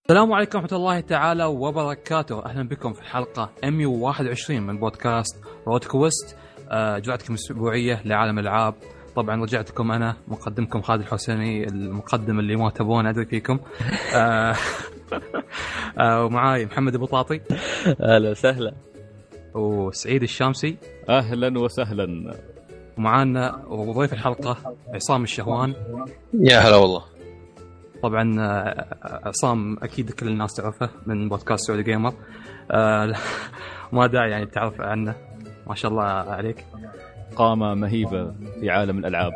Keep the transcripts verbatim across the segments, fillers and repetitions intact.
السلام عليكم ورحمة الله تعالى وبركاته. أهلا بكم في الحلقة مئة وواحد وعشرين من بودكاست رود كويست، جرعتكم الأسبوعية لعالم الألعاب. طبعا رجعتكم أنا مقدمكم خالد الحسيني، المقدم اللي ما تبون أدري فيكم. ومعاي محمد البطاطي. أهلا وسهلا. وسعيد الشامسي. أهلا وسهلا. ومعانا وضيف الحلقة عصام الشهوان. يا هلا والله. طبعا عصام اكيد كل الناس تعرفه من بودكاست سعودي جيمر، أه ما داعي يعني تعرف عنه، ما شاء الله عليك، قامة مهيبة في عالم الألعاب.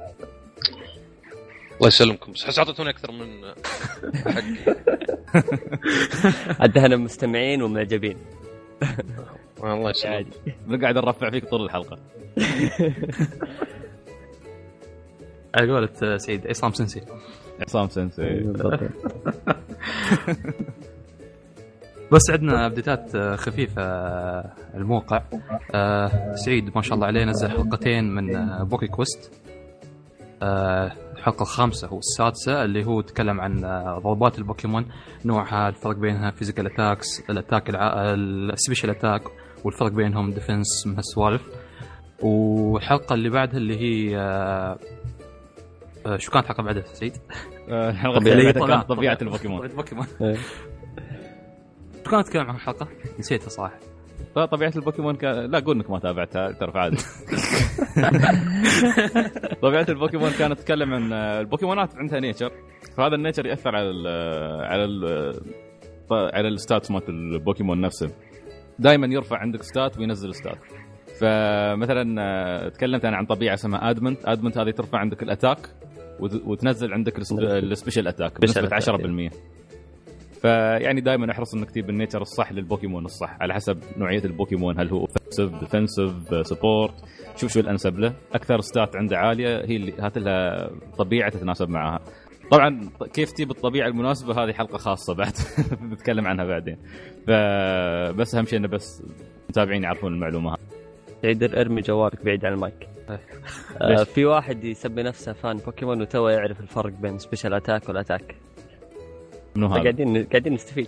الله يسلمكم، بس حس عطيتوني أكثر من حقي. عندنا مستمعين ومعجبين. الله يسلمك. بنقعد نرفع فيك طول الحلقة. على قولة سعيد عصام سنسي. عصام سنسي. بس عندنا ابديتات خفيفة. الموقع سعيد ما شاء الله عليه نزل حلقتين من بوكي كويست، الحلقة الخامسة والسادسة اللي هو تكلم عن ضربات البوكيمون، نوعها، الفرق بينها، فيزيكال اتاكس، الاتاك السبيشال اتاك، والفرق بينهم ديفنس، من هالسوالف. والحلقة اللي بعدها اللي هي شو كانت حلقة بعدها سعيد؟ الحلقة اللي كانت طبيعة البوكيمون. البوكيمون. شو كانت تتكلم عن الحلقة؟ نسيتها صراحة. طبيعة البوكيمون كان... لا قول انك ما تابعتها، ترى عادي. طبيعة البوكيمون كانت تتكلم عن البوكيمونات عندها نيتشر، فهذا النيتشر يأثر على ال على ال على الستاتس مالت البوكيمون نفسه. دائما يرفع عندك ستات وينزل ستات. فمثلا تكلمت انا عن طبيعة اسمها ادمنت. ادمنت هذه ترفع عندك الاتاك وتنزل عندك السبيشال اتاك بنسبة عشرة بالمية. فيعني دائما احرص انك تجيب النيتشر الصح للبوكيمون الصح على حسب نوعيه البوكيمون، هل هو اوفنسيف، ديفنسيف، سبورت، شوف شو الانسب له. اكثر ستات عنده عاليه هي اللي هات لها طبيعه تتناسب معها. طبعا كيف تجيب الطبيعه المناسبه هذه حلقه خاصه بعد بنتكلم عنها بعدين. فبس اهم شيء انه بس متابعين يعرفون المعلومه. سعيد ارمي جوالك بعيد عن المايك. آه في واحد يسمي نفسه فان بوكيمون وتو يعرف الفرق بين سبيشال اتاك والاتاك. قاعدين قاعدين نستفيد.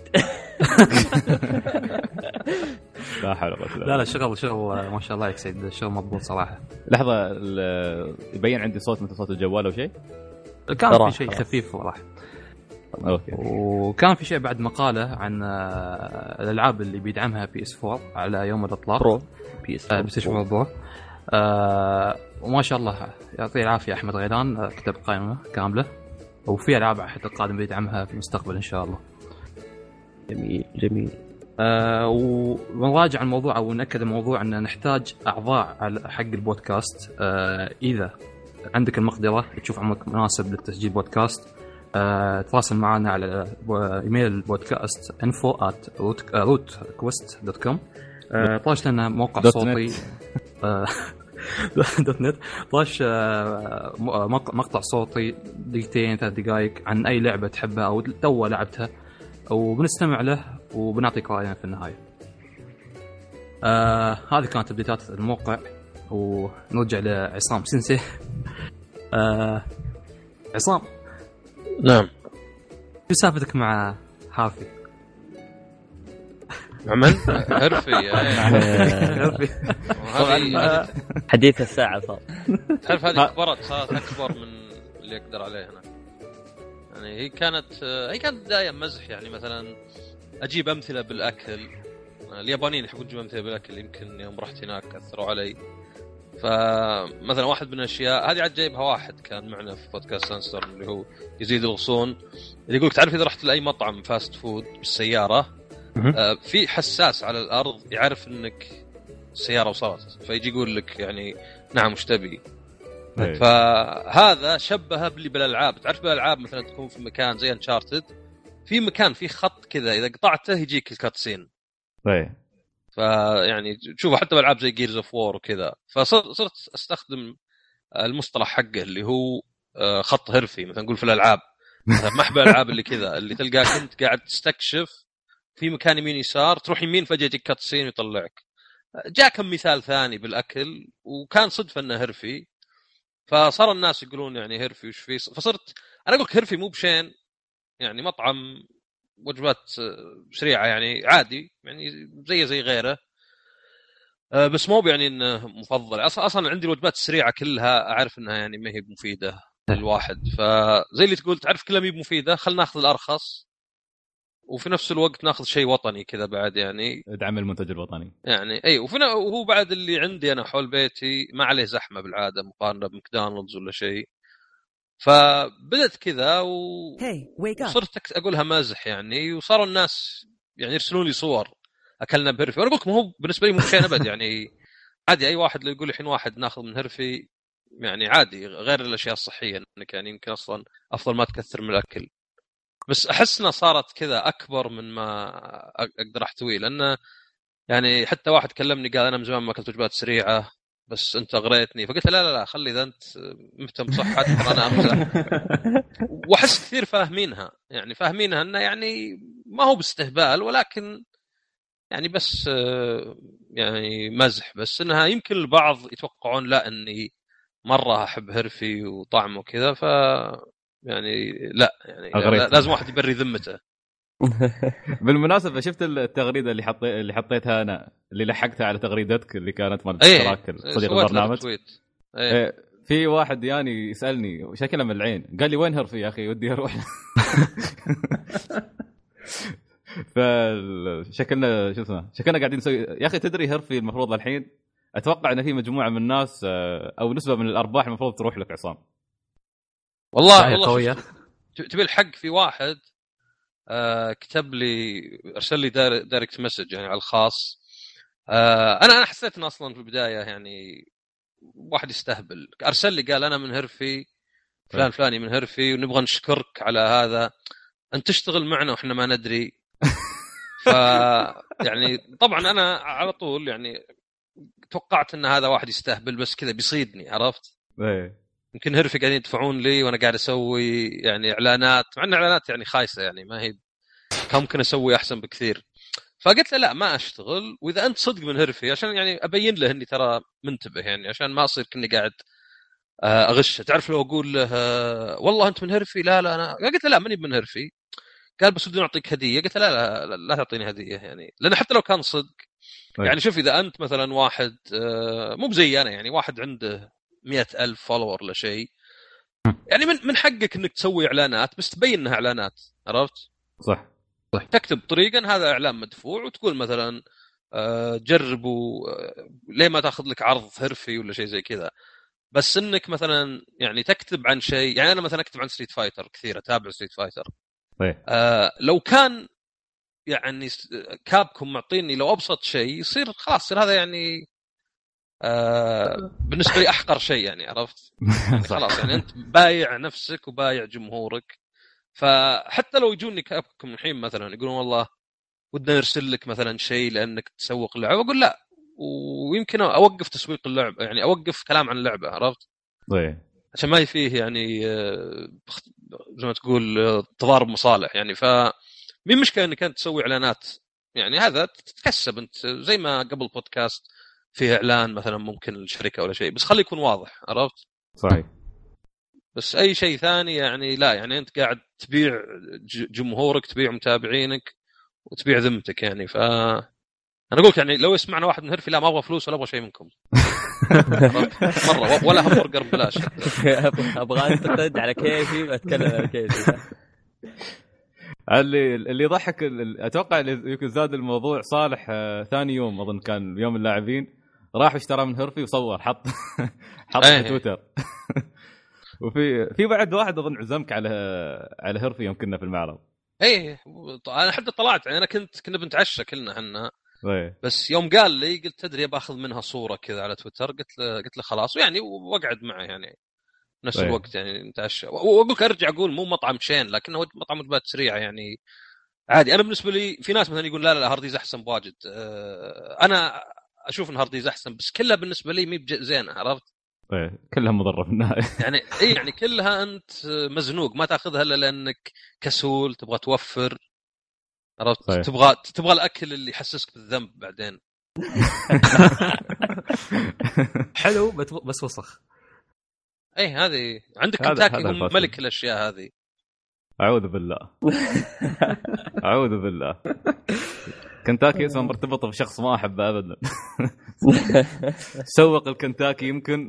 لا حول ولا قوه. لا لا شغل شغل ما شاء الله عليك سعيد، الشغل مضبوط صراحه. لحظه، يبين عندي صوت مثل صوت الجوال او شيء؟ كان في شيء خفيف صراحه. اوكي. وكان في شيء بعد مقاله عن الالعاب اللي بيدعمها بي اس فور على يوم الاطلاق، برو بي اس فور برو. آه وما شاء الله يعطيه العافيه احمد غيلان، كتب قائمه كامله وفي ألعاب حتى القادم بيدعمها في المستقبل إن شاء الله. جميل جميل. آه ونراجع الموضوع أو نأكد الموضوع أن نحتاج أعضاء على حق البودكاست. آه إذا عندك المقدرة تشوف عمرك مناسب للتسجيل بودكاست، آه تواصل معنا على إيميل البودكاست info at root quest dot com. آه طاش لنا موقع صوتي دوت نت، طاش مقطع صوتي دقيقتين ثلاث دقائق عن أي لعبة تحبها أو تو لعبتها، وبنستمع له وبنعطيك رأينا في النهاية. آه هذه كانت تبديلات الموقع، ونرجع لعصام سنسي. آه عصام. نعم. شو سالفتك مع هارفي؟ عمل هرفي هرفي. هذه حديث الساعة صار. تعرف هذه كبرت، صارت أكبر من اللي أقدر عليه هنا. يعني هي كانت هي كانت بداية مزح، يعني مثلا أجيب أمثلة بالأكل. اليابانيين يحبون يجيبون أمثلة بالأكل، يمكن يوم رحت هناك أثروا علي. فمثلا واحد من الأشياء هذه عاد جايبها واحد كان معنا في بودكاست سانستر اللي هو يزيد الغصون، اللي يقولك تعرف إذا رحت لأي مطعم فاست فود بالسيارة آه في حساس على الأرض يعرف إنك السيارة وصلت، فيجي يقول لك يعني نعم وش تبي. فهذا شبه باللي بالألعاب. تعرف بالألعاب مثلا تكون في مكان زي انشارتد، في مكان في خط كذا إذا قطعته يجيك الكاتسين. ايه. فيعني تشوفه حتى بالألعاب زي جيرز اوف وور وكذا. فصرت استخدم المصطلح حقه اللي هو خط هرفي. مثلا نقول في الألعاب مثلا محبة الألعاب اللي كذا اللي تلقاك أنت قاعد تستكشف في مكان يمين يسار، تروح يمين فجأة يجيك كاتسين ويطلعك. جاء كم مثال ثاني بالأكل وكان صدفة أنه هرفي، فصار الناس يقولون يعني هرفي وش فيه. فصرت أنا أقولك هرفي مو بشين، يعني مطعم وجبات سريعه يعني عادي يعني زي زي غيره، بس مو يعني انه مفضل. اصلا اصلا عندي الوجبات السريعه كلها اعرف انها يعني ما هي مفيده للواحد، فزي اللي تقول تعرف كلها ما هي مفيده، خلينا ناخذ الارخص وفي نفس الوقت ناخذ شيء وطني كذا بعد يعني ادعم المنتج الوطني يعني. اي وفينا وهو بعد اللي عندي انا حول بيتي ما عليه زحمه بالعاده مقارنه بماكدونالدز ولا شيء، فبدت كذا و... وصرت اقولها مازح يعني، وصاروا الناس يعني يرسلون لي صور اكلنا بهرفي، وانا اقول لكم هو بالنسبه لي مو شيء ابد يعني عادي. اي واحد لو يقول الحين واحد ناخذ من هرفي يعني عادي، غير الاشياء الصحيه انك يعني يمكن اصلا افضل ما تكثر من الاكل، بس احسنا صارت كذا اكبر من ما اقدر احتويه. لانه يعني حتى واحد كلمني قال انا من زمان ما اكلت وجبات سريعه بس انت اغريتني، فقلت لا لا لا خلي اذا انت مهتم بصحتك انا امزح. واحس كثير فاهمينها يعني فاهمينها انه يعني ما هو باستهبال، ولكن يعني بس يعني مزح، بس انها يمكن البعض يتوقعون لا اني مره احب هرفي وطعمه كذا، ف يعني لا يعني أغريت. لازم واحد يبري ذمته. بالمناسبه شفت التغريده اللي حطيت اللي حطيتها انا اللي لحقتها على تغريدتك اللي كانت مال اشتراك ايه صديق البرنامج. ايه في واحد يعني يسالني شكله من العين قال لي وين هرفي يا اخي ودي اروح. فشكلنا شو اسمه شكلنا قاعدين نسوي يا اخي. تدري هرفي المفروض الحين اتوقع ان في مجموعه من الناس او نسبه من الارباح المفروض تروح لك عصام. والله والله قويه. تبي الحق في واحد آه كتب لي ارسل لي دار دايركت مسج يعني على الخاص. آه انا انا حسيت انه اصلا في البدايه يعني واحد يستهبل، ارسل لي قال انا من هرفي فلان فلاني من هرفي ونبغى نشكرك على هذا، انت تشتغل معنا واحنا ما ندري. ف يعني طبعا انا على طول يعني توقعت ان هذا واحد يستهبل بس كذا بيصيدني، عرفت؟ ايه يمكن هرفي قاعدين يدفعون لي وانا قاعد اسوي يعني اعلانات، مع ان اعلانات يعني خايسه يعني ما هي كان ممكن اسوي احسن بكثير. فقلت له لا ما اشتغل، واذا انت صدق من هرفي عشان يعني ابين له اني ترى منتبه يعني عشان ما اصير كني قاعد اغش. تعرف لو اقول له والله انت من هرفي لا لا انا قلت له لا ماني من هرفي، قال بس بدي اعطيك هديه. قلت له لا لا, لا تعطيني هديه يعني، لان حتى لو كان صدق يعني شوف اذا انت مثلا واحد مو بزي انا يعني واحد عنده مئة ألف فولور ولا شيء يعني من من حقك انك تسوي اعلانات بس تبين انها اعلانات، عرفت؟ صح صح. تكتب طريقا هذا اعلان مدفوع وتقول مثلا جربوا ليه ما تاخذ لك عرض هرفي ولا شيء زي كذا. بس انك مثلا يعني تكتب عن شيء يعني انا مثلا اكتب عن ستريت فايتر كثير، اتابع ستريت فايتر. آه لو كان يعني كابكم معطيني لو ابسط شيء يصير خلاص يصير هذا يعني آه بالنسبه لي احقر شيء يعني، عرفت؟ خلاص يعني انت بايع نفسك وبايع جمهورك. فحتى لو يجوني كابكم الحين مثلا يقولون والله ودنا نرسل لك مثلا شيء لانك تسوق اللعبه، اقول لا، ويمكن اوقف تسويق اللعبه يعني اوقف كلام عن اللعبه، عرفت؟ طيب عشان ما فيه يعني زي ما تقول تضارب مصالح يعني. ف مين مشكله انك انت تسوي اعلانات يعني هذا تتكسب انت زي ما قبل بودكاست فيه اعلان مثلا ممكن الشركه ولا شيء، بس خلي يكون واضح، عرفت؟ صحيح. بس اي شيء ثاني يعني لا، يعني انت قاعد تبيع جمهورك تبيع متابعينك وتبيع ذمتك يعني. ف انا اقولك يعني لو يسمعنا واحد من هرفي لا ما ابغى فلوس ولا ابغى شيء منكم مره ولا همبرجر ببلاش. ابغى انتقد على كيفي واتكلم على كيفي. اللي اللي يضحك اتوقع اللي يمكن زاد الموضوع صالح ثاني يوم اظن كان يوم اللاعبين راح اشترى من هرفي وصور حط حط في تويتر. وفي في بعد واحد اظن عزمك على على هرفي يوم كنا في المعرض. ايه انا حتى طلعت يعني انا كنت كنا بنتعشى كلنا احنا، بس يوم قال لي قلت تدري باخذ منها صوره كذا على تويتر، قلت له قلت له خلاص يعني واقعد معه يعني نفس ويه. الوقت يعني نتعشى. واقولك ارجع اقول مو مطعم شين لكنه مطعم وجبات سريعه يعني عادي. انا بالنسبه لي في ناس مثلا يقول لا لا هارديز احسن بواجد، انا اشوف ان هارديز احسن بس كلها بالنسبه لي مي زينه، عرفت؟ ايه كلها مضره في النهايه يعني اي يعني كلها انت مزنوق ما تاخذها الا لانك كسول تبغى توفر، عرفت؟ صحيح. تبغى تبغى الاكل اللي يحسسك بالذنب بعدين. حلو بس وسخ. اي هذه عندك كنتاكي هم ملك الاشياء هذه. اعوذ بالله اعوذ بالله كنتاكي اسمه مرتبط بشخص ما احبه ابدا. سوق الكنتاكي يمكن.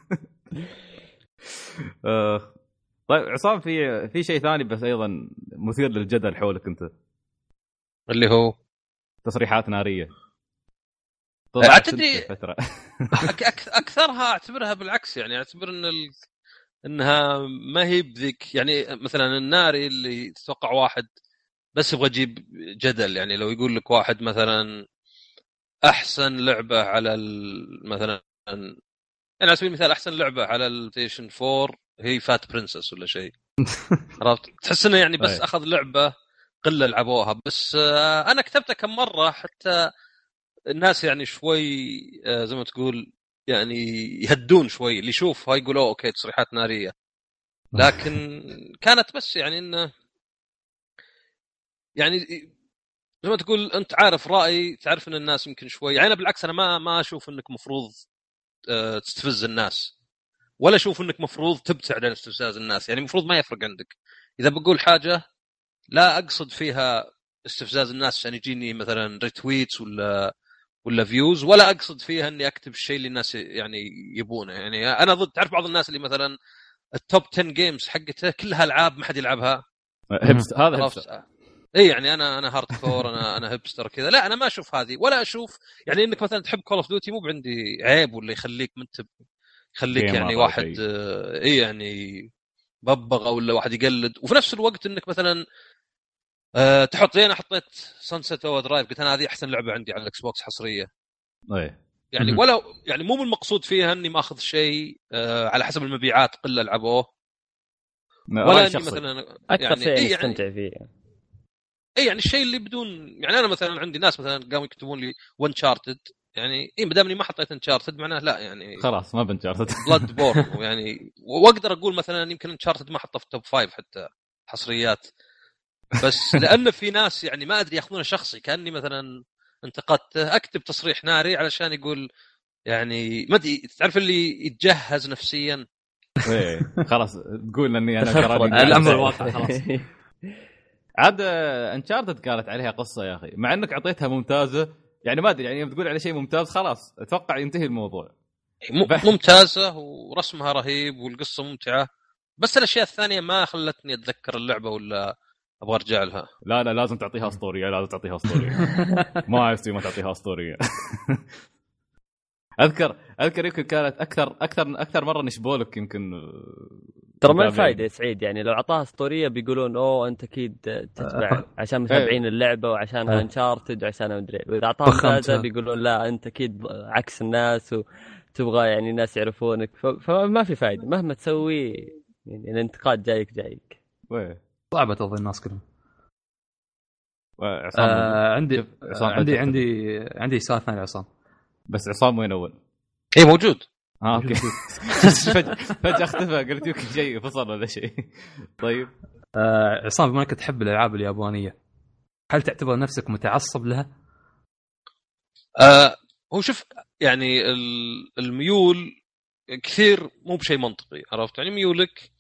آه. طيب عصام في في شيء ثاني بس ايضا مثير للجدل حولك انت اللي هو تصريحات ناريه. اعتدي اكثرها اعتبرها بالعكس، يعني اعتبر ان ال... انها ما هي بذيك، يعني مثلا الناري اللي تتوقع واحد بس يبغى يجيب جدل، يعني لو يقول لك واحد مثلا احسن لعبه على ال... مثلا يعني على سبيل المثال احسن لعبه على البلايستيشن فور هي فات برنسس ولا شيء، عرفت؟ تحس انه يعني بس اخذ لعبه قله لعبوها. بس انا كتبتها كم مره حتى الناس يعني شوي زي ما تقول يعني يهدون شوي، اللي يشوف هاي يقول اوكي تصريحات ناريه، لكن كانت بس يعني انه يعني زي ما تقول انت عارف رايي، تعرف ان الناس يمكن شوي يعني. بالعكس انا ما ما اشوف انك مفروض تستفز الناس، ولا اشوف انك مفروض تبتعد عن استفزاز الناس، يعني المفروض ما يفرق عندك. اذا بقول حاجه لا اقصد فيها استفزاز الناس عشان يجيني مثلا ريتويتس ولا ولا فيوز، ولا اقصد فيها اني اكتب الشيء اللي الناس يعني يبونه. يعني انا ضد، تعرف بعض الناس اللي مثلا التوب عشرة جيمز حقته كلها العاب ما حد يلعبها، هبستر هذا هبستر. اي يعني انا انا هارد كور، انا انا هبستر كذا. لا انا ما اشوف هذه، ولا اشوف يعني انك مثلا تحب كول اوف ديوتي مو عندي عيب ولا يخليك منتب يخليك يعني واحد آه اي يعني ببغى ولا واحد يقلد. وفي نفس الوقت انك مثلا أه تحط زي انا حطيت سانست اوفر درايف، قلت انا هذه احسن لعبه عندي على الاكس بوكس حصريه. اي يعني ولا يعني مو من المقصود فيها اني ما اخذ شيء أه على حسب المبيعات قله لعبوه، ولا اني مثلا اكثر شيء يعني استمتع فيه. اي يعني الشيء اللي بدون يعني انا مثلا عندي ناس مثلا قاموا يكتبون لي وانشارتد، يعني اي ما دامني ما حطيت انشارتد معناه لا يعني خلاص ما بنشارتد بلاد بورن يعني. واقدر اقول مثلا يمكن انشارتد ما حطه في التوب فايف حتى حصريات، بس لأن في ناس يعني ما أدري يأخذونه شخصي كأني مثلا انتقدته، أكتب تصريح ناري علشان يقول يعني ما أدري تعرف اللي يتجهز نفسيا. إيه خلاص تقول إني أنا تراني الأمر واقع خلاص. عاد انشارتد كانت عليها قصة يا أخي، مع إنك عطيتها ممتازة يعني ما أدري يعني بتقول على شيء ممتاز خلاص أتوقع ينتهي الموضوع. ممتازة ورسمها رهيب والقصة ممتعة، بس الأشياء الثانية ما خلتني أتذكر اللعبة ولا ابغى ارجع لها. لا لا لازم تعطيها اسطوريه، لازم تعطيها اسطوريه. ما يستوي ما تعطيها اسطوريه. اذكر اذكر يمكن كانت اكثر اكثر اكثر مره نشبولك يمكن ترى ما الفائده يا سعيد، يعني لو اعطاها اسطوريه بيقولون اوه انت اكيد تتبع عشان متابعين اللعبه وعشان انشارتد وعشان ادري، واذا اعطاها ممتازه بيقولون لا انت اكيد عكس الناس وتبغى يعني الناس يعرفونك، فما في فائده مهما تسوي، يعني الانتقاد جايك جايك. ويه صعبة تظن الناس كلهم. عصام آه عندي عصام عندي عندي عندي سؤال ثاني عصام. بس عصام وين اول؟ ايه موجود. اه اوكي. فجأة فجأة اختفى، قلت يمكن شيء فصل ولا شيء. طيب آه عصام بما انك تحب الالعاب اليابانية، هل تعتبر نفسك متعصب لها؟ آه هو شوف يعني الميول كثير مو بشيء منطقي، عرفت؟ يعني ميولك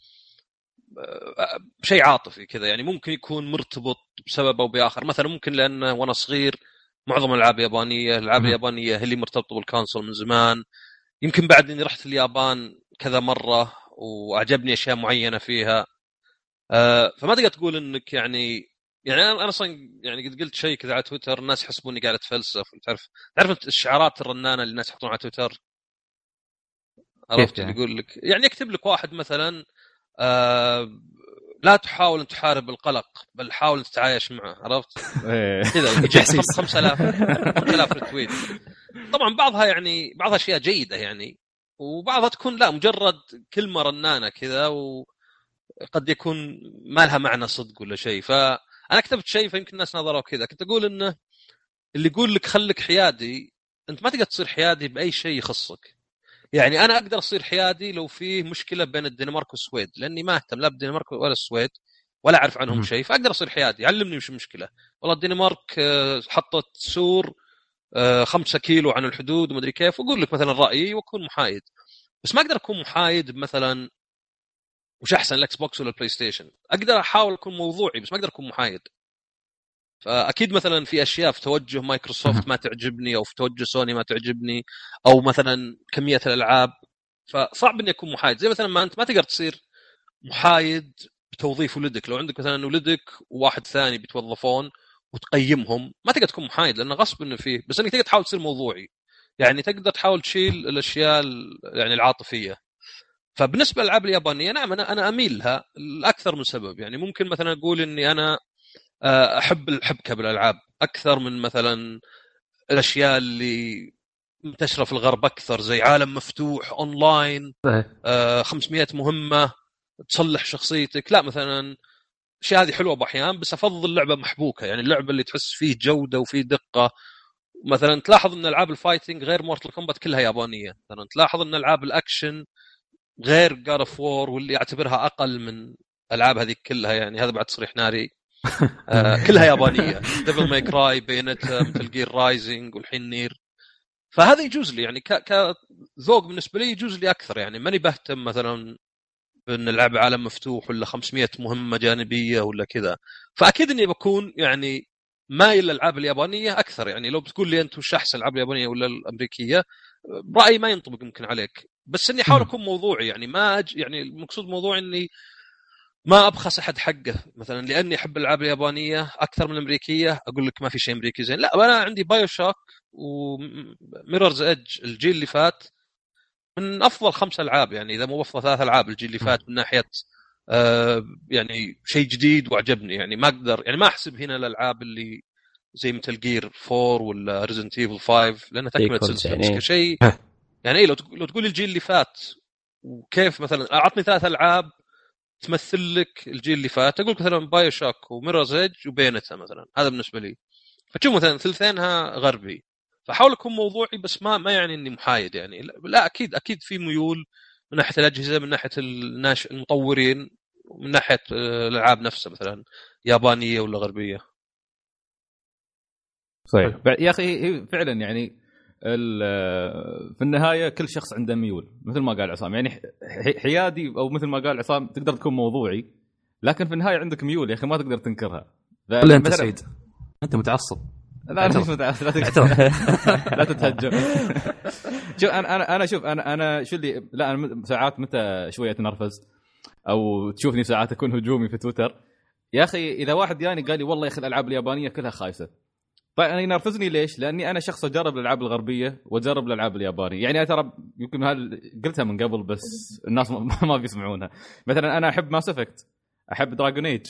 شيء عاطفي كذا، يعني ممكن يكون مرتبط بسبب او باخر. مثلا ممكن لان وانا صغير معظم الالعاب اليابانيه الالعاب اليابانيه هي اللي مرتبطه بالكونسول من زمان، يمكن بعد اني رحت اليابان كذا مره واعجبني اشياء معينه فيها. أه فما تقدر تقول انك يعني يعني انا اصلا يعني قد قلت شيء كذا على تويتر الناس يحسبوني قاعد اتفلسف. تعرف تعرف الشعارات الرنانه اللي الناس يحطونها على تويتر، عرفت اللي يقول لك يعني يكتب لك واحد مثلا آه لا تحاول أن تحارب القلق بل حاول أن تتعايش معه، عرفت؟ كذا يجي خمسة آلاف خمسة آلاف رتويت. طبعا بعضها يعني بعضها أشياء جيدة يعني، وبعضها تكون لا مجرد كلمة رنانة كذا وقد يكون ما لها معنى صدق ولا شيء. فأنا كتبت شيء فيمكن الناس نظروا كذا، كنت أقول إنه اللي يقول لك خليك حيادي أنت ما تقدر تصير حيادي بأي شيء يخصك. يعني أنا أقدر أصير حيادي لو فيه مشكلة بين الدنمارك والسويد، لأني ما أهتم لا بالدنمارك ولا السويد ولا أعرف عنهم شيء، فأقدر أصير حيادي. علمني وش المشكلة، والله الدنمارك حطت سور خمسة كيلو عن الحدود ومدري كيف، وأقول لك مثلا رأيي وأكون محايد. بس ما أقدر أكون محايد مثلا وش احسن الاكس بوكس ولا البلاي ستيشن. اقدر احاول اكون موضوعي بس ما اقدر اكون محايد. فاكيد مثلا في اشياء في توجه مايكروسوفت ما تعجبني او في توجه سوني ما تعجبني او مثلا كميه الالعاب، فصعب اني اكون محايد. زي مثلا ما انت ما تقدر تصير محايد بتوظيف ولدك. لو عندك مثلا ولدك وواحد ثاني بيتوظفون وتقيمهم ما تقدر تكون محايد لانه غصب انه فيه، بس انك تقدر تحاول تصير موضوعي، يعني تقدر تحاول تشيل الاشياء يعني العاطفيه. فبالنسبه للالعاب اليابانيه نعم انا انا اميل لها لاكثر من سبب. يعني ممكن مثلا اقول اني انا احب الحبكه بالالعاب اكثر من مثلا الاشياء اللي منتشره في الغرب اكثر، زي عالم مفتوح اونلاين آه خمسمية مهمه تصلح شخصيتك. لا مثلا الاشياء هذه حلوه باحيان، بس افضل لعبه محبوكه، يعني اللعبه اللي تحس فيه جوده وفيه دقه. مثلا تلاحظ ان العاب الفايتنج غير مورتال كومبات كلها يابانيه، مثلا تلاحظ ان العاب الاكشن غير جاد اوف وور واللي يعتبرها اقل من العاب هذه كلها، يعني هذا بعد تصريح ناري آه كلها يابانيه. ديفل ماي كراي، بينتا، مثل جير رايزنج، والحين نير. فهذا يجوز لي يعني كذوق بالنسبه لي يجوز لي اكثر. يعني ماني بهتم مثلا بان العب عالم مفتوح ولا خمسمية مهمه جانبيه ولا كذا. فاكيد اني بكون يعني مايل للالعاب اليابانيه اكثر. يعني لو بتقول لي انت وش احسن الالعاب اليابانيه ولا الامريكيه، رايي ما ينطبق يمكن عليك، بس اني احاول اكون موضوعي. يعني ما أج... يعني المقصود موضوع اني ما ابخس احد حقه مثلا لاني احب الالعاب اليابانيه اكثر من الامريكيه اقول لك ما في شيء امريكي زين. لا انا عندي بايو شوك وميررز ايدج الجيل اللي فات من افضل خمس العاب، يعني اذا مو افضل ثلاث العاب الجيل اللي فات من ناحيه آه يعني شيء جديد وعجبني. يعني ما اقدر يعني ما احسب هنا الالعاب اللي زي مثل جير فور ولا ريزنت ايفل فايف لانها تكمله سلسله يعني. كشيء يعني إيه لو لو تقول الجيل اللي فات وكيف مثلا اعطني ثلاث العاب تمثل لك الجيل اللي فات اقول مثلا بايو شوك وميررز ايدج وبينتا مثلا، هذا بالنسبه لي. فتشوف مثلا ثلثينها غربي، فحاول اكون موضوعي بس ما ما يعني اني محايد. يعني لا اكيد اكيد في ميول من ناحيه الاجهزه، من ناحيه الناش المطورين، من ناحيه الالعاب نفسها مثلا يابانيه ولا غربيه. صحيح يا اخي فعلا. يعني في النهايه كل شخص عنده ميول مثل ما قال عصام. يعني حيادي او مثل ما قال عصام تقدر تكون موضوعي، لكن في النهايه عندك ميول يا اخي ما تقدر تنكرها. لا انت سعيد انت متعصب. لا انا مش متعصب لا تتهجم. شوف انا انا انا شوف انا انا شو اللي لا انا ساعات متى شويه اتنرفز او تشوفني ساعات اكون هجومي في تويتر. يا اخي اذا واحد يعني قال لي والله يا اخي الالعاب اليابانيه كلها خايسه، طيب انا ينرفزني ليش؟ لاني انا شخص اجرب الالعاب الغربيه واجرب الالعاب اليابانيه. يعني ترى يمكن هذا قلتها من قبل بس الناس ما بيسمعونها. مثلا انا احب ماس افكت، احب دراجون ايج،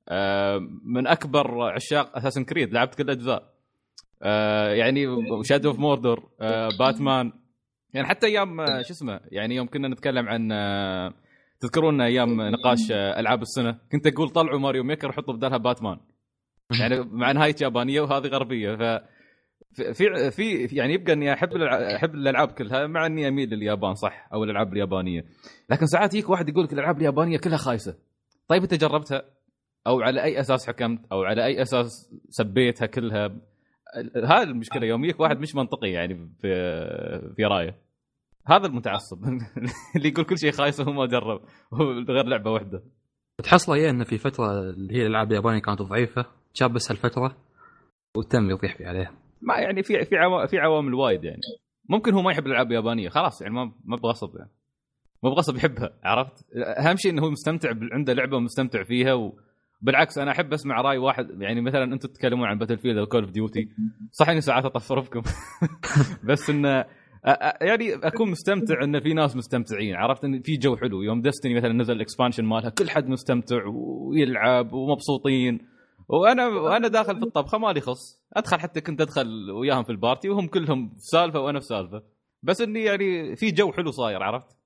من اكبر عشاق اساسن كريد، لعبت كل الاجزاء، يعني شادو اوف موردر، باتمان. يعني حتى ايام شو اسمه يعني يوم كنا نتكلم عن تذكرون ايام نقاش العاب السنه كنت اقول طلعوا ماريو ميكر وحطوا بدالها باتمان، يعني مع نهايه يابانيه وهذه غربيه. ف في في يعني يبقى اني احب احب الالعاب كلها مع اني اميل لليابان صح او الالعاب اليابانيه، لكن ساعات يجيك واحد يقول لك الالعاب اليابانيه كلها خايسه. طيب انت جربتها او على اي اساس حكمت او على اي اساس سبيتها كلها؟ هذه المشكله. يوم يجيك واحد مش منطقي يعني في في رايه، هذا المتعصب اللي يقول كل شيء خايس وهو ما جرب غير لعبه واحده. تحصل هي ان في فتره اللي هي الالعاب اليابانيه كانت ضعيفه شاب بس هالفتره وتم يطيح في عليها. ما يعني في في عوا... في عوامل وايد. يعني ممكن هو ما يحب الالعاب اليابانيه خلاص، يعني ما ما بغصب يعني ما بغصب يحبها، عرفت؟ اهم شيء انه هو مستمتع عنده لعبه ومستمتع فيها. وبالعكس انا احب اسمع راي واحد. يعني مثلا انتم تتكلمون عن باتل فيلد او كول اوف ديوتي، صح اني ساعات اطفر بكم بس انه يعني اكون مستمتع ان في ناس مستمتعين، عرفت ان في جو حلو. يوم ديستني مثلا نزل الاكسبانشن مالها كل حد مستمتع ويلعب ومبسوطين، وانا وانا داخل في الطبخه مالي خص ادخل. حتى كنت ادخل وياهم في البارتي وهم كلهم في سالفه وانا في سالفه، بس اني يعني في جو حلو صاير، عرفت؟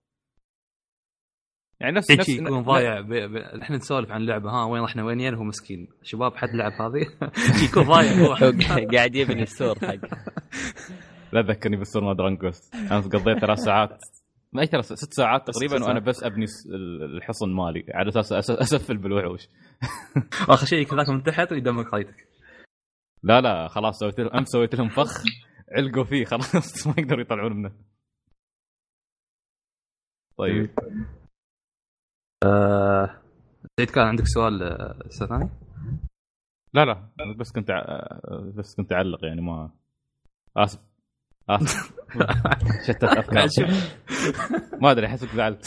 يعني نفس نفس يكون ضايع. احنا نسولف عن لعبه ها وين احنا وين هو مسكين شباب حد لعب هذه يكون ضايع هو قاعد يبني السور حق. لا ذكرني بالسور ما درانكوست. انا قضيت ثلاث ساعات ما ترى ست ساعات تقريبا وانا بس ابني الحصن مالي على اساس اسفل بالوحوش. اخر شيء كذاك من تحت ويدمك خيطك. لا لا خلاص سويت لهم امس سويت لهم فخ علقوا فيه خلاص ما يقدروا يطلعون منه. طيب آه... زيد كان عندك سؤال استاذ ثاني؟ لا لا بس كنت ع... بس كنت اعلق يعني ما اسف اسف شتت افكار ما ادري احسك زعلت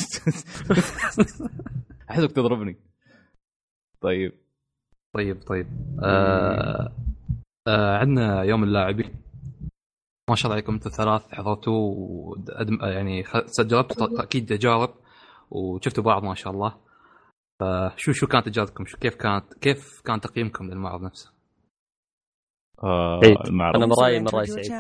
احسك تضربني. طيب طيب طيب آه... آه... عندنا يوم اللاعبين ما شاء الله عليكم انتم الثلاث حضرتوا ودم... يعني سجلتوا اكيد تجارب وشفتوا بعض ما شاء الله. فشو شو كانت تجاربكم؟ شو كيف كانت كيف كان تقييمكم للمعرض نفسه؟ آه المعرض انا مراي مراي سعيد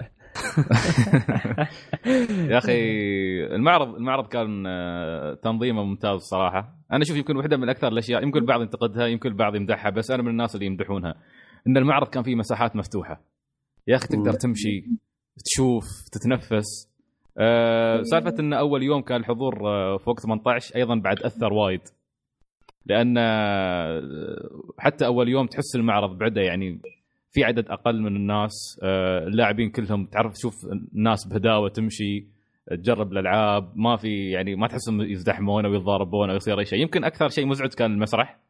يا اخي المعرض المعرض كان تنظيمه ممتاز صراحه. انا اشوف يمكن واحده من اكثر الاشياء يمكن البعض ينتقدها يمكن البعض يمدحها بس انا من الناس اللي يمدحونها ان المعرض كان فيه مساحات مفتوحه يا اخي تقدر تمشي تشوف تتنفس. أه سالفه ان اول يوم كان الحضور فوق ثمانية عشر ايضا بعد اثر وايد لان حتى اول يوم تحس المعرض بعده يعني في عدد اقل من الناس. اللاعبين كلهم تعرف تشوف الناس بهداوه تمشي تجرب الالعاب ما في يعني ما تحسهم يزدحمون او يتضاربون او يصير اي شيء. يمكن اكثر شيء مزعج كان المسرح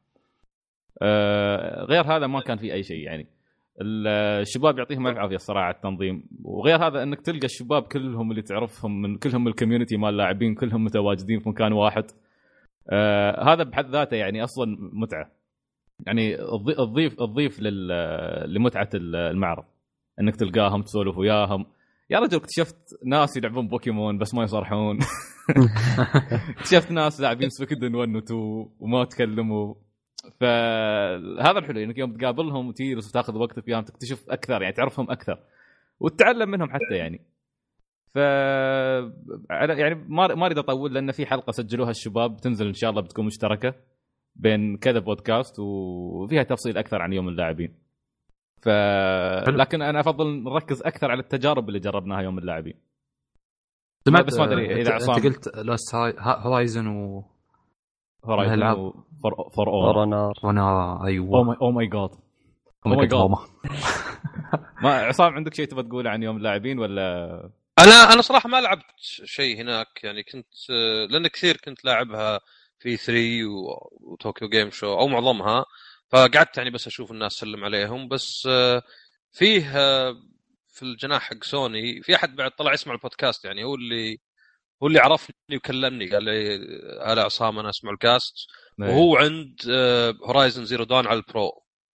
غير هذا ما كان في اي شيء يعني. الشباب يعطيهم الف عافيه الصراحه على التنظيم وغير هذا انك تلقى الشباب كلهم اللي تعرفهم من كلهم الكوميونتي مال اللاعبين كلهم متواجدين في مكان واحد. آه هذا بحد ذاته يعني اصلا متعه يعني تضيف تضيف لمتعه المعرض انك تلقاهم تسولف وياهم. يا رجل اكتشفت ناس يلعبون بوكيمون بس ما يصرحون اكتشفت ناس لاعبين سبيكدن واحد و اثنين وما تكلموا. فهذا الحلو انك يوم تقابلهم وتجلس وتاخذ وقتك وياهم تكتشف اكثر يعني تعرفهم اكثر وتتعلم منهم حتى يعني. ف يعني ما ما اريد اطول لان في حلقه سجلوها الشباب تنزل ان شاء الله بتكون مشتركه بين كذا بودكاست وفيها تفصيل اكثر عن يوم اللاعبين. ف لكن انا افضل نركز اكثر على التجارب اللي جربناها يوم اللاعبين. سمعت بس ما ادري اذا عصام انت قلت لاست هورايزن و هورايزن فور فور اونر انا ايوه او ماي جاد او ماي جاد ما عصام عندك شيء تبغى تقوله عن يوم اللاعبين ولا؟ انا انا صراحه ما لعبت شيء هناك يعني كنت لان كثير كنت لاعبها في ثري وطوكيو جيم شو او معظمها فقعدت يعني بس اشوف الناس سلم عليهم بس فيه في الجناح حق سوني في احد بعد طلع يسمع البودكاست يعني هو اللي هو اللي عرفني وكلمني قال لي هلا عصام انا اسمع الكاست وهو عند هورايزن زيرو دون على البرو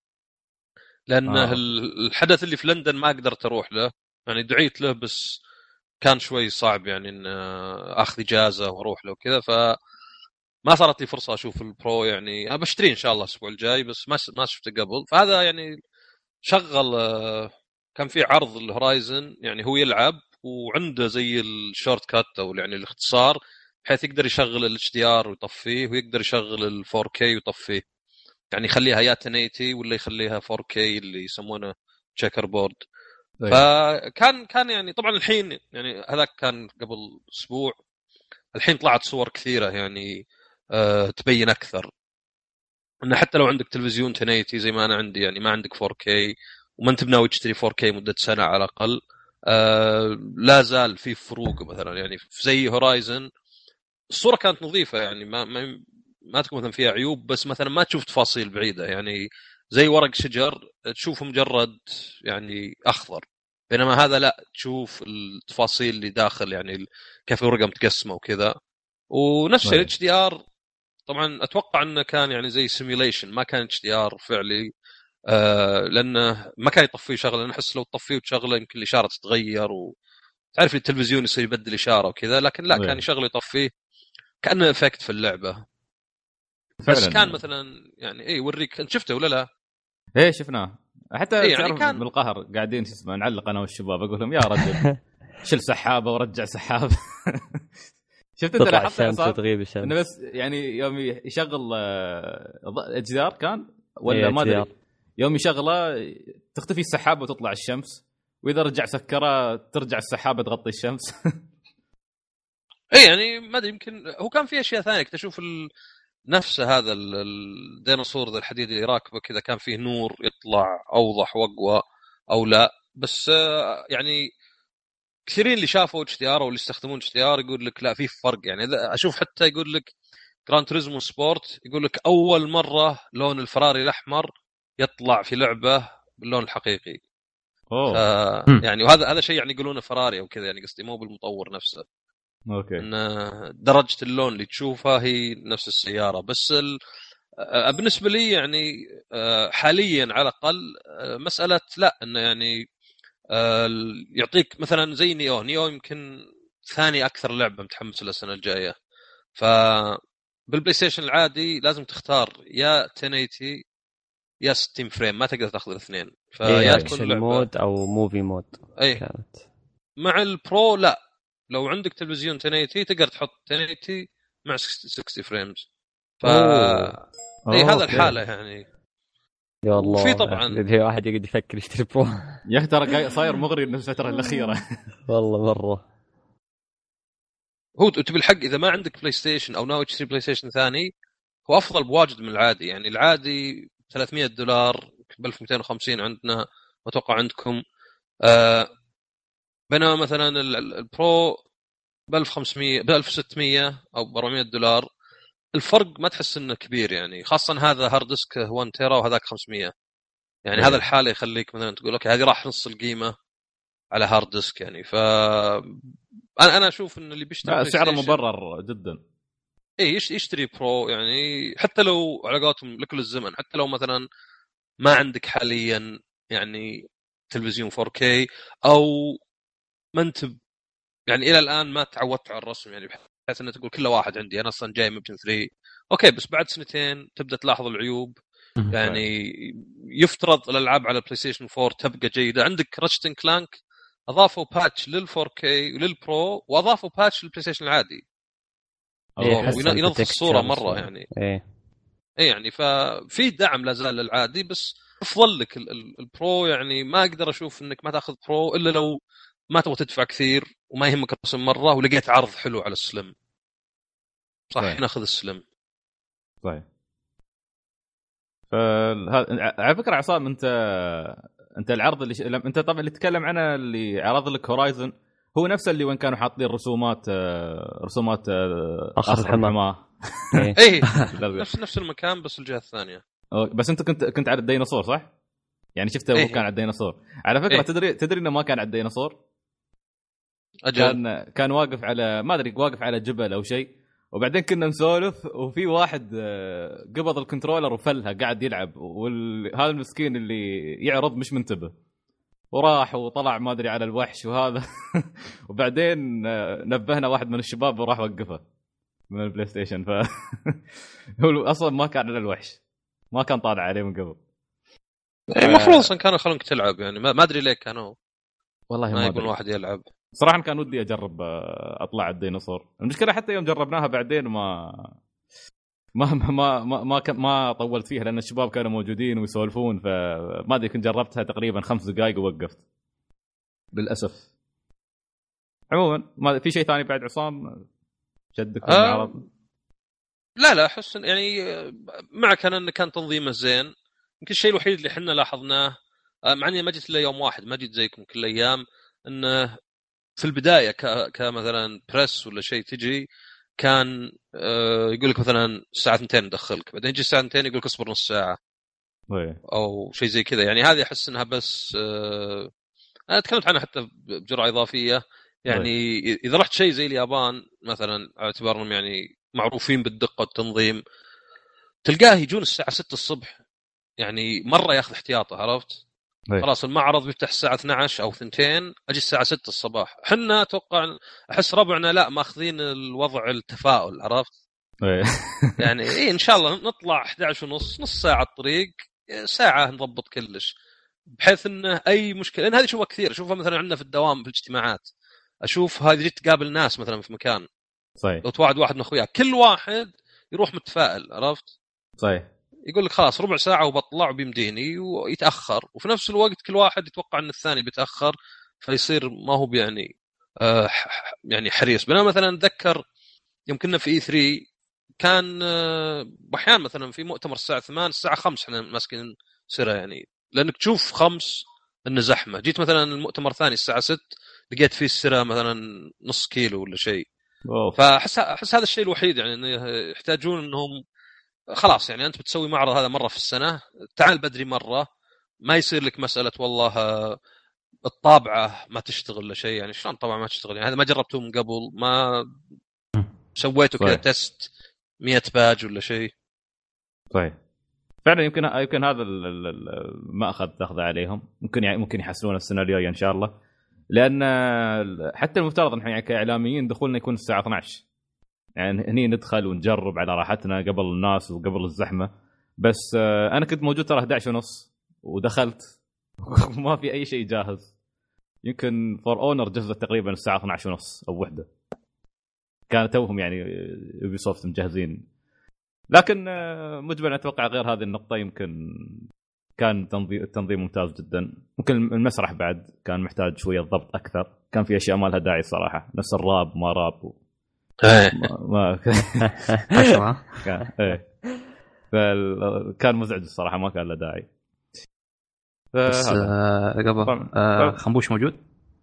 لان آه. الحدث اللي في لندن ما قدرت اروح له يعني دعيت له بس كان شوي صعب يعني ان اخذ اجازه واروح له كذا فما صارت لي فرصه اشوف البرو يعني انا بشتري ان شاء الله الاسبوع الجاي بس ما ما شفته قبل. فهذا يعني شغل كان في عرض الهورايزن يعني هو يلعب وعنده زي الشورت كات او يعني الاختصار بحيث يقدر يشغل الاتش دي ار ويطفيه ويقدر يشغل ال فور كي ويطفيه يعني يخليها يا ثمانية وثمانين ولا يخليها فور كي اللي يسمونه تشيكر بورد. فكان كان يعني طبعا الحين يعني هذاك كان قبل اسبوع الحين طلعت صور كثيره يعني أه تبين اكثر انه حتى لو عندك تلفزيون ألف وثمانين زي ما انا عندي يعني ما عندك فور كي وما انت بناوي تشتري فور كي مده سنه على الاقل أه لا زال في فروق مثلا يعني زي هورايزن الصوره كانت نظيفه يعني ما ما, ما تكون مثلا فيها عيوب بس مثلا ما تشوف تفاصيل بعيده يعني زي ورق شجر تشوفه مجرد يعني اخضر بينما هذا لا تشوف التفاصيل اللي داخل يعني كيف الورقه متقسمه وكذا. ونفس الشيء اتش دي ار طبعا اتوقع انه كان يعني زي سيميوليشن ما كان اتش دي ار فعلي آه لانه ما كان يطفيه شغله. انا احس لو تطفيه وتشغله يمكن الاشاره تتغير وتعرف التلفزيون يصير يبدل اشاره وكذا لكن لا كان يشغل يطفيه كانه افكت في اللعبه فعلا. بس كان مثلا يعني اي وريك انت شفته ولا لا؟ ايه شفناه حتى إيه تعرف يعني كان... من القهر قاعدين اسمه نعلق انا والشباب اقول لهم يا رجل شيل سحابه ورجع سحابه شفت انت تطلع الشمس وتغيب الشمس انه بس يعني يوم يشغل اتش دي ار كان ولا ما ادري يوم يشغله تختفي السحابه وتطلع الشمس واذا رجع سكره ترجع السحابه تغطي الشمس اي يعني ما ادري يمكن هو كان في اشياء ثانيه تشوف ال... نفس هذا الديناصور ذا الحديد اللي راكبه كذا كان فيه نور يطلع اوضح واقوى او لا بس يعني كثيرين اللي شافوا اتش دي ار واللي يستخدمون اتش دي ار يقول لك لا في فرق يعني اشوف حتى يقول لك جراند توريزمو سبورت يقول لك اول مره لون الفراري الاحمر يطلع في لعبه باللون الحقيقي. اوه ف... يعني وهذا هذا شيء يعني يقولونه فراري او كذا، يعني قصدي مو بالمطور نفسه. اوكي. ان درجه اللون اللي تشوفها هي نفس السياره، بس ال... بالنسبه لي يعني حاليا على الاقل مساله لا انه يعني يعطيك مثلا زي نيو نيو يمكن ثاني اكثر لعبه متحمس لها السنه الجايه. ف بالبلاي ستيشن العادي لازم تختار يا ألف وثمانين يا ستين فريم، ما تقدر تاخذ الاثنين. فيا تكون لعبة مود او موفي مود أي. كانت مع البرو لا، لو عندك تلفزيون ألف وثمانين تقدر تحط ألف وثمانين مع ستين فريمز. ف اي هذا الحاله يعني يا الله. وفي طبعا اذا واحد يقعد يفكر يشتري برو يا اخي ترى صاير مغري الفتره الاخيره والله مره. هو تبي الحق اذا ما عندك بلاي ستيشن او ناوي تشتري بلاي ستيشن ثاني هو افضل بواجد من العادي. يعني العادي ثلاثمية دولار ب ألف ومئتين وخمسين عندنا، اتوقع عندكم. آه بينما مثلا البرو ب ألف وخمسمية ب ألف وستمية او ب أربعمية دولار. الفرق ما تحس انه كبير يعني، خاصه هذا هارد ديسك واحد تيرا وهذاك خمسمية. يعني هذا الحاله يخليك مثلا تقول اوكي هذه راح نص القيمه على هارد ديسك يعني. ف انا انا اشوف ان اللي بيشتري سعره مبرر جدا. ايه يشتري برو يعني، حتى لو على قولتهم لكل الزمن، حتى لو مثلا ما عندك حاليا يعني تلفزيون فور كي او ما انت يعني الى الان ما تعودت على الرسم، يعني بحيث انه تقول كل واحد عندي انا اصلا جاي من ثلاثة اوكي، بس بعد سنتين تبدا تلاحظ العيوب. يعني يفترض الالعاب على بلاي ستيشن فور تبقى جيده. عندك راتشت كلانك اضافوا باتش للفور كي وللبرو، واضافوا باتش للبلاي ستيشن العادي. إيه ينظف الصوره مره يعني. ايه ايه يعني ففي دعم لا زال للعادي، بس افضل لك البرو. يعني ما اقدر اشوف انك ما تاخذ برو الا لو ما تبغى تدفع كثير وما يهمك الرسم مره ولقيت عرض حلو على السلم. صح طيب. ناخذ السلم. طيب على فكره عصام، انت انت العرض اللي ش... انت طبعا اللي تتكلم عنه اللي عرض لك هورايزن هو نفسه اللي وين كانوا حاطين رسومات رسومات اخر الحماه. ايه نفس نفس المكان بس الجهه الثانيه. بس انت كنت كنت على الديناصور صح؟ يعني شفته إيه. هو كان على الديناصور على فكره. إيه. تدري تدري انه ما كان على الديناصور. أجل. كان كان واقف على ما ادري واقف على جبل او شيء، وبعدين كنا نسولف وفي واحد قبض الكنترولر وفلها قاعد يلعب، وهذا المسكين اللي يعرض مش منتبه وراح وطلع ما ادري على الوحش وهذا وبعدين نبهنا واحد من الشباب وراح وقفه من البلاي ستيشن. ف هو اصلا ما كان على الوحش، ما كان طالع عليه من قبل. المفروض اصلا كانوا يخلونك تلعب يعني، ما ادري ليه كانوا والله ما يبون واحد يلعب. صراحه كان ودي اجرب اطلع الديناصور. المشكله حتى يوم جربناها بعدين ما ما ما ما ما, ما طولت فيها لان الشباب كانوا موجودين ويسولفون، فما ادري كنت جربتها تقريبا خمس دقائق ووقفت للاسف. عموما ما في شيء ثاني بعد عصام شدك آه العرض؟ لا لا احس يعني معك انا انه كان تنظيمه زين. يمكن الشيء الوحيد اللي احنا لاحظناه مع اني ما جيت الا يوم واحد، ما جيت زيكم كل ايام، انه في البدايه ك كمثلا بريس ولا شيء تجي كان يقول لك مثلا الساعه اثنتين ندخلك، بعدين يجي الساعه اثنتين يقول لك اصبر نص ساعه او شيء زي كذا. يعني هذه احس انها بس انا تكلمت عنها حتى بجرعه اضافيه. يعني اذا رحت شيء زي اليابان مثلا على اعتبار انهم يعني معروفين بالدقه والتنظيم، تلقاه يجون الساعه ستة الصبح، يعني مره ياخذ احتياطه. عرفت؟ خلاص المعرض بيفتح الساعه اثنتي عشرة او اثنتين، اجي الساعه ستة الصباح. حنا اتوقع احس ربعنا لا ماخذين الوضع التفاؤل. عرفت؟ يعني ايه ان شاء الله نطلع أحد عشر ونص، نص ساعه الطريق، ساعه نضبط كلش، بحيث انه اي مشكله. لان هذه اشوفها كثير، اشوفها مثلا عندنا في الدوام في الاجتماعات، اشوف هذه جيت تقابل ناس مثلا في مكان صحيح، لو تواعد واحد من اخوياك كل واحد يروح متفائل. عرفت؟ صحيح، يقول لك خلاص ربع ساعه وبطلع وبيمديني، ويتاخر، وفي نفس الوقت كل واحد يتوقع ان الثاني بيتاخر، فيصير ما هو يعني آه يعني حريص. بينما مثلا اتذكر يوم كنا في اي ثري كان آه احيانا مثلا في مؤتمر الساعه ثمانية الساعه خمسة احنا ماسكين سرة، يعني لانك تشوف خمس انه زحمه. جيت مثلا المؤتمر الثاني الساعه ستة لقيت فيه السرة مثلا نص كيلو ولا شيء. فاحس احس هذا الشيء الوحيد يعني انه يحتاجون انهم خلاص يعني انت بتسوي معرض هذا مره في السنه، تعال بدري مره، ما يصير لك مساله والله الطابعه ما تشتغل ولا شيء. يعني شلون طبعا ما تشتغل؟ يعني هذا ما جربتوه من قبل؟ ما سويته كذا تيست مية باج ولا شيء؟ طيب فعلا يمكن يمكن هذا ما اخذ تاخذ عليهم، ممكن يعني ممكن يحسنون السنه الجايه ان شاء الله، لان حتى المفترض نحن يعني كاعلاميين دخولنا يكون الساعه اثني عشر، يعني هني ندخل ونجرب على راحتنا قبل الناس وقبل الزحمه. بس انا كنت موجود ترى احد عشر ونص ودخلت وما في اي شيء جاهز. يمكن فور اونر جهزت تقريبا الساعه اثني عشر ونص او وحده، كانوا توهم يعني يوبي سوفت مجهزين. لكن مجمل اتوقع غير هذه النقطه يمكن كان تنظيم التنظيم ممتاز جدا. ممكن المسرح بعد كان محتاج شويه ضبط اكثر، كان في اشياء ما لها داعي صراحه، نفس الراب ما راب و... ما ما كان ايه كان مزعج الصراحه، ما كان له داعي. بس آه قبل آه خنبوش موجود؟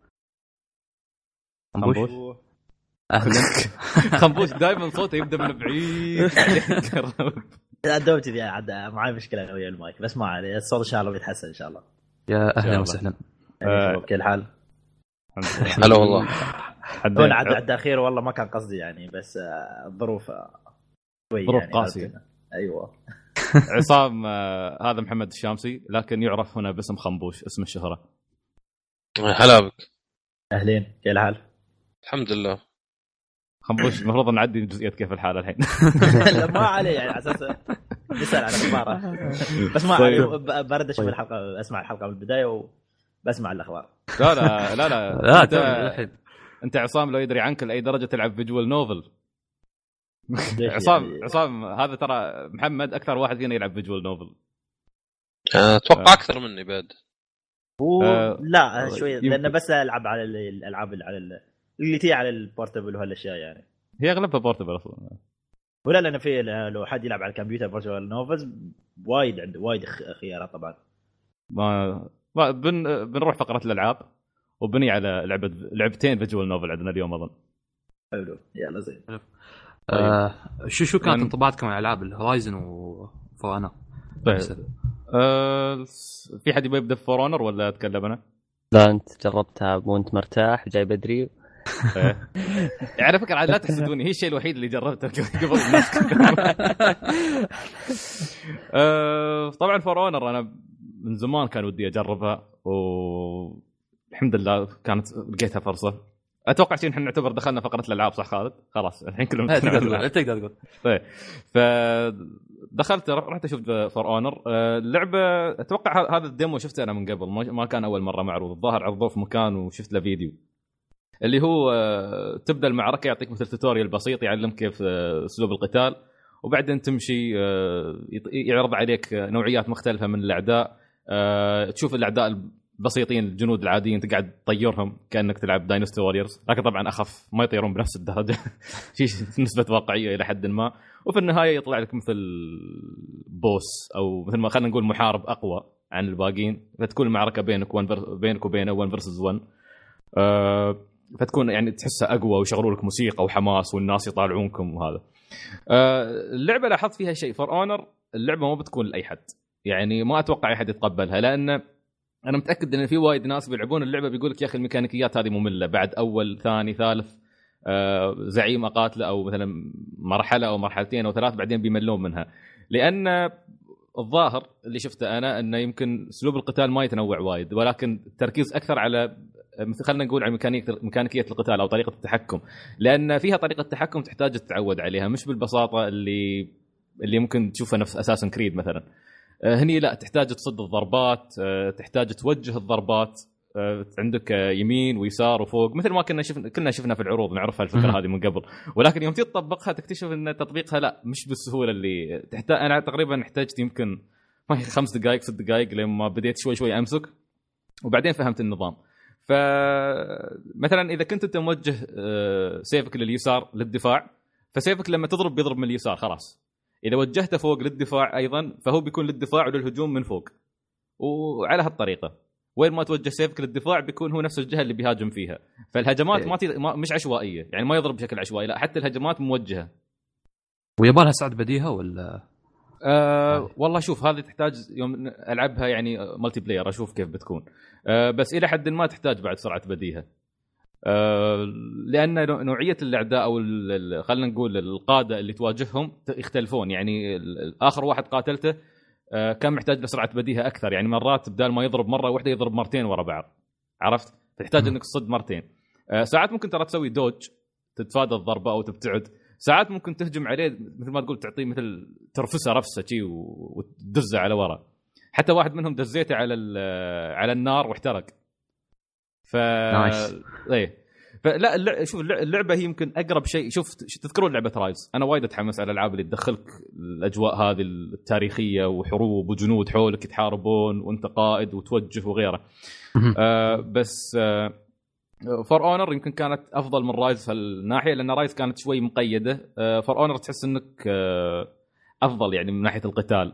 خنبوش اهلا. خنبوش دائما صوته يبدا من بعيد. لا دوبت ذي عاد معي مشكله ويا المايك، بس ما عليه الصوت ان شاء الله بيتحسن ان شاء الله. يا اهلا وسهلا. كيف الحال؟ هلا والله. هون عاد عاد اخير والله ما كان قصدي يعني، بس الظروف شوي ظروف يعني قاسيه. ايوه. عصام آه هذا محمد الشامسي، لكن يعرف هنا باسم خنبوش، اسم الشهرة. هلا بك. أهلين، كيف الحال؟ الحمد لله. خنبوش المفروض نعدي جزئية كيف الحال الحين. لا ما عليه يعني، على أساس نسأل على الأخبار بس ما عليه. برد أشوف الحلقة، أسمع الحلقة من البداية وبسمع الأخبار. لا لا لا لا, لا أنت, أنت عصام لو يدري عنك لأي درجة تلعب فيجوال نوفل. عصام عصام هذا ترى محمد اكثر واحد فينا يلعب فيجوال نوفل. اتوقع اكثر مني بعد. أه لا شوي لان بس العب على الالعاب على اللي تي على البورتبل وهالاشياء يعني. هي اغلبها بورتبل اصلا. ولا لان في لو حد يلعب على الكمبيوتر فيجوال نوفلز وايد عنده وايد خيارات طبعا. ما بن بنروح فقره الالعاب وبني على لعبه لعبتين فيجوال نوفل عندنا اليوم اظن. حلو يلا زين. آه شو شو كانت انطباعاتكم عن العاب الهورايزن وفورانا؟ طيب آه في حد يبي يبدا فورونر ولا اتكلم انا؟ لا انت جربتها وانت مرتاح جاي بدري. على فكره عاد لا تحسدوني، هي الشيء الوحيد اللي جربته قبل الناس. آه طبعا فورونر انا من زمان كان ودي اجربها والحمد لله كانت لقيتها فرصه. اتوقع شيء نحن نعتبر دخلنا فقره الالعاب صح خالد؟ خلاص الحين كلهم تقدر تقدر تقول. طيب فدخلت رحت اشوف فور اونر اللعبه. اتوقع هذا الديمو شفته انا من قبل، ما كان اول مره معروض، الظاهر عرضوه في مكان وشفت له فيديو. اللي هو تبدا المعركه يعطيك مثل توتوريال بسيط يعلمك كيف اسلوب القتال، وبعدين تمشي يعرض عليك نوعيات مختلفه من الاعداء، تشوف الاعداء بسيطين الجنود العاديين تقعد تطيرهم كأنك تلعب داينستي واريورز، لكن طبعا أخف ما يطيرون بنفس الدرجة. في نسبة واقعية إلى حد ما، وفي النهاية يطلع لك مثل بوس أو مثل ما خلينا نقول محارب أقوى عن الباقين، فتكون المعركة بينك وان بينك وبينه وان فيرسز ون. أه فتكون يعني تحسها أقوى ويشغلوا لك موسيقى وحماس والناس يطالعونكم وهذا. أه اللعبة لاحظت فيها شيء فور اونر، اللعبة ما بتكون لأي حد، يعني ما أتوقع أي حد يتقبلها، لأن انا متاكد ان في وايد ناس بيلعبون اللعبه بيقول لك يا اخي الميكانيكيات هذه ممله بعد اول ثاني ثالث آه زعيم اقاتله او مثلا مرحله او مرحلتين او ثلاث بعدين بيملون منها، لان الظاهر اللي شفته انا انه يمكن اسلوب القتال ما يتنوع وايد، ولكن التركيز اكثر على مثل خلينا نقول على ميكانيكيه القتال او طريقه التحكم، لان فيها طريقه تحكم تحتاج تتعود عليها، مش بالبساطه اللي اللي ممكن تشوفها نفس اساسن كريد مثلا. هني لا تحتاج تصد الضربات، تحتاج توجه الضربات، عندك يمين ويسار وفوق مثل ما كنا شفنا كنا شفنا في العروض، نعرفها الفكره هذه من قبل، ولكن يوم تطبقها تكتشف ان تطبيقها لا مش بالسهوله اللي تحتاج. انا تقريبا احتاجت يمكن خمس دقائق ست دقائق لما بديت شوي شوي امسك وبعدين فهمت النظام. فمثلا اذا كنت انت موجه سيفك لليسار للدفاع، فسيفك لما تضرب بيضرب من اليسار خلاص، إذا وجهته فوق للدفاع أيضا فهو بيكون للدفاع وللهجوم من فوق، وعلى هالطريقة. وين ما توجه سيفك للدفاع بيكون هو نفس الجهه اللي بيهاجم فيها. فالهجمات ما, تي... ما مش عشوائيه، يعني ما يضرب بشكل عشوائي، لا حتى الهجمات موجهه. ويبالها سعد بديهه ولا أه والله شوف هذه تحتاج يوم العبها يعني مالتي بلاير اشوف كيف بتكون. أه بس الى حد ما تحتاج بعد سرعه بديهه. أه لان نوعيه الاعداء او خلينا نقول القاده اللي تواجههم يختلفون. يعني اخر واحد قاتلته أه كان محتاج لسرعه بديهه اكثر، يعني مرات بدال ما يضرب مره واحده يضرب مرتين ورا بعض، عرفت؟ تحتاج انك تصد مرتين. أه ساعات ممكن ترى تسوي دوج تتفادى الضربه او تبتعد، ساعات ممكن تهجم عليه مثل ما تقول تعطيه مثل ترفسه رفسه شي وتدزه على ورا. حتى واحد منهم دزيته على على النار واحترق. ف نايس. ايه فلا اللع... شوف اللعبه هي يمكن اقرب شيء. شوف تذكرون لعبه رايز؟ انا وايد اتحمس على الالعاب اللي تدخلك الاجواء هذه التاريخيه وحروب وجنود حولك يتحاربون وانت قائد وتوجه وغيره. آه بس آه فور اونر يمكن كانت افضل من رايز في الناحيه، لان رايز كانت شوي مقيده. فور اونر تحس انك افضل يعني من ناحيه القتال،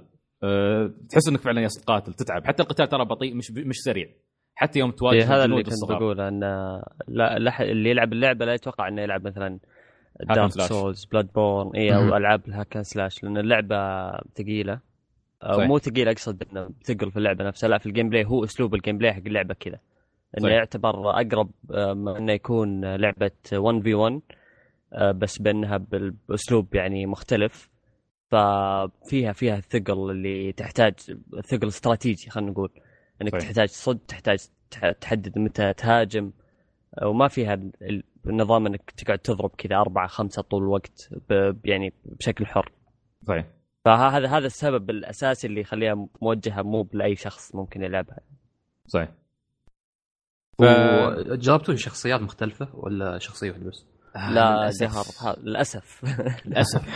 تحس انك فعلا يستقاتل تتعب. حتى القتال ترى بطيء مش مش سريع حتى يوم تواجه هذا اللي كنت بقول ان لا, لا اللي يلعب اللعبه لا يتوقع انه يلعب مثلا دارك سولز بلاد بورن اي او العاب الهاكن سلاش، لان اللعبه ثقيله او مو ثقيله، اقصد انه ثقل في اللعبه نفسها، لا في الجيم بلاي. هو اسلوب الجيم بلاي حق اللعبه كذا انه يعتبر اقرب من انه يكون لعبه واحد في واحد بس بانها باسلوب يعني مختلف. ففيها فيها الثقل اللي تحتاج ثقل استراتيجي، خلينا نقول انك صحيح. تحتاج تصد، تحتاج تحدد متى تهاجم، وما فيها النظام انك تقعد تضرب كذا أربعة خمسة طول الوقت يعني بشكل حر. صحيح. فهذا هذا السبب الاساسي اللي يخليها موجهه مو لاي شخص ممكن يلعبها. صحيح. ف... وجربتوا شخصيات مختلفة ولا شخصية واحدة بس؟ لا جهر للأسف للأسف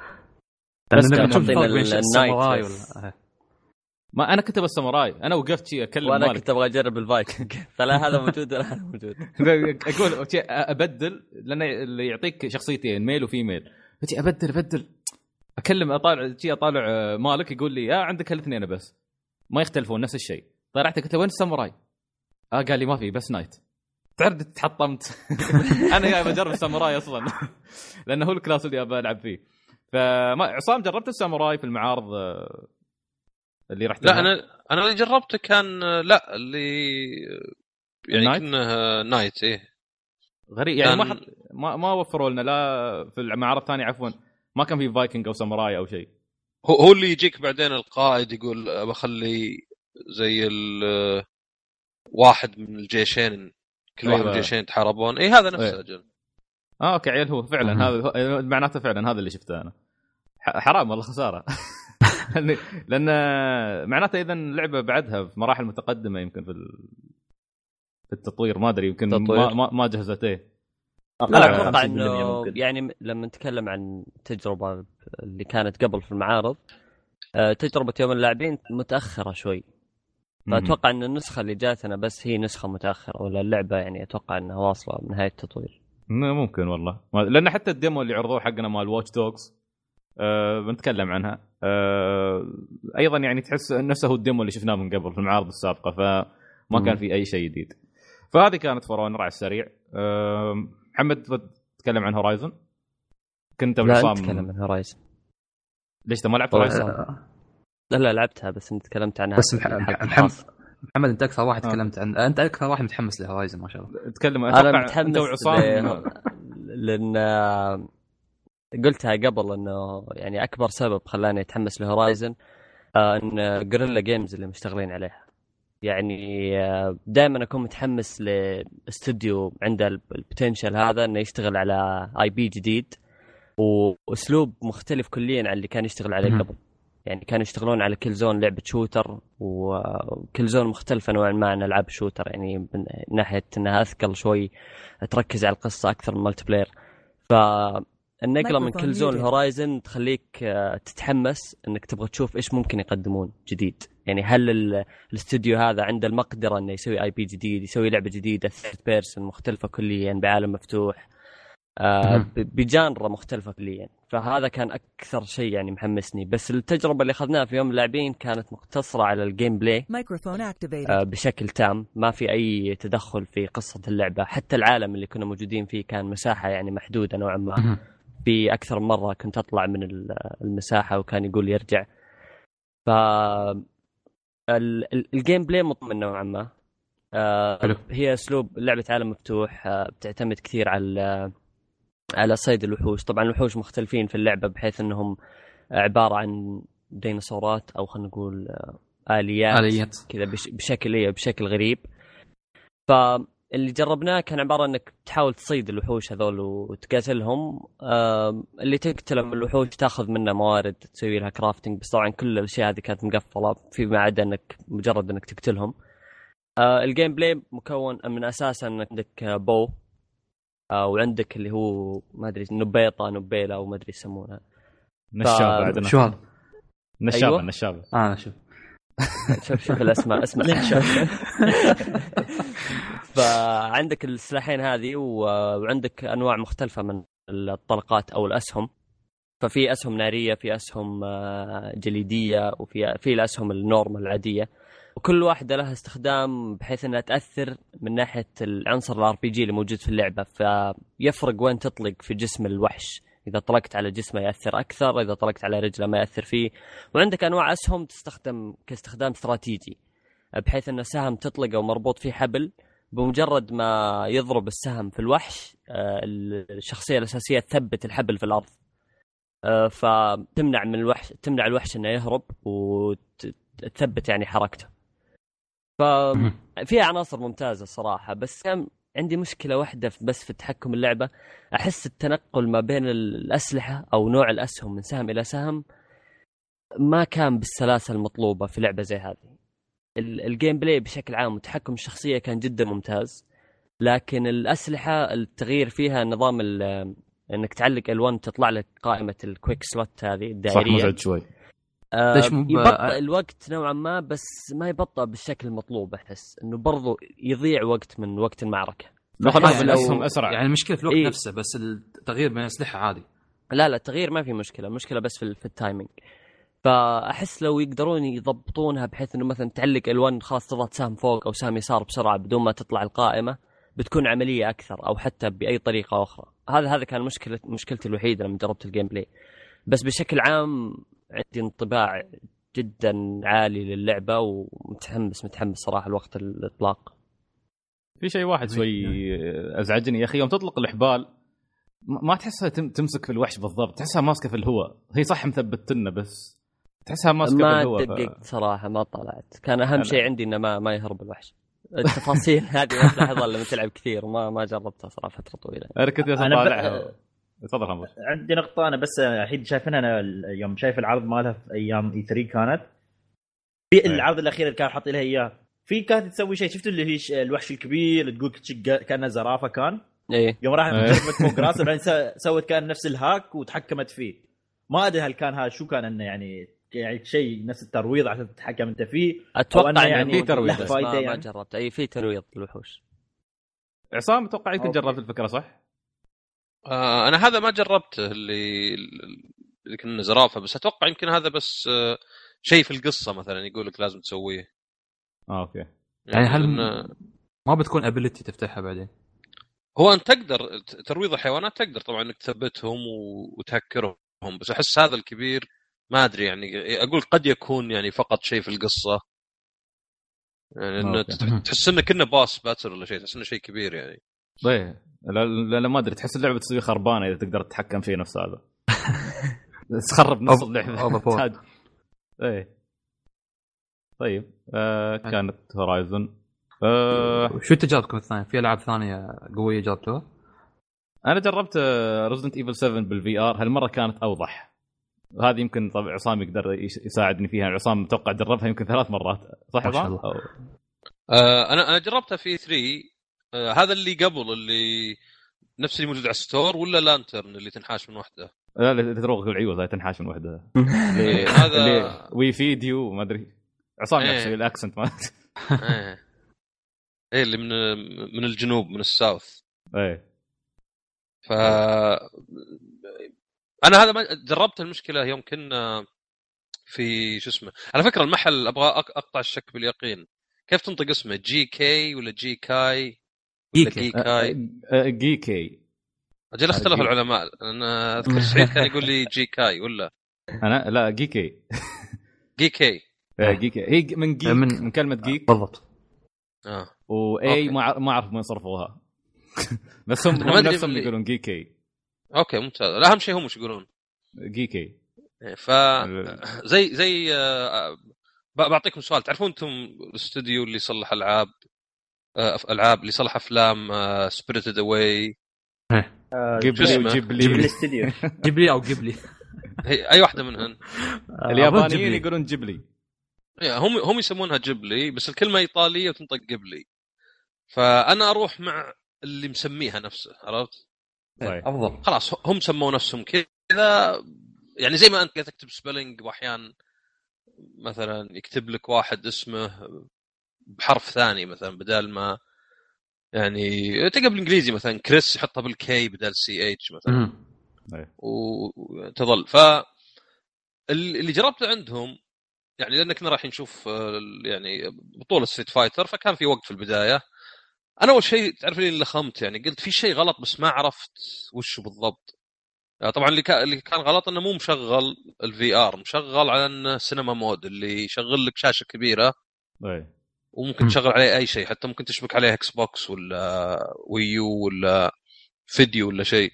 بس كان حاطين الساموراي ولا ما أنا كنت بالساموراي، أنا وقفت شيء أكلم وأنا مالك. كنت أبغى أجرب الفايكنج فلا هذا موجود ولا هذا موجود. أقول أبدل لأن اللي يعطيك شخصيتين ميل وفيميل، فتي أبدل أبدل أكلم أطالع شيء أطالع مالك يقول لي يا عندك هالاثنين بس ما يختلفون نفس الشيء. طلعت قلت له وين الساموراي؟ آه قال لي ما في بس نايت. تعرف تحطمت انا جاي بجرب الساموراي اصلا لانه هو الكلاس اللي ابى العب فيه. فما عصام جربت الساموراي في المعارض اللي رحت لا لها؟ انا انا اللي جربته كان لا اللي يعني كنا نايت. ايه غريب يعني ما حط... ما ما وفروا لنا لا في المعارض الثانيه عفوا ما كان في فايكنج او ساموراي او شيء. هو هو اللي يجيك بعدين القائد يقول بخلي زي ال واحد من الجيشين كل واحد من الجيشين يتحاربون. اي هذا نفسه اجل. اه اوكي عيل هو فعلا هذا معناته فعلا هذا اللي شفته انا. حرام والله خساره لان معناته اذا اللعبه بعدها في مراحل متقدمه يمكن في في التطوير ما ادري يمكن ما ما جهزت. ايه لا اتوقع انه يعني لما نتكلم عن تجربه اللي كانت قبل في المعارض تجربه يوم اللاعبين متاخره شوي، فأتوقع أن النسخة اللي جاتنا بس هي نسخة متأخرة، ولا اللعبة يعني أتوقع أنها واصلة بنهاية التطوير. ممكن والله، لأن حتى الديمو اللي عرضوه حقنا مال واتش دوغز أه بنتكلم عنها أه أيضا يعني تحس نفسه هو الديمو اللي شفناه من قبل في المعارض السابقة، فما كان في أي شيء جديد. فهذه كانت فور اونر على السريع. أه محمد تتكلم عن هورايزن؟ كنت بعصام تتكلم عن هورايزن. ليش انت ما لعبت هورايزن؟ لا لا لعبتها بس انت تكلمت عنها بس محمد محمد انت اكثر واحد تكلمت عن انت اكثر واحد متحمس لهورايزن ما شاء الله. تكلم انا متحمس ل... لان قلتها قبل انه يعني اكبر سبب خلاني اتحمس لهورايزن ان غوريلا جيمز اللي مشتغلين عليها. يعني دائما اكون متحمس لاستوديو عنده البوتنشل هذا انه يشتغل على اي بي جديد واسلوب مختلف كليا عن اللي كان يشتغل عليه قبل. يعني كانوا يشتغلون على كل زون لعبة شوتر، وكل زون مختلفة نوعا ما عن ألعاب شوتر، يعني من ناحية أنها أثقل شوي تركز على القصة أكثر من مالتي بلاير. فالنقلة من كل زون الهورايزن تخليك تتحمس أنك تبغى تشوف إيش ممكن يقدمون جديد. يعني هل الاستوديو هذا عنده المقدرة أنه يسوي آي بي جديد، يسوي لعبة جديدة ثيرد بيرسون مختلفة كليا بعالم مفتوح، آه بجانرة مختلفة كليا. فهذا كان أكثر شيء يعني محمسني. بس التجربة اللي أخذناها في يوم اللاعبين كانت مقتصرة على الجيم بلاي آه بشكل تام، ما في أي تدخل في قصة اللعبة. حتى العالم اللي كنا موجودين فيه كان مساحة يعني محدودة نوعا ما. في أكثر من مرة كنت أطلع من المساحة وكان يقول يرجع. ف الجيم بلاي مطمئن نوعا ما. آه هي أسلوب لعبة عالم مفتوح، آه بتعتمد كثير على على صيد الوحوش. طبعا الوحوش مختلفين في اللعبة بحيث أنهم عبارة عن ديناصورات أو خلينا نقول آليات, آليات. كذا بشكل إيه بشكل غريب. فاللي جربناه كان عبارة أنك تحاول تصيد الوحوش هذول وتقاتلهم. آه اللي تقتله من الوحوش تأخذ منه موارد تسوي لها كرافتنج. بس طبعا كل الأشياء هذه كانت مقفلة فيما عدا أنك مجرد أنك تقتلهم. آه الجيم بلاي مكون من أساسا أنك عندك بو آه وعندك اللي هو ما أدري نبيطة نبيلة أو ما أدري يسمونها نشابة. عندنا شو هذا؟ نشابة. أيوة؟ نشابة. آه شوف شوف شوف الأسماء اسمع. فعندك السلاحين هذه وعندك أنواع مختلفة من الطلقات أو الأسهم. ففي أسهم نارية، في أسهم جليدية، وفي في الأسهم النورمال العادية. وكل واحدة لها استخدام بحيث أنها تأثر من ناحية العنصر الار بي جي اللي موجود في اللعبة. فيفرق وين تطلق في جسم الوحش. إذا طلقت على جسمه يأثر أكثر، إذا طلقت على رجله ما يأثر فيه. وعندك أنواع أسهم تستخدم كاستخدام استراتيجي بحيث أن سهم تطلقه ومربوط فيه حبل، بمجرد ما يضرب السهم في الوحش الشخصية الأساسية تثبت الحبل في الأرض. فتمنع من الوحش تمنع الوحش أنه يهرب وتثبت يعني حركته. ففيها عناصر ممتازة صراحة. بس كان عندي مشكلة واحدة بس في تحكم اللعبة. أحس التنقل ما بين الأسلحة أو نوع الأسهم من سهم إلى سهم ما كان بالسلاسة المطلوبة في لعبة زي هذه. الجيم بلاي بشكل عام وتحكم الشخصية كان جدا ممتاز، لكن الأسلحة التغيير فيها نظام أنك تعلق ألوان تطلع لك قائمة الكويك سلوت هذه الدائرية. صح مزعج شوي. آه يبطئ الوقت نوعا ما، بس ما يبطئ بالشكل المطلوب. أحس إنه برضو يضيع وقت من وقت المعركة. يعني الأسهم أسرع. يعني المشكلة في الوقت إيه؟ نفسه، بس التغيير بين الأسلحة عادي. لا لا التغيير ما في مشكلة، المشكلة بس في, في التايمينج. فأحس لو يقدرون يضبطونها بحيث إنه مثلا تعلق ألوان خاص تضغط سهم فوق أو سهم يسار بسرعة بدون ما تطلع القائمة، بتكون عملية أكثر. أو حتى بأي طريقة أخرى. هذا هذا كان مشكلة مشكلتي الوحيدة لما جربت الجيم بلاي. بس بشكل عام عندي انطباع جدا عالي للعبة ومتحمس متحمس صراحة الوقت الإطلاق. في شيء واحد شوي أزعجني يا أخي، يوم تطلق الحبال ما تحسها تمسك في الوحش بالضبط، تحسها ماسكة في الهواء. هي صح مثبتنا بس تحسها ماسكة في الهواء. ما دققت ف... صراحة ما طلعت. كان أهم شيء عندي إنه ما ما يهرب الوحش. التفاصيل هذه ما تلاحظها لما تلعب كثير. ما ما جربتها صراحة فترة طويلة. أنا كنت أطالعها. تفضل حمد. عندي نقطة أنا بس الحين شايفينها أنا يوم شايف العرض مالها في أيام إي ثري كانت في العرض الأخير اللي كان حاط لها إياه، في كانت تسوي شيء شفتوا اللي هي الوحش الكبير اللي تقول كأنه زرافة كان. إيه. يوم راحت جربت فوق راسه بعدين سوت كان نفس الهاك وتحكمت فيه. ما أدري هل كان هذا شو كان إنه يعني يعني شيء نفس الترويض عشان تتحكم أنت فيه. أتوقع يعني في ترويض بس ما, يعني. ما جربت أي في ترويض الوحوش. عصام أتوقع يمكن جربت الفكرة صح؟ آه أنا هذا ما جربته اللي اللي كنا زرافة، بس أتوقع يمكن هذا بس آه شيء في القصة مثلا يقولك لازم تسويه. آه أوكي. يعني, يعني هل إن... ما بتكون ابيليتي تفتحها بعدين؟ هو أنت تقدر ترويض الحيوانات تقدر طبعا إنك تثبتهم وتهكرهم، بس أحس هذا الكبير ما أدري يعني أقول قد يكون يعني فقط شيء في القصة، يعني إنه تحس إنه كنا باس باتل ولا شيء، تحس إنه شيء كبير يعني. طيب لا لا ما أدري، تحس اللعبة تسوي خربانة إذا تقدر تتحكم فيه نفس هذا. تخرب نص اللعبة. إيه طيب آه كانت هورايزن. آه شو تجاربكم الثانية؟ في ألعاب ثانية قوية جربتوها؟ أنا جربت ريزيدنت إيفل سفن بالفي آر، هالمرة كانت أوضح. هذه يمكن طبعا عصام يقدر يساعدني فيها. عصام متوقع جربها يمكن ثلاث مرات صح عصام؟ آه أنا أنا جربتها في ثري. آه هذا اللي قبل اللي نفس اللي موجود على الستور ولا لانترن اللي تنحاش من وحده؟ لا اللي تروق العيوز هاي تنحاش من وحده. هذا وي فيديو ما أدري عصام يحسب الأكسنت ما ايه ايه اللي من من الجنوب من الساوث. ايه ف انا هذا ما جربت المشكله يوم كنا في شو اسمه على فكره المحل ابغى اقطع الشك باليقين كيف تنطق اسمه جي كي ولا جي كاي ولا جي كاي جي كي اجل اختلف العلماء انا اذكر سعيد كان يقول لي جي كاي ولا انا لا جي كي جي كي جي كي هي من جيك من, من كلمه جيك بالضبط اه واي ما ما اعرف وين صرفوها بس هم نفسهم يقولون جي كي اوكي ممتاز لا اهم شيء هم ايش يقولون جي كي ف زي زي بعطيكم سؤال تعرفون انتم الاستوديو اللي يصلح العاب العاب اللي يصلح افلام سبيريتد اواي جيبلي وجيبلي الاستوديو جيبلي او جيبلي اي واحده منهن اليابانيين يقولون جيبلي هم هم يسمونها جيبلي بس الكلمه ايطاليه وتنطق جيبلي فانا اروح مع اللي مسميها نفسه عرفت افضل خلاص هم سموا نفسهم كذا يعني زي ما انت تكتب سبيلنج واحيانا مثلا يكتب لك واحد اسمه بحرف ثاني مثلا بدل ما يعني تلقى بالانجليزي مثلا كريس يحطها بالكي بدل سي اتش مثلا وتظل ف اللي جربته عندهم يعني لان كنا رايحين نشوف يعني بطوله ستريت فايتر فكان في وقت في البدايه انا اول شيء تعرف لي اللي خمت يعني قلت في شيء غلط بس ما عرفت وش بالضبط طبعا اللي كان اللي كان غلط انه مو مشغل الفي ار مشغل على السينما مود اللي يشغل لك شاشه كبيره اي وممكن تشغل عليه اي شيء حتى ممكن تشبك عليه اكس بوكس ولا ويو ولا فيديو ولا شيء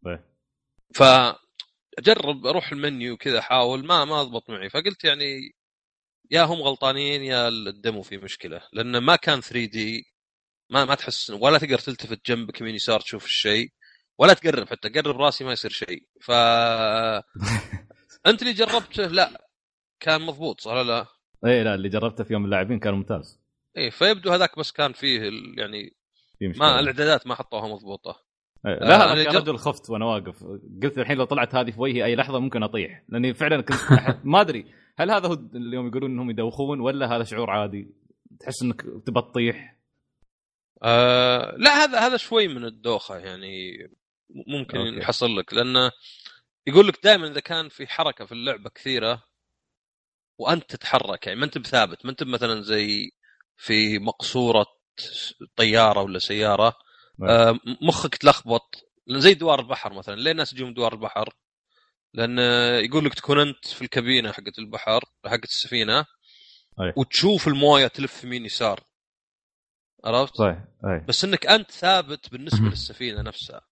فاجرب اروح المنيو كذا احاول ما ما ضبط معي فقلت يعني يا هم غلطانين يا الدمو فيه مشكله لانه ما كان ثري دي ما ما تحس ولا تقدر تلتفت جنبك يمين يسار تشوف الشيء ولا تقرب حتى قرب راسي ما يصير شيء ف انت اللي جربته لا كان مضبوط صح لا اي لا اللي جربته في يوم اللاعبين كان ممتاز اي فيبدو هذاك بس كان فيه يعني ما الاعدادات ما حطوها مضبوطه لا انا كرجل خفت وانا واقف قلت الحين لو طلعت هذه في وجهي اي لحظه ممكن اطيح لاني فعلا كنت ما ادري هل هذا هو اليوم يقولون انهم يدوخون ولا هذا شعور عادي تحس انك تبى تطيح أه لا هذا هذا شوي من الدوخه يعني ممكن أوكي. يحصل لك لانه يقول لك دائما اذا كان في حركه في اللعبه كثيره وانت تتحرك يعني ما انت بثابت ما انت مثلا زي في مقصوره طياره ولا سياره أه مخك تلخبط زي دوار البحر مثلا ليه الناس يجون دوار البحر لان يقول لك تكون انت في الكابينه حقت البحر حقت السفينه أي. وتشوف المويه تلف يمين يسار عرفت صحيح بس انك انت ثابت بالنسبه للسفينه نفسها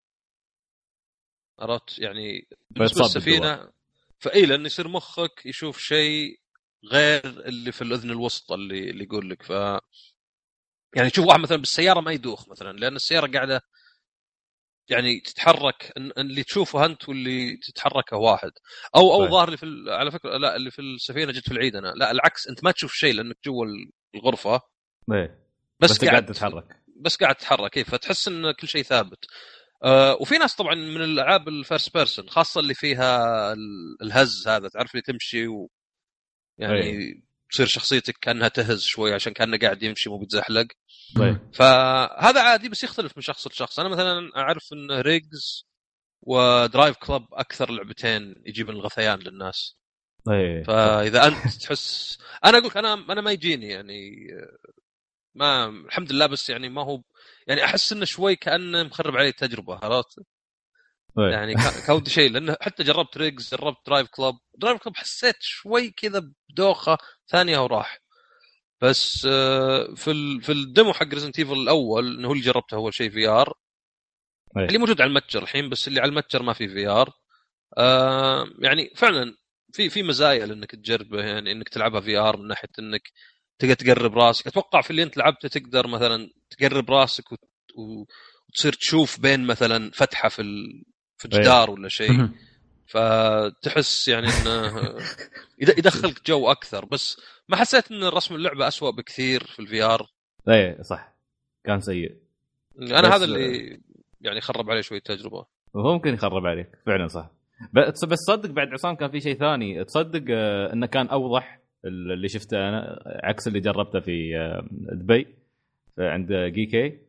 عرفت يعني بالنسبه للسفينه فاي لان يصير مخك يشوف شيء غير اللي في الاذن الوسطى اللي اللي يقول لك ف يعني تشوف واحد مثلا بالسياره ما يدوخ مثلا لان السياره قاعده يعني تتحرك اللي تشوفه انت واللي تتحركه واحد او او ظاهر لي في على فكره لا اللي في السفينه جت في العيد انا لا العكس انت ما تشوف شيء لانك جوا الغرفه ايه بس, بس قاعد تتحرك بس قاعد تتحرك كيف فتحس ان كل شيء ثابت أه وفي ناس طبعا من الالعاب الفيرست بيرسون خاصه اللي فيها الهز هذا تعرف لي تمشي و يعني أيه. تصير شخصيتك كانها تهز شوي عشان كانه قاعد يمشي مو بيتزحلق أيه. فهذا عادي بس يختلف من شخص لشخص انا مثلا اعرف ان ريجز ودرايف كلاب اكثر لعبتين يجيبن الغثيان للناس أيه. فاذا انت تحس انا اقولك انا انا ما يجيني يعني ما الحمد لله بس يعني ما هو يعني احس انه شوي كانه مخرب علي التجربه عرفت يعني كود شيء لانه حتى جربت ريجز جربت درايف كلاب درايف كلاب حسيت شوي كذا بدوخه ثانيه وراح بس في في الديمو حق ريزنت ايفل الاول انه هو اللي جربته اول شيء في ار اللي موجود على المتجر الحين بس اللي على المتجر ما في في ار يعني فعلا في في مزايا لانك تجربه يعني انك تلعبها في ار من ناحيه انك تقدر تقرب راسك اتوقع في اللي انت لعبته تقدر مثلا تقرب راسك وت... وتصير تشوف بين مثلا فتحه في ال... في الجدار ولا شيء فتحس يعني انه يدخلك جو اكثر بس ما حسيت ان رسم اللعبه أسوأ بكثير في الفي ار اي صح كان سيء انا هذا اللي يعني خرب عليه شويه التجربه وهو ممكن يخرب عليك فعلا صح بس بس صدق بعد عصام كان في شيء ثاني تصدق انه كان اوضح اللي شفته انا عكس اللي جربته في دبي عند جي كي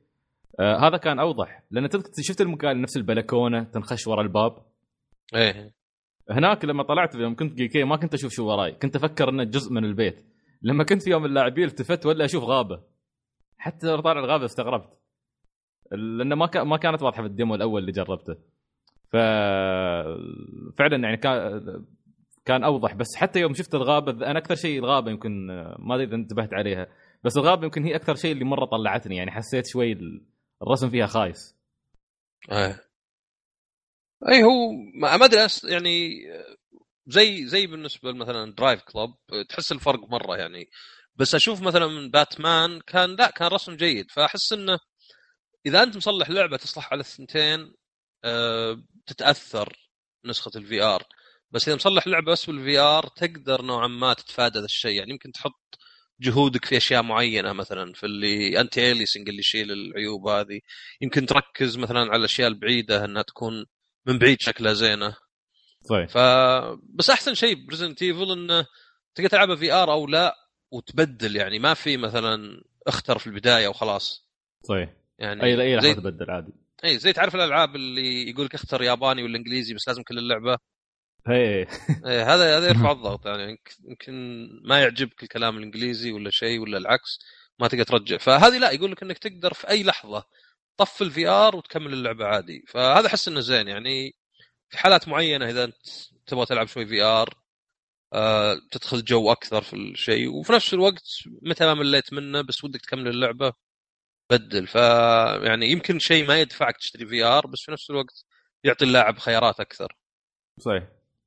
آه هذا كان اوضح، لان تذكر شفت المكان نفس البلكونه تنخش ورا الباب. ايه هناك لما طلعت يوم كنت جيكي ما كنت اشوف شو وراي، كنت افكر انه جزء من البيت. لما كنت في يوم اللاعبين التفت ولا اشوف غابه، حتى طالع الغابه استغربت لانه ما ما كانت واضحه في الديمو الاول اللي جربته. ف فعلا يعني كان كان اوضح. بس حتى يوم شفت الغابه، انا اكثر شيء الغابه يمكن ما ادري اذا انتبهت عليها، بس الغابه يمكن هي اكثر شيء اللي مره طلعتني، يعني حسيت شوي الرسم فيها خايس. ايه اي هو ما ادري يعني زي زي بالنسبه مثلا درايف كلوب تحس الفرق مره يعني. بس اشوف مثلا من باتمان كان لا كان رسم جيد، فاحس انه اذا انت مصلح لعبه تصلح على الثنتين أه تتاثر نسخه الفي ار. بس اذا مصلح لعبه بس بالفي ار تقدر نوعا ما تتفادى هذا الشيء. يعني يمكن تحط جهودك في اشياء معينه، مثلا في اللي انتي اليسنج اللي يشيل العيوب هذه، يمكن تركز مثلا على الاشياء البعيده انها تكون من بعيد شكلها زينه. صحيح. ف بس احسن شيء بريزنت ايفل انه تقدر تلعبها في ار او لا وتبدل، يعني ما في مثلا اختر في البدايه وخلاص. صحيح. يعني اي اي زي... راح تبدل عادي. اي زي تعرف الالعاب اللي يقول لك اختر ياباني ولا انجليزي بس لازم كل اللعبه. هي هذا هذا يرفع الضغط. يعني يمكن ما يعجبك الكلام الانجليزي ولا شيء ولا العكس ما تقدر ترجع. فهذه لا، يقول لك انك تقدر في اي لحظه طفل الفي ار وتكمل اللعبه عادي. فهذا احس انه زين يعني في حالات معينه اذا انت تبغى تلعب شوي في ار آه، تدخل جو اكثر في الشيء، وفي نفس الوقت متى ما مليت منه بس ودك تكمل اللعبه بدل. ف يعني يمكن شيء ما يدفعك تشتري في ار، بس في نفس الوقت يعطي اللاعب خيارات اكثر. صحيح.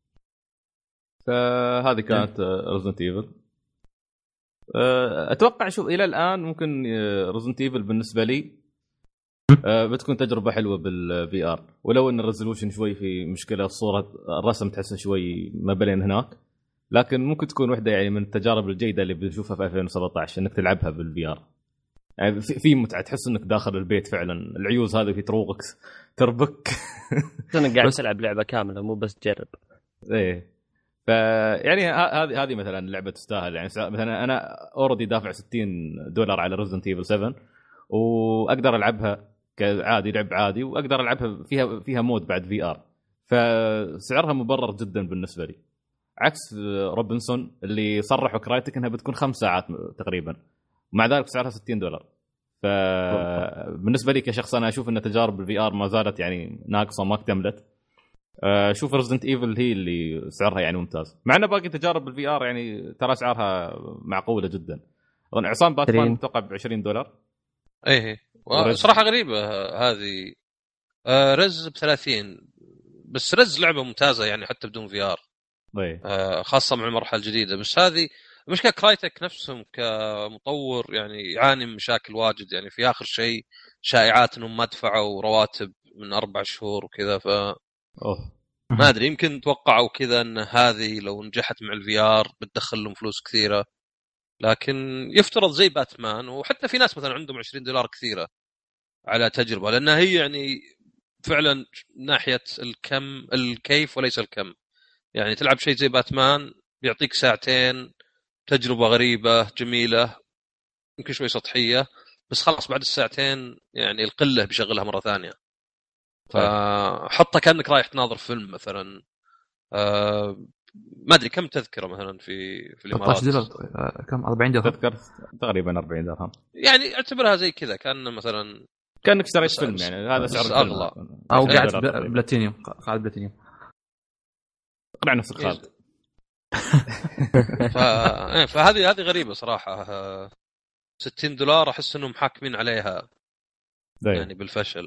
فهذه كانت ريزنت ايفل. اتوقع شوف الى الان ممكن ريزنت ايفل بالنسبه لي بتكون تجربه حلوه بالفي ار، ولو ان الريزولوشن شوي في مشكله، الصوره الرسم تحسه شوي ما بين هناك، لكن ممكن تكون واحده يعني من التجارب الجيده اللي بنشوفها في ألفين وسبعة عشر انك تلعبها بالفي ار. يعني في متعه، تحس انك داخل البيت فعلا، العيوز هذه في طروقك تربك انا قاعد تلعب لعبه كامله مو بس تجرب. ايه فيعني هذه هذه مثلا لعبه تستاهل. يعني مثلا انا اوريدي دافع ستين دولار على ريزدنت ايفل سبعة واقدر العبها كعادي، لعب عادي، واقدر العبها فيها فيها مود بعد في ار، فسعرها مبرر جدا بالنسبه لي. عكس روبنسون اللي صرحوا كرايتك انها بتكون خمس ساعات تقريبا، ومع ذلك سعرها ستين دولار. فبالنسبه لي كشخص انا اشوف ان تجارب الفي ار ما زالت يعني ناقصه ما اكتملت. اشوف ريزدنت ايفل هي اللي سعرها يعني ممتاز، مع ان باقي تجارب الفي ار يعني ترى اسعارها معقوله جدا. عصام باتمان متوقع ب عشرين دولار. ايه صراحه غريبه هذه. آه رز ب ثلاثين، بس رز لعبه ممتازه يعني حتى بدون في ار. آه خاصه مع المرحله الجديده. بس هذه المشكله كرايتك نفسهم كمطور يعني يعاني من مشاكل واجد. يعني في اخر شيء شائعات انهم ما دفعوا رواتب من اربع شهور وكذا. ف أوه. ما ادري يمكن توقعوا كذا ان هذه لو نجحت مع الفي ار بتدخل لهم فلوس كثيره، لكن يفترض زي باتمان. وحتى في ناس مثلا عندهم عشرين دولار كثيره على تجربه، لانها هي يعني فعلا ناحيه الكم الكيف وليس الكم. يعني تلعب شيء زي باتمان بيعطيك ساعتين تجربه غريبه جميله يمكن شوي سطحيه، بس خلاص بعد الساعتين يعني القله بيشغلها مره ثانيه. فحطها كأنك رايح تناظر فيلم مثلا. أه ما ادري كم تذكره مثلا في في الامارات. ثلاثة عشر دولار كم أربعين درهم تذكر تقريبا أربعين درهم. يعني اعتبرها زي كذا كان مثلا كانك اشتريت فيلم. يعني هذا سعر اغلى او قاعد بلاتينيوم قاعد بلاتينيوم قرع نفسك خالد. ف... فهذه هذه غريبه صراحه. ستين دولار احس انهم حاكمين عليها دايم. يعني بالفشل.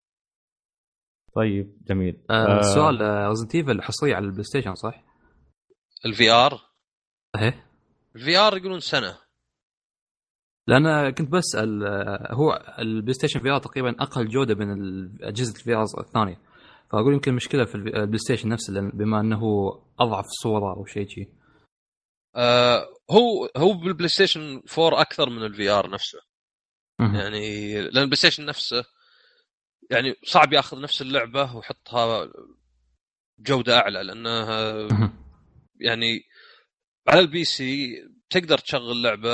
طيب جميل. آه سؤال ريزنت ايفل حصريه على البلاي ستيشن صح؟ الفي ار ايه الفي ار يقولون سنه. لأن كنت بسأل هو البلاي ستيشن في ار تقريبا أقل جودة من أجهزة الفي ار الثانية، فأقول يمكن مشكلة في البلاي ستيشن نفسه بما أنه أضعف صورة أو شيء شيء. آه هو هو بالبلاي ستيشن فور أكثر من الفي ار نفسه. م- يعني لأن البلاي ستيشن نفسه يعني صعب يأخذ نفس اللعبة ويحطها جودة أعلى، لأنها م- يعني على البي سي تقدر تشغل لعبة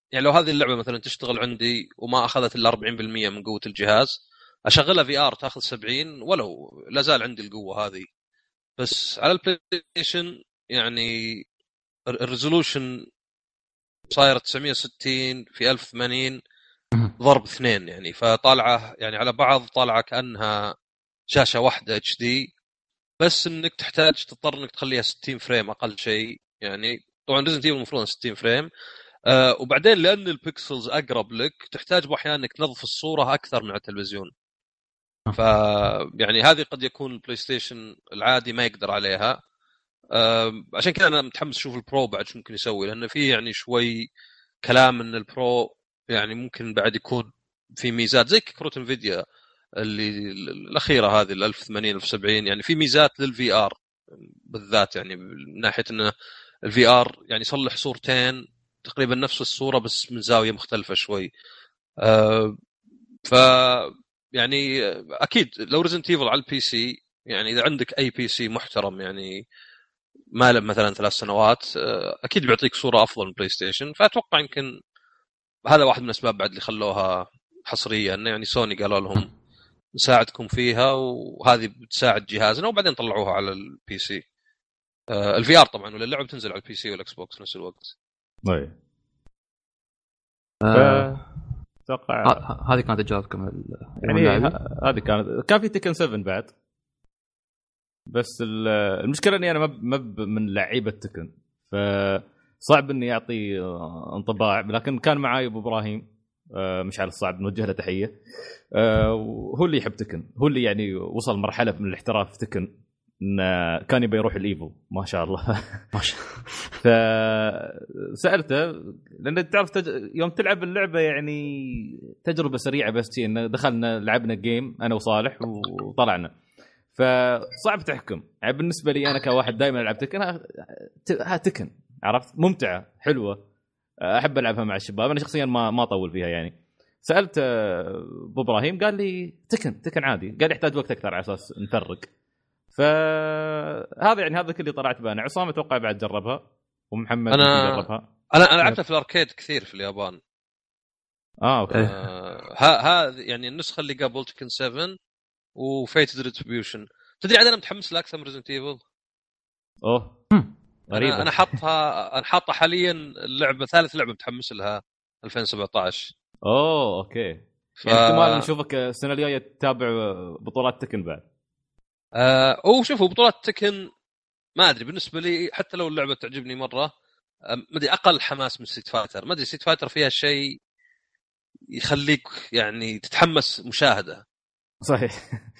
يعني لو هذه اللعبه مثلا تشتغل عندي وما اخذت الا أربعين بالمية من قوه الجهاز، اشغلها في ار تاخذ سبعين، ولو لا زال عندي القوه هذه. بس على البلاي ستيشن يعني الريزولوشن صاير تسعمية وستين في ألف وثمانين ضرب اثنين، يعني فطالعه يعني على بعض طالعه كانها شاشه واحده اتش دي، بس انك تحتاج تضطر انك تخليها ستين فريم اقل شيء. يعني طبعا ريزنت ايفل المفروض ستين فريم، آه وبعدين لان البكسلز اقرب لك تحتاج باحيان انك تنظف الصوره اكثر من التلفزيون. ف يعني هذه قد يكون البلاي ستيشن العادي ما يقدر عليها. آه عشان كذا انا متحمس اشوف البرو بعد شو ممكن يسوي، لانه في يعني شوي كلام ان البرو يعني ممكن بعد يكون في ميزات زي كروت انفيديا اللي الاخيره هذه ال ألف وثمانين ألف وسبعين، يعني في ميزات للفي ار بالذات، يعني من ناحيه ان الفي ار يعني يصلح صورتين تقريبا نفس الصوره بس من زاويه مختلفه شوي. أه ف يعني اكيد لو ريزنت ايفل على البي سي، يعني اذا عندك اي بي سي محترم يعني ما له مثلا ثلاث سنوات، اكيد بيعطيك صوره افضل من بلاي ستيشن. فاتوقع يمكن هذا واحد من الاسباب بعد اللي خلوها حصريه، انه يعني سوني قالوا لهم نساعدكم فيها وهذه بتساعد جهازنا، وبعدين طلعوها على البي سي. آه الفي ار طبعا ولا اللعبه بتنزل على البي سي والاكس بوكس نفس الوقت. طيب اتوقع هذه كانت اجابتكم يعني هذه كانت. كان في تكن سبعة بعد، بس المشكله اني انا ما من لعيبه تكن، فصعب اني اعطي انطباع. لكن كان معاي ابو ابراهيم مش على الصعب نوجه له تحيه، هو اللي يحب تكن، هو اللي يعني وصل مرحله من الاحتراف في تكن، إن كان يبي يروح الايفو ما شاء الله ما شاء فسالته لان تعرف تج... يوم تلعب اللعبه يعني تجربه سريعه، بس انه دخلنا لعبنا جيم انا وصالح وطلعنا، فصعب تحكم. يعني بالنسبه لي انا كواحد دائما العب تكن، ها تكن عرفت ممتعه حلوه احب العبها مع الشباب. انا شخصيا ما ما اطول فيها يعني. سالت ابو ابراهيم قال لي تكن تكن عادي، قال يحتاج وقت اكثر على اساس نفرق. فهذا يعني هذا اللي طلعت به. انا عصام اتوقع بعد جربها، ومحمد انا جربها. انا انا لعبتها في الاركيد كثير في اليابان. اه اوكي. آه ها يعني النسخه اللي قبل تكن سبعة وفيتد ريتريبيوشن. تدري عاد انا متحمس لاكثر من ريزنت ايفل. اوه غريبة. انا انا حاطها انا حاطه حاليا اللعبه ثالث لعبه متحمس لها ألفين وسبعة عشر. اوه اوكي. ف... يعني احتمال نشوفك السنه الجايه تتابع بطولات تكن بعد. آه او شوفوا بطولات تكن ما ادري، بالنسبه لي حتى لو اللعبه تعجبني مره ما ادري اقل حماس من ستريت فايتر. ما ادري ستريت فايتر فيها شيء يخليك يعني تتحمس مشاهده. صحيح.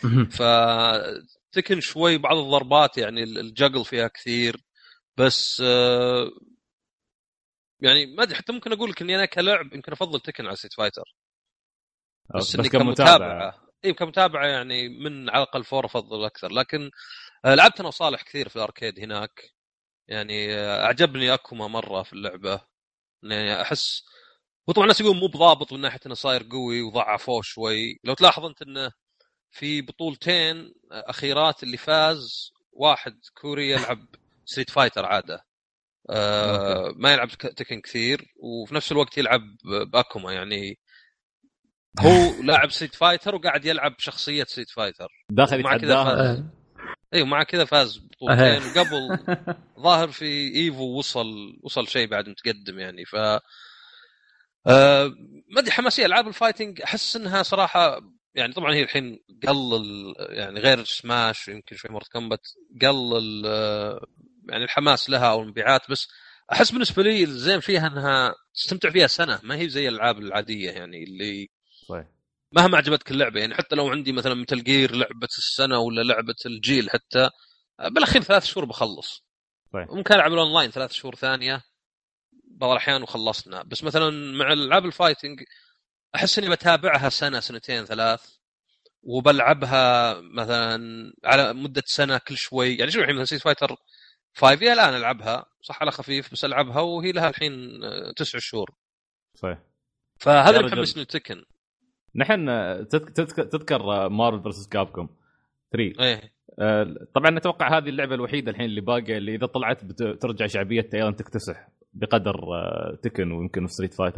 فتكن شوي بعض الضربات يعني الجاجل فيها كثير، بس آه يعني ما ادري حتى ممكن اقول لك اني انا كلعب يمكن افضل تكن على ستريت فايتر، بس, بس اني كمتابعه اي كمتابعه يعني من على الاقل فور افضل اكثر. لكن آه لعبت انا وصالح كثير في الاركيد هناك، يعني آه اعجبني اكوما مره في اللعبه. يعني احس وطبعا الناس يقولون مو بضابط من ناحيه انه صاير قوي وضعفوه شوي. لو تلاحظ انت انه في بطولتين اخيرات اللي فاز واحد كوري يلعب ستريت فايتر عاده، آه ما يلعب تكن كثير، وفي نفس الوقت يلعب باكوما. يعني هو لاعب ستريت فايتر وقاعد يلعب شخصيه ستريت فايتر داخل يتحداها. ايوه مع كذا فاز بطولتين. وقبل ظاهر في ايفو وصل وصل شيء بعد متقدم يعني. ف آه ما ادري حماسيه العاب الفايتنج احس انها صراحه يعني طبعا هي الحين قلل يعني غير سماش ويمكن شوي مورت كومبات قلل يعني الحماس لها او المبيعات، بس احس بالنسبه لي الزين فيها انها تستمتع فيها سنه، ما هي زي الالعاب العاديه يعني اللي صحيح مهما عجبتك اللعبه. يعني حتى لو عندي مثلا مثل جير لعبه السنه ولا لعبه الجيل حتى بالاخير ثلاث شهور بخلص. صحيح. ممكن العب الاونلاين ثلاث شهور ثانيه بعض الاحيان وخلصنا. بس مثلا مع الالعاب الفايتنج احس اني بتابعها سنه سنتين ثلاث وبلعبها مثلا على مده سنه كل شوي. يعني شو الحين مثلا ستريت فايتر خمسة يا الان العبها صح على خفيف بس العبها وهي لها الحين تسع شهور. صحيح. فهذا محمسني التكن. نحن تذكر مارفل فيرسس كابكوم ثلاثة ايه طبعا نتوقع هذه اللعبه الوحيده الحين اللي باقيه اللي اذا طلعت بترجع شعبيتها ايضا تكتسح بقدر تكن ويمكن ستريت فايتر.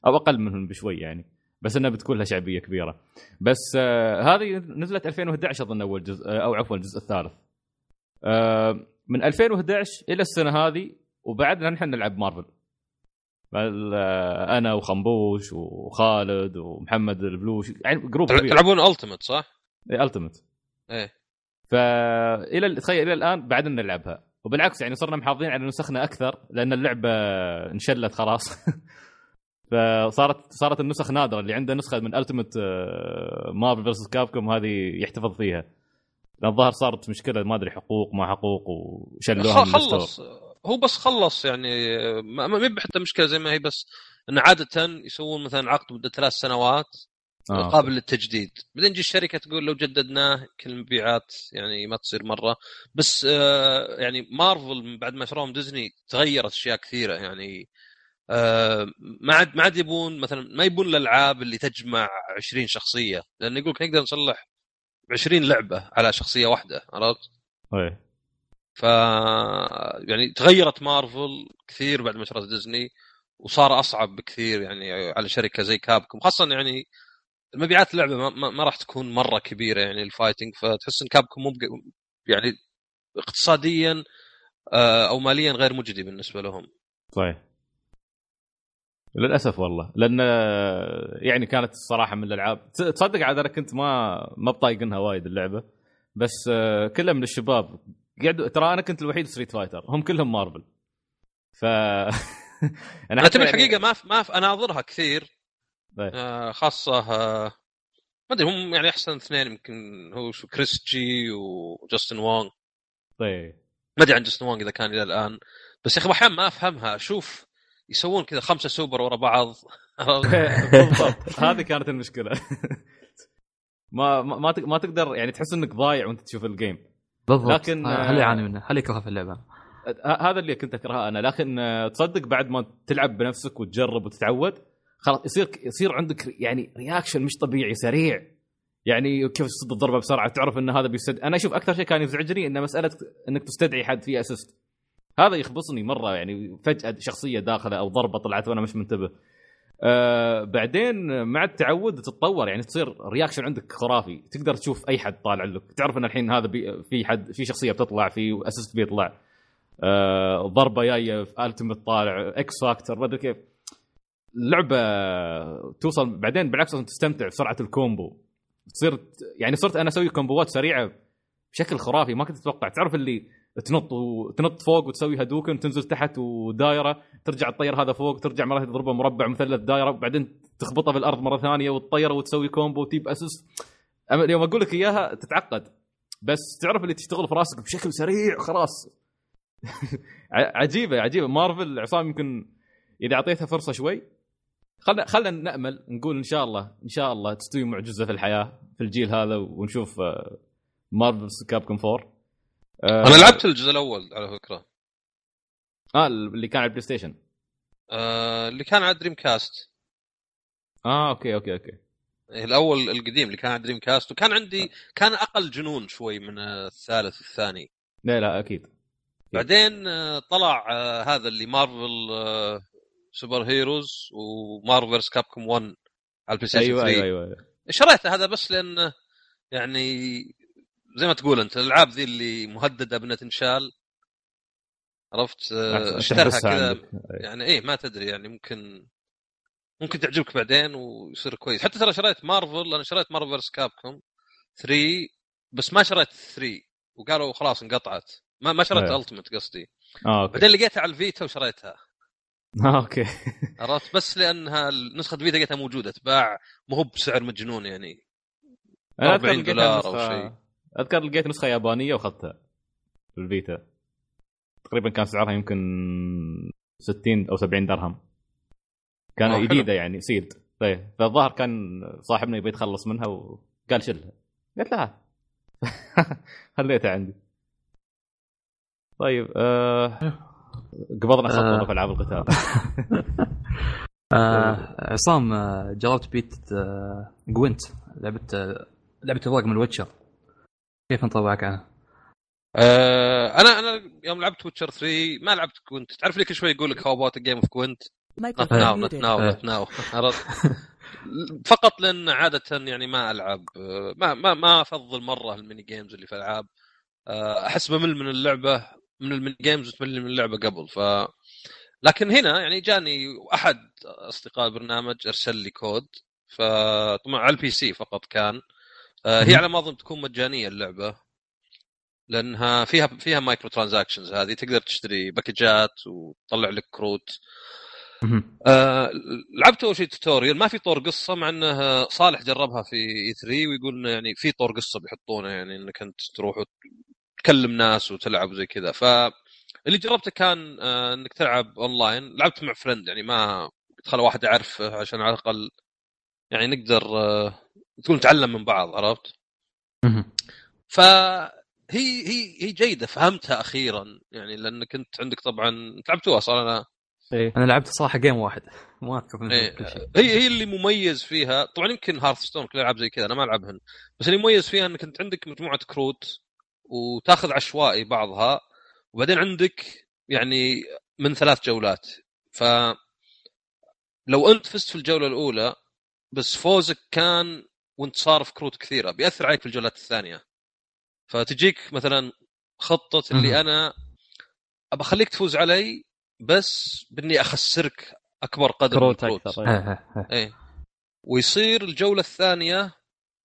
او اقل منهم بشوي يعني، بس انها بتكون لها شعبيه كبيره. بس آه هذه نزلت ألفين وأحد عشر اظن اول جزء، آه او عفوا الجزء الثالث. آه من ألفين وأحد عشر الى السنه هذه وبعدنا نحن نلعب مارفل. آه انا وخنبوش وخالد ومحمد البلوش يعني جروب كبير. تلعبون التيمت صح؟ ايه التيمت. ايه فالى تخيل الى الان بعدنا نلعبها، وبالعكس يعني صرنا محافظين على نسخنا اكثر لان اللعبه انشلت خلاص. فصارت صارت النسخ نادره، اللي عنده نسخه من التيمت مارفل فيرسس كابكوم هذه يحتفظ فيها، لان الظاهر صارت مشكله ما ادري حقوق ما حقوق وشلوها من خلص هو بس خلص يعني ما ما حتى مشكله زي ما هي، بس ان عاده يسوون مثلا عقد مده ثلاث سنوات آه. قابل للتجديد، بعدين تجي الشركه تقول لو جددناه كل المبيعات يعني ما تصير مره. بس آه يعني مارفل من بعد ما شروهم ديزني تغيرت اشياء كثيره يعني. آه ما عاد ما عاد يبون مثلا ما يبون الالعاب اللي تجمع عشرين شخصيه، لان يقولك نقدر نصلح عشرين لعبه على شخصيه واحده، عرفت؟ اي ف يعني تغيرت مارفل كثير بعد ما شرت ديزني، وصار اصعب بكثير يعني على شركه زي كابكوم، خاصه يعني المبيعات اللعبه ما, ما, ما راح تكون مره كبيره يعني الفايتنج، فتحس ان كابكوم مو يعني اقتصاديا او ماليا غير مجدي بالنسبه لهم. طيب للاسف والله، لان يعني كانت الصراحه من الالعاب تصدق عاد انا كنت ما ما بطايقنها وايد اللعبه، بس كلها من الشباب قعدوا، ترى انا كنت الوحيد ستريت فايتر، هم كلهم مارفل. ف انا تبي الحقيقه ما ما اناظرها كثير آه خاصه آه ما ادري هم يعني احسن اثنين يمكن هو شو كريس جي وجاستن وونغ. طيب ما ادري عن جاستن وونغ اذا كان الى الان، بس يا اخي احيانا ما افهمها، اشوف يسوون كذا خمسه سوبر ورا بعض. بالضبط هذه كانت المشكله. ما ما ما تقدر يعني تحس انك ضايع وانت تشوف الجيم. بالضبط. لكن هل يعاني منه هل يكره في اللعبه؟ هذا اللي كنت اكرهه انا، لكن تصدق بعد ما تلعب بنفسك وتجرب وتتعود خلاص يصير يصير عندك يعني رياكشن مش طبيعي سريع، يعني كيف تصد الضربه بسرعه تعرف ان هذا بيستد. انا اشوف اكثر شيء كان يزعجني ان مساله انك تستدعي حد فيه اسيست، هذا يخبصني مره يعني فجاه شخصيه داخله او ضربه طلعت وانا مش منتبه. أه بعدين مع التعود تتطور يعني تصير رياكشن عندك خرافي، تقدر تشوف اي حد طالع لك تعرف ان الحين هذا في حد في شخصيه بتطلع في اسيست بيطلع، أه ضربه جايه في التيمت طالع اكس فاكتور ما ادري كيف. اللعبه توصل بعدين بالعكس انت تستمتع بسرعه الكومبو، تصير يعني صرت انا اسوي كومبوات سريعه بشكل خرافي ما كنت اتوقع. تعرف اللي تنط وتنط فوق وتسوي هادوكن تنزل تحت ودايره ترجع تطير هذا فوق ترجع مره تضربه مربع مثلث دايره وبعدين تخبطه في الارض مره ثانيه وتطيره وتسوي كومبو وتجيب اسيست. اليوم اقول لك اياها تتعقد، بس تعرف اللي تشتغل في راسك بشكل سريع خلاص. عجيبه عجيبه مارفل. عصام يمكن اذا اعطيتها فرصه شوي خلنا خلنا نامل نقول ان شاء الله ان شاء الله تستوي معجزه في الحياه في الجيل هذا ونشوف مارفل كابكوم فور. أه انا لعبت الجزء الاول على فكره. اه اللي كان على البلاي ستيشن. آه اللي كان على دريم كاست. اه اوكي اوكي اوكي الاول القديم اللي كان على دريم كاست، وكان عندي كان اقل جنون شوي من الثالث الثاني. لا لا اكيد. بعدين طلع هذا اللي مارفل سوبر هيروز ومارفلز كابكوم واحد على البلاي ستيشن أيوة ثري. أيوة أيوة. شريته هذا بس لان يعني زي ما تقول انت الالعاب ذي اللي مهدده بانها تنشال، عرفت؟ اشتريها كذا يعني ايه ما تدري يعني ممكن ممكن تعجبك بعدين ويصير كويس. حتى ترى شريت مارفل، انا شريت مارفلز كابكوم ثري بس ما شريت ثري وقالوا خلاص انقطعت، ما ما شريت التيمت قصدي. اه بعدين لقيتها على الفيتا وشريتها. اه اوكي عرفت؟ بس لانها نسخه فيتا لقيتها موجوده تباع مو هو بسعر مجنون يعني أربعين دولار او شيء. اذكر لقيت نسخه يابانيه واخذتها في الفيتا تقريبا كان سعرها يمكن ستين او سبعين درهم، كان جديده يعني سيلد. طيب فالظاهر كان صاحبنا يبي يتخلص منها وقال شلها، قلت له خليتها عندي. طيب آه... قبضنا خطوه آه... في العاب القتال. آه... عصام جربت بيت آه... جوينت لعبه آه... لعبه الورق من الويتشر، كيف انطباعك عنها؟ آه... انا انا يوم لعبت ويتشر ثري ما لعبت كوينت. تعرف لي كل شوي يقول لك هاو اباوت جيم اوف كوينت نتناو نتناو نتناو فقط لأن عادة يعني ما ألعب ما ما ما أفضل مرة الميني جيمز اللي في الألعاب، أحس بمل من اللعبة من الميني جيمز وتمل من اللعبة قبل. ف لكن هنا يعني جاني أحد أصدقاء البرنامج أرسل لي كود، فطبعا على البي سي فقط كان، هي على ما أظن تكون مجانية اللعبة لأنها فيها فيها مايكرو ترانزاكشنز، هذه تقدر تشتري باكجات وتطلع لك كروت. آه، لعبت أول شيء توتوريال، ما في طور قصة، مع أنه صالح جربها في إي ثري ويقول يعني في طور قصة بيحطونه، يعني أنك أنت تروح وتكلم ناس وتلعب زي كذا. فاللي جربته كان آه أنك تلعب أونلاين، لعبت مع فريند يعني ما تخلى واحد يعرفه عشان على الأقل يعني نقدر آه تقول نتعلم من بعض، عرفت؟ فهي هي هي جيدة، فهمتها أخيرا يعني، لأنك كنت عندك طبعا تعبتوها صار أنا إيه. انا لعبت صراحه جيم واحد ما اذكر إيه. كل شيء. هي هي اللي مميز فيها طبعا، يمكن هارثستون كل العاب زي كذا انا ما العبهن، بس اللي مميز فيها انك انت عندك مجموعه كروت وتاخذ عشوائي بعضها، وبعدين عندك يعني من ثلاث جولات. ف لو انت فزت في الجوله الاولى بس فوزك كان وانت صارف كروت كثيره، بيأثر عليك في الجولات الثانيه. فتجيك مثلا خطه اللي انا ابى اخليك تفوز علي بس بني اخسرك اكبر قدر كروت من اكثر. ايه. ويصير الجوله الثانيه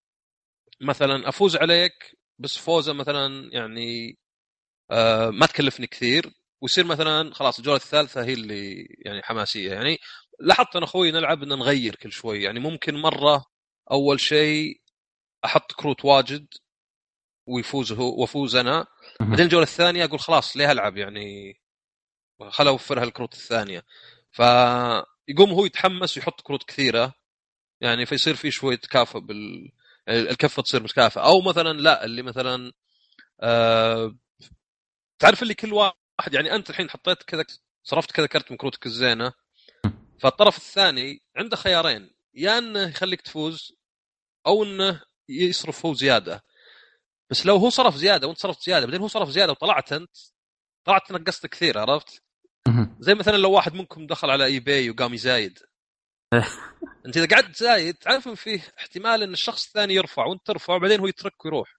مثلا افوز عليك بس فوزه مثلا يعني آه ما تكلفني كثير، ويصير مثلا خلاص الجوله الثالثه هي اللي يعني حماسيه. يعني لاحظت انا اخوي نلعب ان نغير كل شوي، يعني ممكن مره اول شيء احط كروت واجد ويفوز هو وافوز انا، بعدين الجوله الثانيه اقول خلاص ليه العب يعني خلوا اوفرها الكروت الثانيه. فيقوم هو يتحمس ويحط كروت كثيره يعني، فيصير في شويه تكافؤ بال الكفه تصير متكافئه. او مثلا لا اللي مثلا آه... تعرف اللي كل واحد يعني انت الحين حطيت كذا صرفت كذا كرت من كروتك الزينه، فالطرف الثاني عنده خيارين، يا انه يخليك تفوز او انه يصرف هو زياده. بس لو هو صرف زياده وانت صرفت زياده بعدين هو صرف زياده وطلعت انت طلعت نقصت كثير، عرفت؟ زي مثلا لو واحد منكم دخل على اي باي وقام يزايد انت اذا قعدت زايد تعرف ان فيه احتمال ان الشخص الثاني يرفع وانت ترفع وبعدين هو يترك ويروح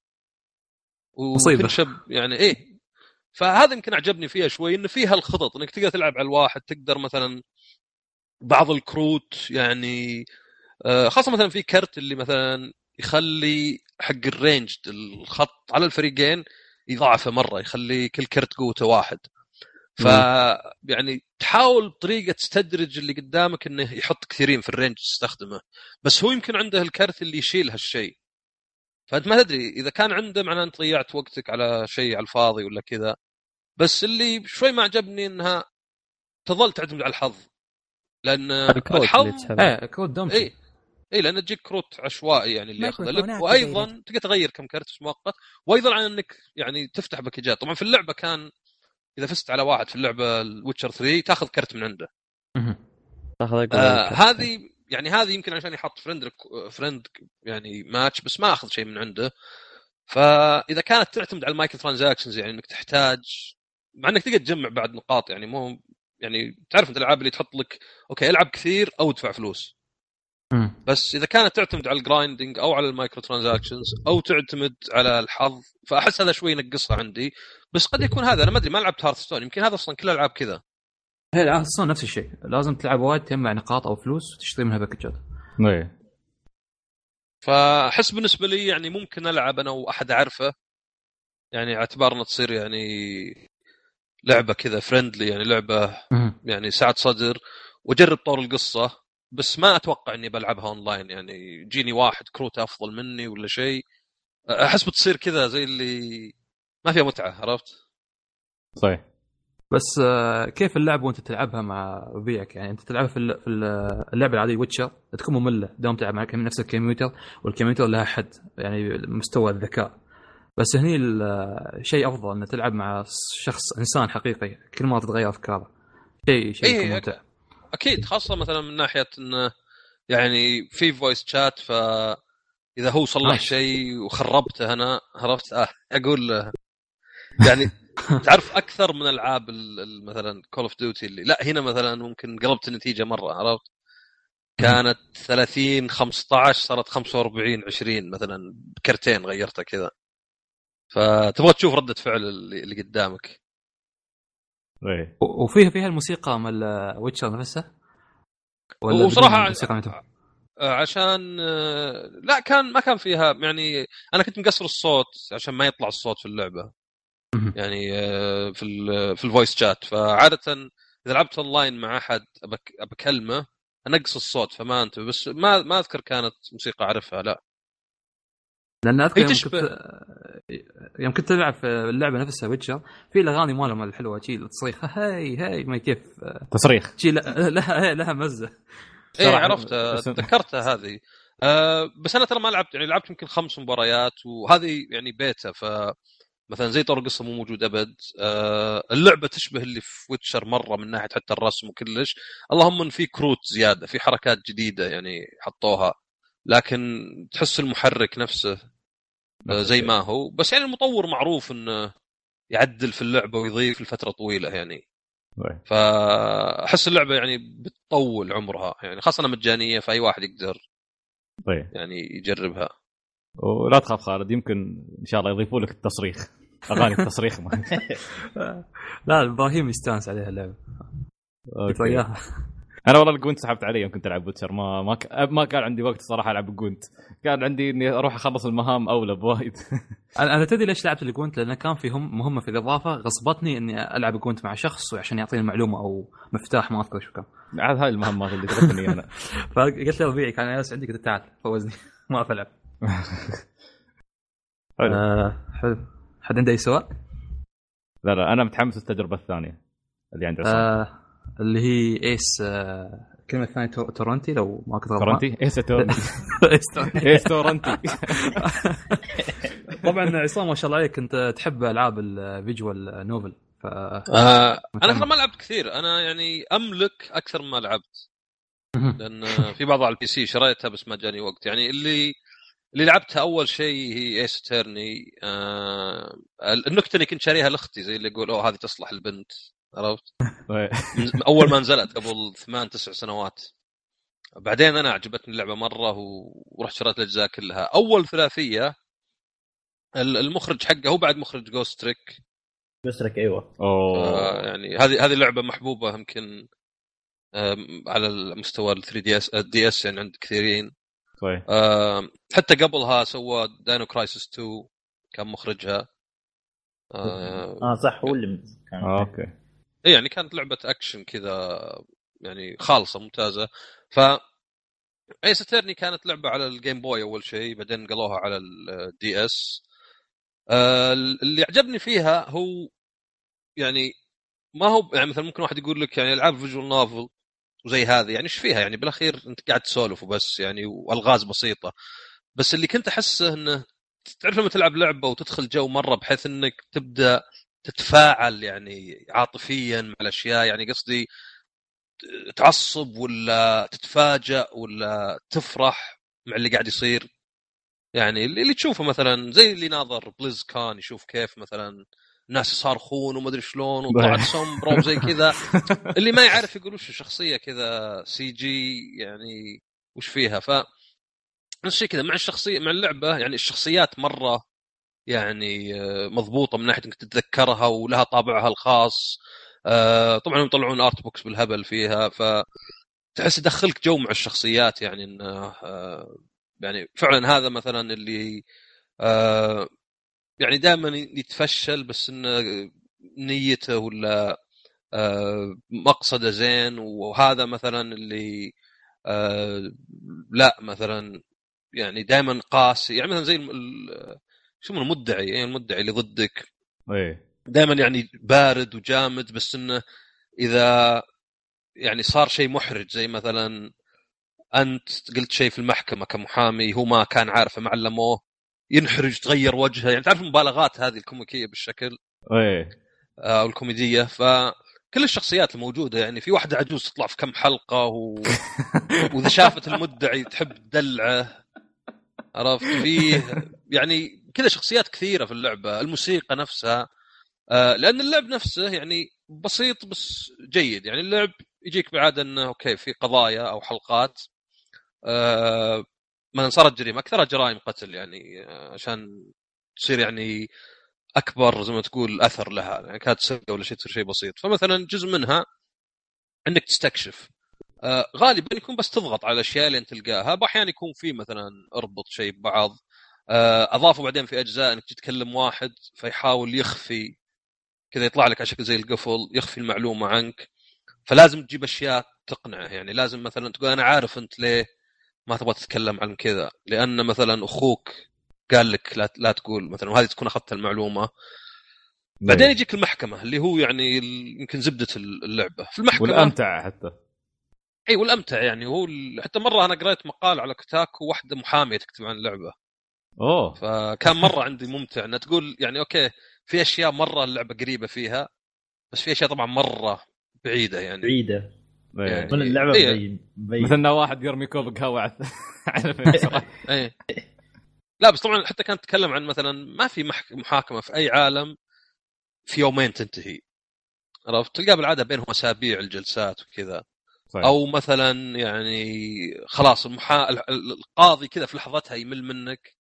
وتنشب يعني ايه. فهذا يمكن عجبني فيها شوي، انه فيها الخطط انك تقدر تلعب على الواحد، تقدر مثلا بعض الكروت يعني خاصه مثلا في كرت اللي مثلا يخلي حق الرينج الخط على الفريقين يضاعفه مره، يخلي كل كرت قوته واحد. ف يعني تحاول بطريقه تستدرج اللي قدامك انه يحط كثيرين في الرينج تستخدمه، بس هو يمكن عنده الكرت اللي يشيل هالشيء، فانت ما تدري اذا كان عنده معناه انت ضيعت وقتك على شيء على الفاضي ولا كذا. بس اللي شوي ما عجبني انها تظل تعتمد على الحظ، لان الحظ ايه كروت دومشي اي اي لان تجيك كروت عشوائي يعني اللي ياخذ لك، وايضا تقدر تغير كم كرت مؤقت، وايضا عن انك يعني تفتح باكجات. طبعا في اللعبه كان اذا فزت على واحد في اللعبه الويتشر ثري تاخذ كرت من عنده. آه هذه يعني هذه يمكن عشان يحط فريند فريند يعني ماتش، بس ما اخذ شيء من عنده. فاذا كانت تعتمد على المايكرو ترانزاكشنز يعني انك تحتاج مع انك تقدر تجمع بعد نقاط، يعني مو يعني تعرف انت الالعاب اللي تحط لك اوكي العب كثير او ادفع فلوس. م. بس اذا كانت تعتمد على الجرايندنج او على المايكرو ترانزاكشنز او تعتمد على الحظ فاحس هذا شوي ينقصها عندي. بس قد يكون هذا انا ما ادري، ما لعبت هارثستون، يمكن هذا اصلا كل الالعاب كذا. هي هارثستون نفس الشيء، لازم تلعب وايد تجمع نقاط او فلوس وتشتري منها باكجات. ايه فاحس بالنسبه لي يعني ممكن العب انا واحد اعرفه، يعني اعتبارنا تصير يعني لعبه كذا فريندلي، يعني لعبه يعني سعه صدر، وجرب طور القصه. بس ما اتوقع اني بلعبها اونلاين، يعني يجيني واحد كروت افضل مني ولا شيء، احس بتصير كذا زي اللي ما فيها متعه، عرفت؟ صحيح. بس كيف اللعبه وانت تلعبها مع ربيعك؟ يعني انت تلعبها في اللعبه العاديه ويتشر تكون ممله، دوم تلعب مع نفس الكمبيوتر، والكمبيوتر لها حد يعني مستوى الذكاء. بس هني الشيء افضل ان تلعب مع شخص انسان حقيقي كل ما تتغير افكاره، شيء شيء إيه ممتع. اكيد، خاصه مثلا من ناحيه انه يعني في فويس شات، فاذا هو صلح شيء وخربته انا عرفت آه اقول له يعني تعرف اكثر من العاب مثلا كول اوف ديوتي اللي لا هنا مثلا ممكن قلبت النتيجه مره عرفت كانت ثلاثين خمسة عشر صارت خمسة وأربعين عشرين مثلا بكرتين غيرتها كذا فتبغى تشوف ردة فعل اللي قدامك. وفيها فيها الموسيقى مال ويتشر نفسها وصراحة عشان لا كان ما كان فيها يعني أنا كنت مقصر الصوت عشان ما يطلع الصوت في اللعبة يعني في ال في الفويس شات فعادة إذا لعبت أونلاين مع أحد بكلمه أنقص الصوت فما أنت بس ما ما أذكر كانت موسيقى أعرفها لا لأن أذكر يوم كنت يوم كنت ألعب في اللعبة نفسها ويتشر في الأغاني مالها الحلوة شيء تصريخ هاي هاي ما كيف تصريخ شيء لها لها مزة إيه عرفتها تذكرتها هذه أه بس أنا ترى ما لعبت يعني لعبت يمكن خمس مباريات وهذه يعني بيتا ف مثلا زي طور قصة مو موجود أبد أه اللعبة تشبه اللي في ويتشر مرة من ناحية حتى الرسم وكلش اللهم إن في كروت زيادة في حركات جديدة يعني حطوها لكن تحس المحرك نفسه أه زي ما هو بس يعني المطور معروف إنه يعدل في اللعبة ويضيف لفترة طويلة يعني فأحس اللعبة يعني بتطول عمرها يعني خاصة مجانية فأي واحد يقدر يعني يجربها. ولا تخاف خالد يمكن إن شاء الله يضيفوا لك التصريخ أغاني التصريخ ما. لا إبراهيم يستانس عليها اللعبة وياها. أنا والله الجونت سحبت عليه يوم كنت ألعب ويتشر ما ما ك... ما كان عندي وقت صراحة ألعب الجونت كان عندي إني أروح أخلص المهام أولى بوايد. أنا أنا تدري ليش لعبت الجونت لأن كان فيهم مهمة في الإضافة غصبتني إني ألعب الجونت مع شخص وعشان يعطيني معلومة أو مفتاح ما أذكر شو كان. عاد هاي المهمات اللي تركني أنا. فقلت له ربيعي كان ياس عندي قلت تعال فوزني ما أعرف ألعب. حلو. آه حلو. حد عنده أي سؤال؟ لا لا أنا متحمس التجربة الثانية اللي عندي آه اللي هي إيس آه كلمة ثانية تورنتي لو ما كنت غلطان. تورنتي إيس تورنتي إيس تورنتي. طبعا عصام ما شاء الله عليك أنت تحب ألعاب الفيجوال نوفل. ف... آه أنا ترى ما لعبت كثير أنا يعني أملك أكثر مما لعبت لأن في بعض على البي سي شريتها بس ما جاني وقت يعني اللي اللي لعبتها أول شيء هي إيس تيرني. آه النكتة اللي كنت شاريها لأختي زي اللي يقول أوه هذه تصلح البنت عرفت أول ما نزلت قبل ثمان تسع سنوات بعدين أنا عجبتني اللعبة مرة ورحت شريت الأجزاء كلها. أول ثلاثية المخرج حقه هو بعد مخرج جوست تريك جوست أيوة آه يعني هذه هذه لعبة محبوبة يمكن على المستوى ال ثري دي اس دي اس يعني عند كثيرين. آه حتى قبلها سوى داينو كرايسيس تو كان مخرجها. اه, آه صح هو اللي كان آه اوكي اي يعني كانت لعبة اكشن كذا يعني خالصة ممتازة. ف ايس اترني كانت لعبة على الجيم بوي اول شيء بعدين نقلوها على الدي اس. آه اللي عجبني فيها هو يعني ما هو يعني مثلا ممكن واحد يقول لك يعني العاب فيجوال نوفل وزي هذه يعني ايش فيها يعني بالاخير انت قاعد تسولف وبس يعني والغاز بسيطة بس اللي كنت احسه انه تعرف لما تلعب لعبة وتدخل جو مرة بحيث انك تبدأ تتفاعل يعني عاطفيا مع الاشياء يعني قصدي تعصب ولا تتفاجأ ولا تفرح مع اللي قاعد يصير يعني اللي تشوفه مثلا زي اللي ناظر بليز كان يشوف كيف مثلا الناس صارخون وما ادري شلون وطلعت سمبرة وزي كذا اللي ما يعرف يقول وش الشخصية كذا سي جي يعني وش فيها. ف نفس الشيء كذا مع الشخصية مع اللعبة يعني الشخصيات مرة يعني مضبوطة من ناحية انك تتذكرها ولها طابعها الخاص. طبعا يطلعون ارت بوكس بالهبل فيها فتحس يدخلك جو مع الشخصيات يعني انه يعني فعلا هذا مثلا اللي يعني دائما يتفشل بس انه نيته ولا مقصده زين وهذا مثلا اللي لا مثلا يعني دائما قاسي يعني مثلا زي شو من المدعي يعني المدعي اللي ضدك دائما يعني بارد وجامد بس انه اذا يعني صار شيء محرج زي مثلا انت قلت شيء في المحكمه كمحامي هو ما كان عارفه معلموه ينحرج تغير وجهه يعني تعرف المبالغات هذه الكوميكيه بالشكل ايه او الكوميديه. فكل الشخصيات الموجوده يعني في واحده عجوز تطلع في كم حلقه و... واذا شافت المدعي تحب تدلعه عرفت فيه يعني كذا شخصيات كثيره في اللعبه. الموسيقى نفسها آه لان اللعب نفسه يعني بسيط بس جيد. يعني اللعب يجيك بعاده انه اوكي في قضايا او حلقات آه مثلا صارت جريمه اكثرها جرائم قتل يعني آه عشان تصير يعني اكبر زي ما تقول اثر لها. يعني كانت سرقه ولا شيء تصير شيء بسيط. فمثلا جزء منها انك تستكشف آه غالبا يكون بس تضغط على الاشياء اللي انت تلقاها. احيانا يكون في مثلا اربط شيء ببعض. آه اضافوا بعدين في اجزاء انك تتكلم واحد فيحاول يخفي كذا يطلع لك على شكل زي القفل يخفي المعلومه عنك. فلازم تجيب اشياء تقنعه. يعني لازم مثلا تقول انا عارف انت ليه ما تبغى تتكلم عن كذا لان مثلا اخوك قال لك لا لا تقول مثلا وهذه تكون اخذت المعلومه. بعدين يجيك المحكمه اللي هو يعني يمكن زبده اللعبه في المحكمه والامتع حتى. اي والامتع يعني هو حتى مره انا قرأت مقال على كوتاكو واحده محاميه تكتب عن اللعبه. اوه فكان مره عندي ممتع انها تقول يعني اوكي في اشياء مره اللعبه قريبه فيها بس في اشياء طبعا مره بعيده يعني بعيده يعني من اللعبه إيه. بين بين مثلنا واحد يرمي كوب قهوه على فكره. اي لا بس طبعا حتى كانت تتكلم عن مثلا ما في محاكمه في اي عالم في يومين تنتهي. عرفت تلقى بالعاده بينهم اسابيع الجلسات وكذا. صحيح. او مثلا يعني خلاص المحا... القاضي كذا في لحظتها يمل منك.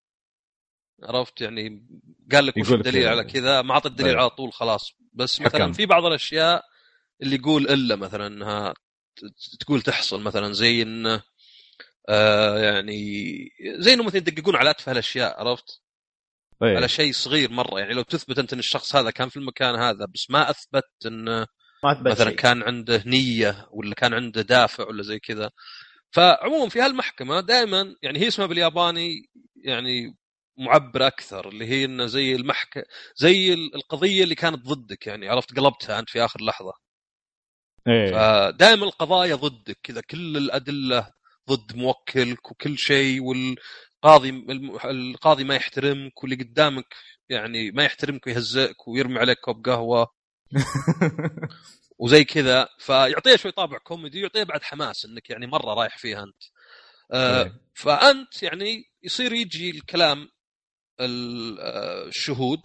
عرفت يعني قال لك وش الدليل على كذا ما عطى الدليل على طول خلاص. بس مثلا حكم. في بعض الاشياء اللي يقول الا مثلا انها تقول تحصل مثلا زي انه آه يعني زي انه مثلا يدققون على اتفه الاشياء. عرفت أيه. على شيء صغير مره. يعني لو تثبت انت ان الشخص هذا كان في المكان هذا بس ما اثبت انه مثلا شيء. كان عنده نيه ولا كان عنده دافع ولا زي كذا. فعموما في هالمحكمه دائما يعني هي اسمها بالياباني يعني معبر اكثر اللي هي انه زي المحكمه زي القضيه اللي كانت ضدك. يعني عرفت قلبتها انت في اخر لحظه. أيه. فدائما القضايا ضدك كذا كل الادله ضد موكلك وكل شيء. والقاضي القاضي ما يحترمك واللي قدامك يعني ما يحترمك ويهزئك ويرمي عليك كوب قهوه وزي كذا. فيعطيه شوي طابع كوميدي يعطيه بعد حماس انك يعني مره رايح فيها انت. آه فانت يعني يصير يجي الكلام الشهود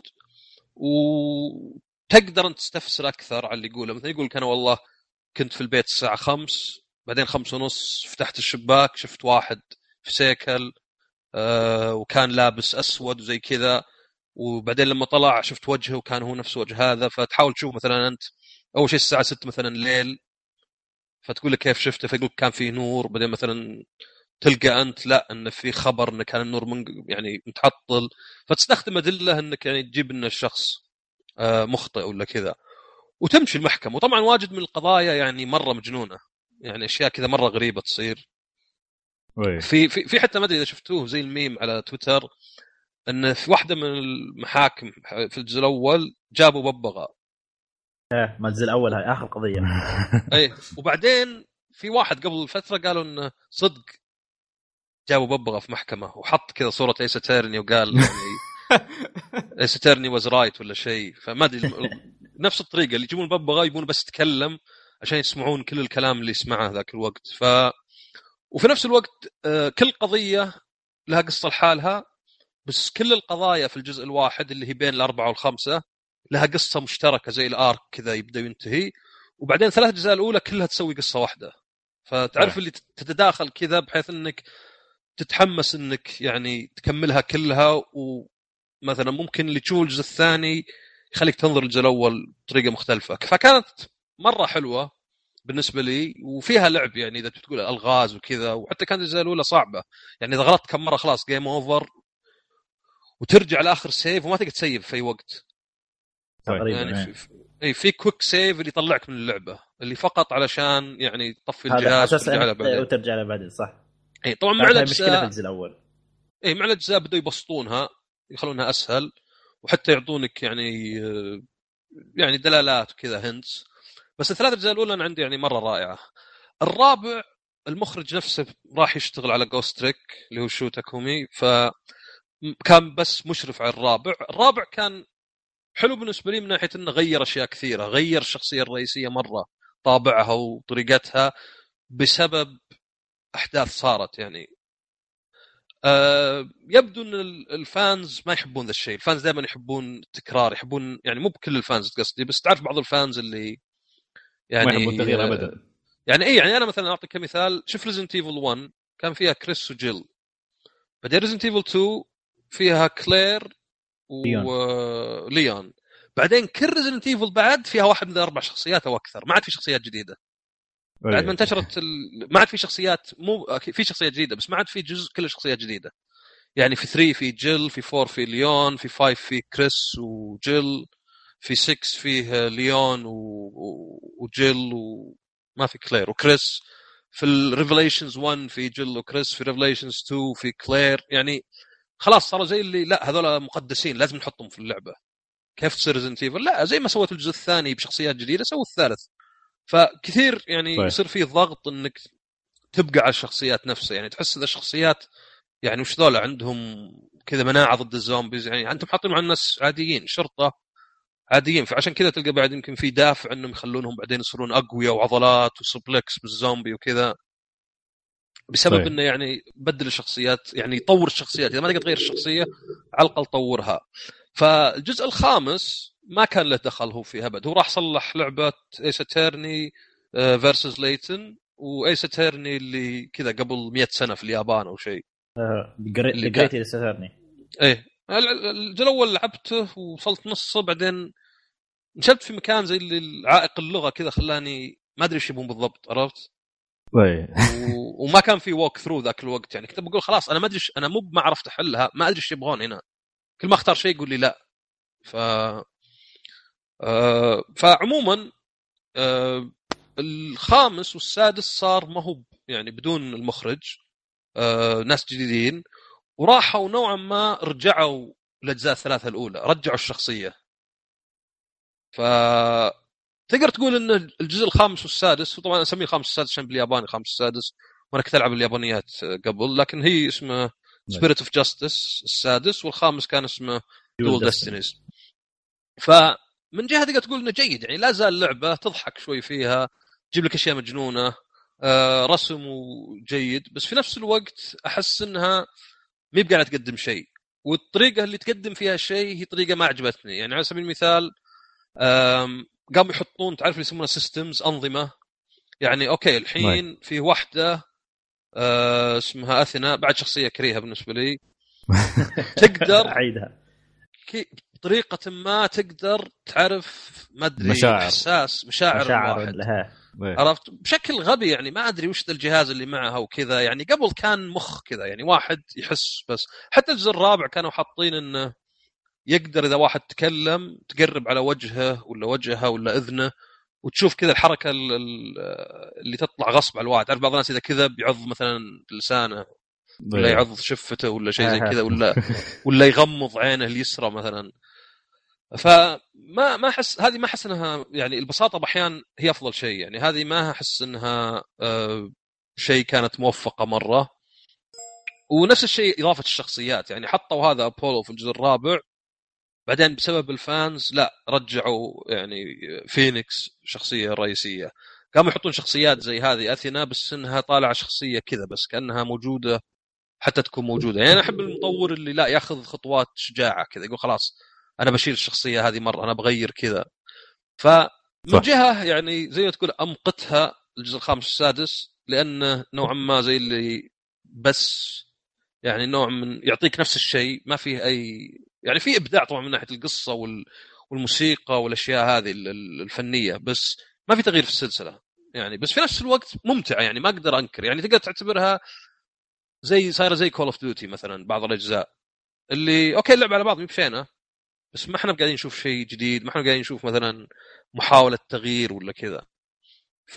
وتقدر انت تستفسر اكثر على اللي يقوله. مثلا يقول كان والله كنت في البيت الساعه خمس بعدين خمس ونص فتحت الشباك شفت واحد في سيكل آه وكان لابس اسود وزي كذا. وبعدين لما طلع شفت وجهه وكان هو نفس وجه هذا. فتحاول تشوف مثلا انت اول شيء الساعه ستة مثلا الليل فتقول لك كيف شفته فيقول كان في نور. بعدين مثلا تلقى انت لا ان في خبر ان كان النور من يعني متعطل. فتستخدم ادله انك يعني تجيب ان الشخص آه مخطئ ولا كذا وتمشي المحكمه. وطبعا واجد من القضايا يعني مره مجنونه يعني اشياء كذا مره غريبه تصير. في في في حتى ما ادري اذا شفتوه زي الميم على تويتر ان في واحده من المحاكم في الجزء الاول جابوا ببغاء. ايه ما الجزء الاول هاي اخر قضيه. ايه وبعدين في واحد قبل فتره قالوا انه صدق جابوا ببغاء في محكمه وحط كذا صوره ايس تيرني وقال يعني ايس تيرني واز رايت ولا شيء. فما ادري نفس الطريقه اللي يجيبون ببغاء يبون بس يتكلم عشان يسمعون كل الكلام اللي يسمعه ذاك الوقت. ف وفي نفس الوقت كل قضيه لها قصه لحالها بس كل القضايا في الجزء الواحد اللي هي بين الأربعة والخمسة لها قصة مشتركة زي الآرك كذا يبدأ وينتهي. وبعدين ثلاث أجزاء الأولى كلها تسوي قصة واحدة. فتعرف اللي تتداخل كذا بحيث أنك تتحمس أنك يعني تكملها كلها. ومثلا ممكن اللي تشوف الجزء الثاني يخليك تنظر الجزء الأول بطريقة مختلفة. فكانت مرة حلوة بالنسبة لي وفيها لعب يعني إذا تقول ألغاز وكذا. وحتى كانت الجزء الأولى صعبة يعني إذا غلطت كم مرة خلاص جيم أوفر وترجع لاخر سيف وما تقدر تسيف في اي وقت. يعني في اي في كويك سيف اللي يطلعك من اللعبه اللي فقط علشان يعني تطفي الجهاز وترجع له بعدين وترجع له بعدين صح. اي طبعا مع الاجزاء في الجزء الاول اي مع الاجزاء بدوا يبسطونها يخلونها اسهل وحتى يعطونك يعني يعني دلالات وكذا هنتس. بس الثلاث اجزاء الاولى انا عندي يعني مره رائعه. الرابع المخرج نفسه راح يشتغل على جوست تريك اللي هو شو تاكومي. ف كان بس مشرف على الرابع. الرابع كان حلو بالنسبة لي من ناحية أنه غير أشياء كثيرة. غير الشخصية الرئيسية مرة طابعها وطريقتها بسبب أحداث صارت. يعني أه يبدو ان الفانز ما يحبون ذا الشيء. الفانز دائما يحبون التكرار، يحبون يعني مو بكل الفانز قصدي، بس تعرف بعض الفانز اللي يعني ما يحبون التغيير ابدا. يعني اي يعني انا مثلا اعطيك كمثال، شوف ريزنت ايفل واحد كان فيها كريس وجيل، بعدين ريزنت ايفل اثنين فيها كلير وليون، بعدين كل ريزنت ايفل بعد فيها واحد من اربع شخصيات او اكثر، ما عاد في شخصيات جديده بعد ما انتشرت ال... ما عاد في شخصيات، مو في شخصيات جديده بس ما عاد في جزء كل شخصيات جديده. يعني في ثلاثة في جيل، في أربعة في ليون، في خمسة في كريس وجيل، في ستة فيه ليون و... وجيل وما في كلير وكريس. في الريفيليشنز واحد في جيل وكريس، في ريفيليشنز اثنين في كلير. يعني خلاص صاروا زي اللي لا هذول مقدسين لازم نحطهم في اللعبه. كيف تصير ريزنت ايفل؟ لا زي ما سوت الجزء الثاني بشخصيات جديده سووا الثالث. فكثير يعني طيب. يصير فيه ضغط انك تبقى على الشخصيات نفسها، يعني تحس إذا الشخصيات يعني وش ذولا عندهم كذا مناعه ضد الزومبيز، يعني انتم حاطين مع الناس عاديين شرطه عاديين، فعشان كذا تلقى بعد يمكن في دافع انهم يخلونهم بعدين يصيرون اقوياء وعضلات وسبلكس بالزومبي وكذا، بسبب طيب. انه يعني بدل الشخصيات، يعني يطور الشخصيات. اذا ما تقدر تغير الشخصيه على الاقل طورها. فالجزء الخامس ما كان له دخل هو فيها ابد، هو راح صلح لعبه ايس اترني فيرسز ليتن، وايس اترني اللي كذا قبل مئة سنه في اليابان او شيء. اه جريت ايس اترني. ايه الجزء الاول لعبته ووصلت نصه، بعدين نشبت في مكان زي اللي عائق اللغه كذا خلاني ما ادري ايش يبون بالضبط، عرفت؟ و... وما كان في ووك ثرو ذاك الوقت، يعني كنت بقول خلاص انا ما ادري، انا مو ما عرفت احلها، ما ادري ايش يبغون هنا، كل ما اختار شيء يقول لي لا. ف آه... فعموما آه... الخامس والسادس صار ما هو يعني بدون المخرج، آه... ناس جديدين، وراحوا نوعا ما رجعوا الاجزاء الثلاثه الاولى، رجعوا الشخصيه. ف تقدر تقول ان الجزء الخامس والسادس، وطبعا اسميه الخامس والسادس عشان بالياباني خامس والسادس وانا كنت العب اليابانيات قبل، لكن هي اسمه سبيريت اوف جاستس السادس، والخامس كان اسمه دول ديستنيز. فمن جهه تقدر تقول انه جيد، يعني لا زال لعبه تضحك شوي فيها، تجيب لك اشياء مجنونه، آه رسم جيد، بس في نفس الوقت احس انها ما يبقى قاعده تقدم شيء، والطريقه اللي تقدم فيها شيء هي طريقه ما عجبتني. يعني على سبيل المثال قاموا يحطون تعرف اللي يسمونها سيستمز، انظمه. يعني اوكي الحين في واحده آه اسمها اثينا، بعد شخصيه كريهه بالنسبه لي تقدر اعيدها بطريقه ما، تقدر تعرف ما ادري مشاعر. احساس مشاعر, مشاعر الواحد لها. عرفت بشكل غبي، يعني ما ادري وش ذا الجهاز اللي معها وكذا. يعني قبل كان مخ كذا، يعني واحد يحس بس. حتى الجزء الرابع كانوا حاطين انه يقدر اذا واحد تكلم تقرب على وجهه ولا وجهها ولا اذنه وتشوف كذا الحركه اللي تطلع غصب على الواحد. تعرف بعض الناس اذا كذا بيعض مثلا لسانه ولا يعض شفته ولا شيء زي كذا، ولا ولا يغمض عينه اليسرى مثلا. فما ما احس هذه، ما احس انها يعني البساطه باحيان هي افضل شيء. يعني هذه ما احس انها آه شيء كانت موفقه مره. ونفس الشيء اضافه الشخصيات، يعني حطوا هذا أبولو في الجزء الرابع، بعدين بسبب الفانز لا رجعوا يعني فينيكس شخصيه رئيسيه. قاموا يحطون شخصيات زي هذه اثينا بس انها طالعه شخصيه كذا بس كانها موجوده حتى تكون موجوده. يعني انا احب المطور اللي لا ياخذ خطوات شجاعه كذا، يقول خلاص انا بشيل الشخصيه هذه مره، انا بغير كذا. فمن جهه يعني زي ما تقول امقتها الجزء الخامس والسادس، لانه نوعا ما زي اللي بس يعني نوع من يعطيك نفس الشيء، ما فيه اي يعني في ابداع طبعا من ناحيه القصه والموسيقى والاشياء هذه الفنيه، بس ما في تغيير في السلسله يعني. بس في نفس الوقت ممتعه، يعني ما اقدر انكر. يعني تقدر تعتبرها زي صايره زي كول اوف ديوتي مثلا، بعض الاجزاء اللي اوكي اللعبه على بعض مبشينه بس ما احنا قاعدين نشوف شيء جديد، ما احنا قاعدين نشوف مثلا محاوله تغيير ولا كذا. ف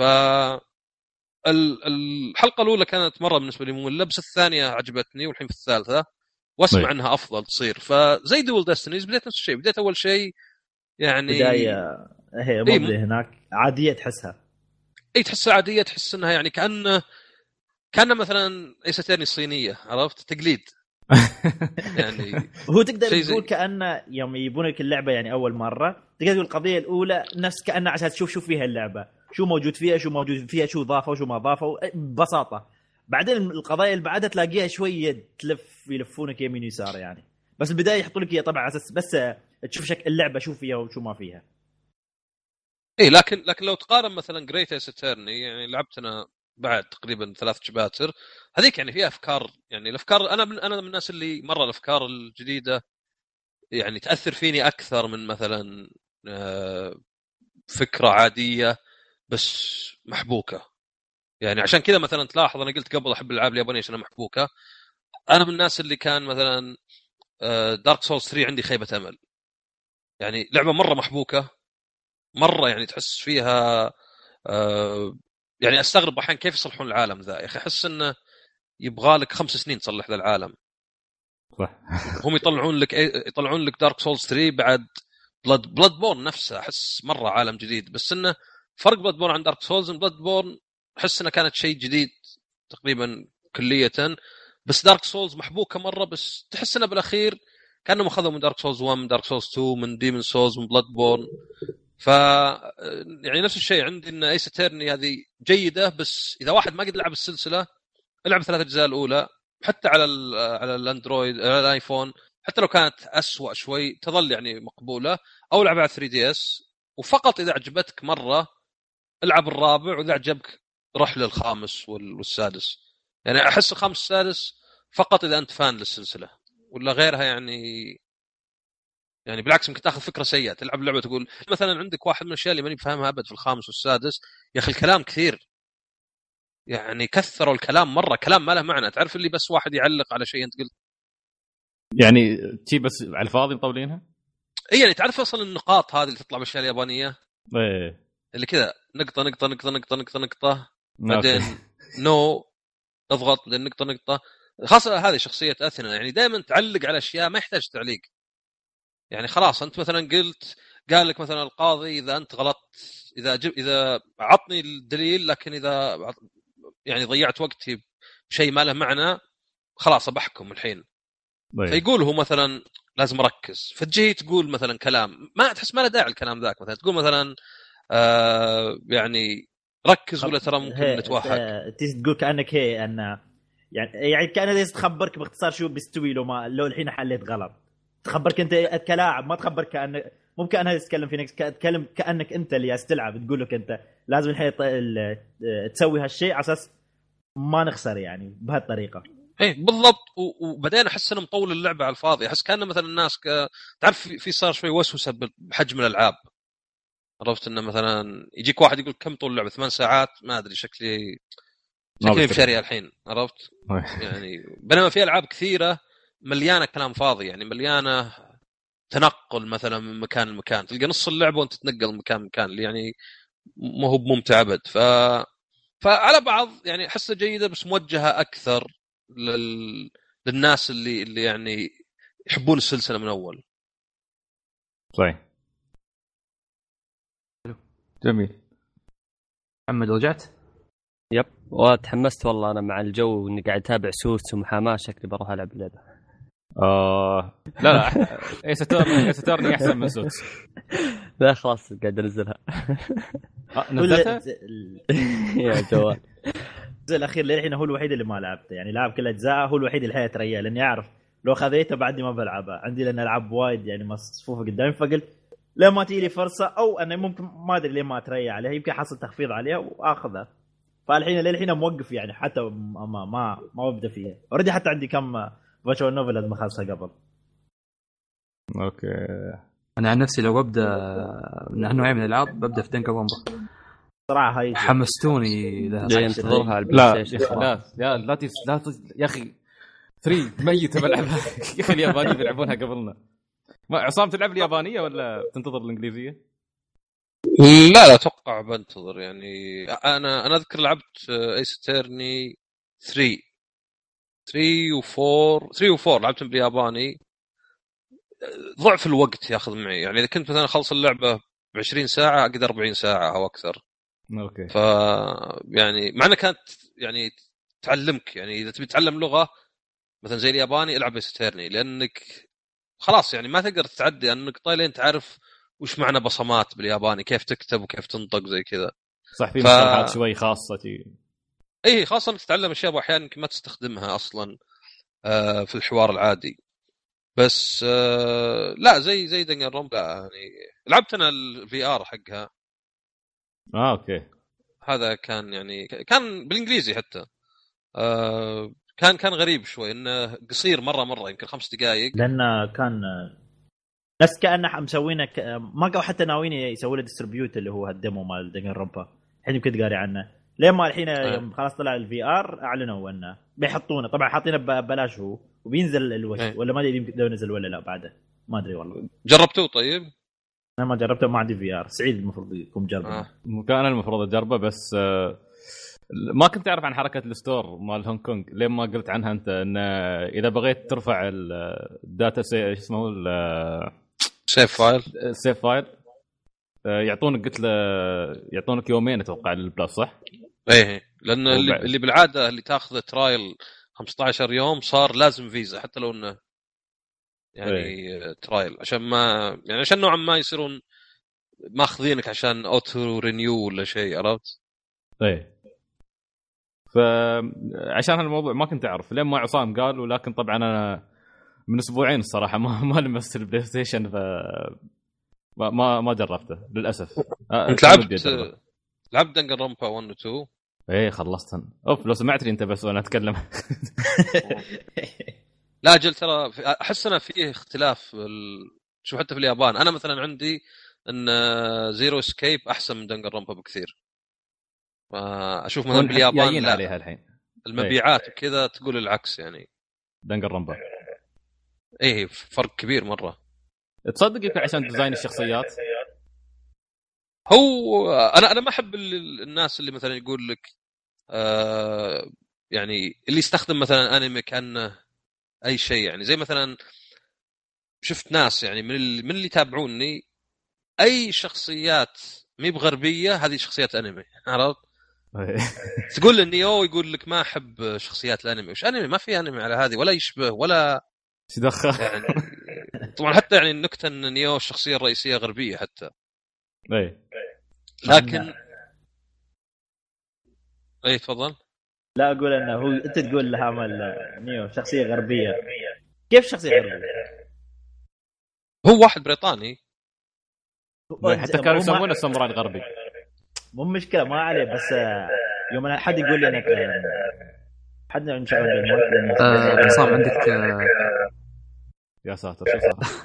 الحلقه الاولى كانت مره بالنسبه لي ممله، بس الثانيه عجبتني والحين في الثالثه واسمع انها افضل تصير. فزي دول ديستنيز بديت نفس الشيء، بديت اول شيء يعني بدايه هي مبدأ إيه هناك عاديه تحسها، اي تحسها عاديه، تحس انها يعني كأن كان مثلا ايس اترني الصينيه، عرفت؟ تقليد يعني هو تقدر تقول كأن يوم يجيبون لك اللعبه يعني اول مره تقدر تقول القضيه الاولى نفس كأن عشان تشوف شوف فيها اللعبه شو موجود فيها، شو موجود فيها، شو ضافوا شو ما ضافوا ببساطه. بعدين القضايا اللي بعدها تلاقيها شويه تلف يلفونك يمين يسار يعني. بس البدايه يحطوا لك اياها طبعا على اساس بس تشوف شكل اللعبه شو فيها وشو ما فيها. ايه لكن لكن لو تقارن مثلا جريت ايس اترني يعني لعبت انا بعد تقريبا ثلاث شباتر هذيك يعني فيها افكار يعني الافكار انا من انا من الناس اللي مره الافكار الجديده يعني تاثر فيني اكثر من مثلا فكره عاديه بس محبوكه. يعني عشان كذا مثلا تلاحظ انا قلت قبل احب الالعاب اليابانيه عشان محبوكه. انا من الناس اللي كان مثلا دارك سولز ثري عندي خيبه امل. يعني لعبه مره محبوكه مره يعني تحس فيها يعني استغرب احيانا كيف يصلحون العالم ذا يا اخي. احس انه يبغى لك خمس سنين تصلح ذا العالم. صح. هم يطلعون لك يطلعون لك دارك سولز ثري بعد بلاد بلاد بورن نفسه احس مره عالم جديد. بس انه فرق بلاد بورن عن دارك سولز بلاد بورن احس انه كانت شيء جديد تقريبا كليه. بس دارك سولز محبوكه مره بس تحس انه بالاخير كانهم اخذوا من دارك سولز واحد من دارك سولز تو من ديمون سولز من بلاد بورن. ف يعني نفس الشيء عندي ان ايس اترني هذه جيده بس اذا واحد ما قد لعب السلسله العب ثلاث اجزاء الاولى حتى على على الاندرويد على الايفون حتى لو كانت أسوأ شوي تظل يعني مقبوله او العب على ثري دي اس. وفقط اذا عجبتك مره العب الرابع واذا عجبك روح للخامس والسادس. يعني احس الخامس والسادس فقط اذا انت فان للسلسله ولا غيرها يعني يعني بالعكس ممكن تاخذ فكره سيئه تلعب اللعبه تقول مثلا عندك واحد من الاشياء اللي ماني فاهمها ابد في الخامس والسادس يا اخي الكلام كثير يعني كثروا الكلام مره كلام ما له معنى. تعرف اللي بس واحد يعلق على شيء انت قلت يعني تي بس على الفاضي مطولينها. اي يعني تعرف اصلا النقاط هذه اللي تطلع بالاشياء اليابانيه ايه اللي كذا نقطه نقطه نقطه نقطه نقطه نقطه بعدين نو اضغط بعدين نقطه نقطه. خاصه هذه شخصيه اثينا يعني دائما تعلق على اشياء ما يحتاج تعليق. يعني خلاص انت مثلا قلت قال لك مثلا القاضي اذا انت غلطت اذا جب اذا عطني الدليل لكن اذا يعني ضيعت وقتي بشيء ما له معنى خلاص بحكم الحين. بي. فيقول هو مثلا لازم اركز فتجي تقول مثلا كلام ما تحس ما له داعي الكلام ذاك. مثلا تقول مثلا آه يعني ركز ولا ترى ممكن نتوهق. تقول كانك هي ان يعني يعني كان تخبرك باختصار شو بيستوي لو ما لو الحين حليت غلط تخبرك انت كلاعب ما تخبرك كأنك ممكن انا اتكلم في نفسك تتكلم كانك انت اللي تلعب تقول لك انت لازم الحين تسوي هالشيء على اساس ما نخسر يعني بهالطريقه. ايه بالضبط. وبعدين احس انه مطول اللعبه على الفاضي. احس كان مثلا الناس ك... تعرف في صار شوي وسوسه بحجم الالعاب. عرفت انه مثلا يجيك واحد يقول كم طول اللعبه ثمان ساعات ما ادري شكلي شكلي بشاري الحين عرفت يعني. بينما في العاب كثيره مليانه كلام فاضي يعني مليانه تنقل مثلا من مكان لمكان تلقى نص اللعبه وانت تتنقل من مكان لمكان اللي يعني ما هو ممتع ابد. ف فعلى بعض يعني احسها جيده بس موجهه اكثر لل... للناس اللي اللي يعني يحبون السلسله من اول. صحيح جميل. محمد رجعت؟ يب وتحمست والله انا مع الجو اني قاعد اتابع سوس ومحاماه شكلي بروح العب اللعبه. اه لا لا اي ستورني ستورني احسن من سوس. لا خلاص قاعد انزلها. نزلتها يا جوال الجزء الاخير للحين هو الوحيد اللي ما لعبته يعني لعب كل اجزاء هو الوحيد اللي حيت ريال لاني اعرف لو خذيته بعدني ما بلعبها عندي لان العب وايد يعني مصفوفه قدامي فقلت لما ما تيجي لي فرصه او انا ممكن ما ادري ليه ما اتريا عليها يمكن حصل تخفيض عليها واخذها. فالحين للحين موقف يعني حتى ما ما ما ببدا فيها اوريدي حتى عندي كم فيرتشوال نوفل لازم اخلصها قبل. اوكي انا عن نفسي لو ببدا من نوعيه من الالعاب ببدا في دنكا بومبا صراحه هاي حمستوني لها جاي انتظرها على لا لا لا لا تس لا تس يا اخي ثري ميته بلعبها يا اخي اليابانيين بيلعبونها قبلنا. ما عصام تلعب اليابانيه ولا تنتظر الانجليزيه؟ لا لا اتوقع بنتظر يعني. انا انا اذكر لعبت ايس اترني ثري ثري وفور ثري وفور لعبتهم بالياباني. ضعف الوقت ياخذ معي يعني اذا كنت مثلا اخلص اللعبه بعشرين ساعه اقدر أربعين ساعه او اكثر. اوكي. ف يعني معنى كانت يعني تعلمك يعني اذا تبي تتعلم لغه مثلا زي الياباني العب ايس اترني لانك خلاص يعني ما تقدر تتعدي النقطه لين تعرف وش معنى بصمات بالياباني كيف تكتب وكيف تنطق زي كذا. صح في مصطلحات ف... شوي خاصه تي... اي خاصه انك تتعلم اشياء احيانا يمكن ما تستخدمها اصلا آه في الحوار العادي. بس آه لا زي زي دنجر روم لا يعني لعبت انا الفي ار حقها. اه اوكي. هذا كان يعني كان بالانجليزي حتى آه كان كان غريب شوي انه قصير مره مره يمكن خمس دقائق لان كان ناس كانه مسوينه ك... ما قالوا حتى ناويين يسووا له ديستريبيوت اللي هو الديمو مال دنجر رومبا. الحين كنت قاري عنه لين ما الحين آه. يوم خلاص طلع الفي ار اعلنوا انه بيحطونه طبعا حاطينه ببلاش هو وبينزل الوش آه. ولا ما ادري لو نزل ولا لا بعده ما ادري والله. جربتوه طيب؟ انا ما جربته ما عندي في ار. سعيد المفروض يكون جربه. آه. كان انا المفروض اجربه بس آه ما كنت اعرف عن حركه الستور مال هونغ كونغ لين ما قلت عنها انت ان اذا بغيت ترفع الداتا سي اسمه سيف فايل سيف فايل يعطونك قلت له يعطونك يومين اتوقع للبلاس صح؟ ايه لان اللي, اللي بالعاده اللي تاخذ ترايل خمسة عشر يوم صار لازم فيزا حتى لو انه يعني ايه. ترايل عشان ما يعني عشان نوعا ما يصيرون ماخذينك عشان اوتو رينيو ولا شيء عرفت؟ ايه فعشان هالموضوع ما كنت اعرف لين ما عصام قال. ولكن طبعا انا من اسبوعين الصراحه ما ما لمست البلاي ستيشن ف ما ما, ما جربته للاسف. انت لعبت لعبت دنجر رومبا واحد و اثنين؟ ايه خلصتن. اوف لو سمعتني انت بس وانا اتكلم. لا اجل ترى احس انا فيه اختلاف ال... شوف حتى في اليابان انا مثلا عندي ان زيرو اسكيب احسن من دنجر رومبا بكثير. اشوف مثلا باليابان لا عليها الحين المبيعات وكذا تقول العكس يعني دنجر رومبا ايه فرق كبير مره. تصدق يمكن عشان ديزاين الشخصيات. هو انا انا ما احب الناس اللي مثلا يقول لك آه يعني اللي يستخدم مثلا انمي كانه اي شيء يعني زي مثلا شفت ناس يعني من اللي من اللي يتابعوني اي شخصيات مي بغربيه هذه شخصيات انمي عرفت. تقول النيو يقول لك ما احب شخصيات الانمي. وش انمي ما في انمي على هذه ولا يشبه ولا ايش دخل يعني. طبعا حتى يعني النكته ان نيو الشخصيه الرئيسيه غربيه حتى اي لكن اي تفضل. لا اقول انه هو انت تقول لها مال نيو شخصيه غربيه. كيف شخصيه غربيه؟ هو واحد بريطاني حتى كانوا يسمونه الساموراي الغربي. مو مشكله ما عليه بس يوم انا حد يقول لي انا حد نشغل بالموت عصام عندك يا ساتر شو صار.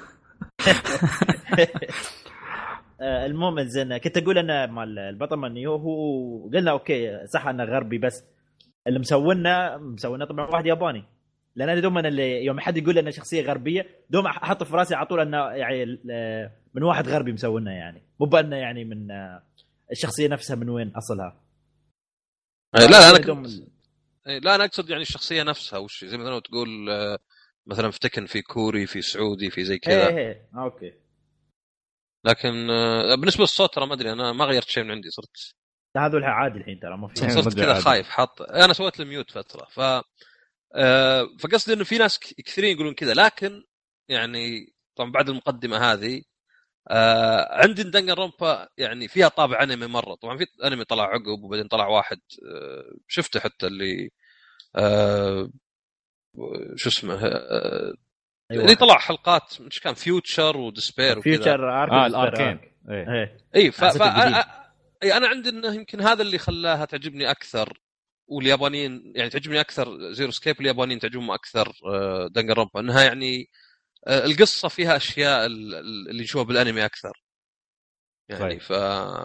المهم زين كنت اقول انا مال البطل مال نيو هو قلنا اوكي صح انه غربي بس اللي مسوينا مسوينا طبعا واحد ياباني. لان انا دوما اللي يوم حد يقول لنا شخصيه غربيه دوما احط في راسي على طول انه يعني من واحد غربي مسوينا يعني مو بانه يعني من الشخصيه نفسها من وين اصلها. لا لا انا كنت... لا انا اقصد يعني الشخصيه نفسها وش زي مثلا تقول مثلا افتكن في كوري في سعودي في زي كذا. ايه ايه اوكي. لكن بالنسبه للصوت ترى ما ادري انا ما غيرت شيء من عندي صرت هذا عادي الحين ترى ما في صرت كذا خايف حاط انا سويت الميوت فتره ف أه فقصدي انه في ناس كثيرين يقولون كذا لكن يعني طبعا بعد المقدمه هذه أه عندي دنجر رومبا يعني فيها طابع انمي مره. طبعا في انمي طلع عقب وبعدين طلع واحد أه شفته حتى اللي أه شو اسمه أه أيوة. اللي طلع حلقات مش كان فيوتشر وديسبير وكذا فيوتشر اه الاركين ايه اي ف... ف... اي انا عندي انه يمكن هذا اللي خلاها تعجبني اكثر واليابانيين يعني تعجبني اكثر زيرو سكيب. اليابانيين تعجبهم اكثر دنجر رومبا انها يعني القصه فيها اشياء اللي نشوفها بالانمي اكثر يعني ف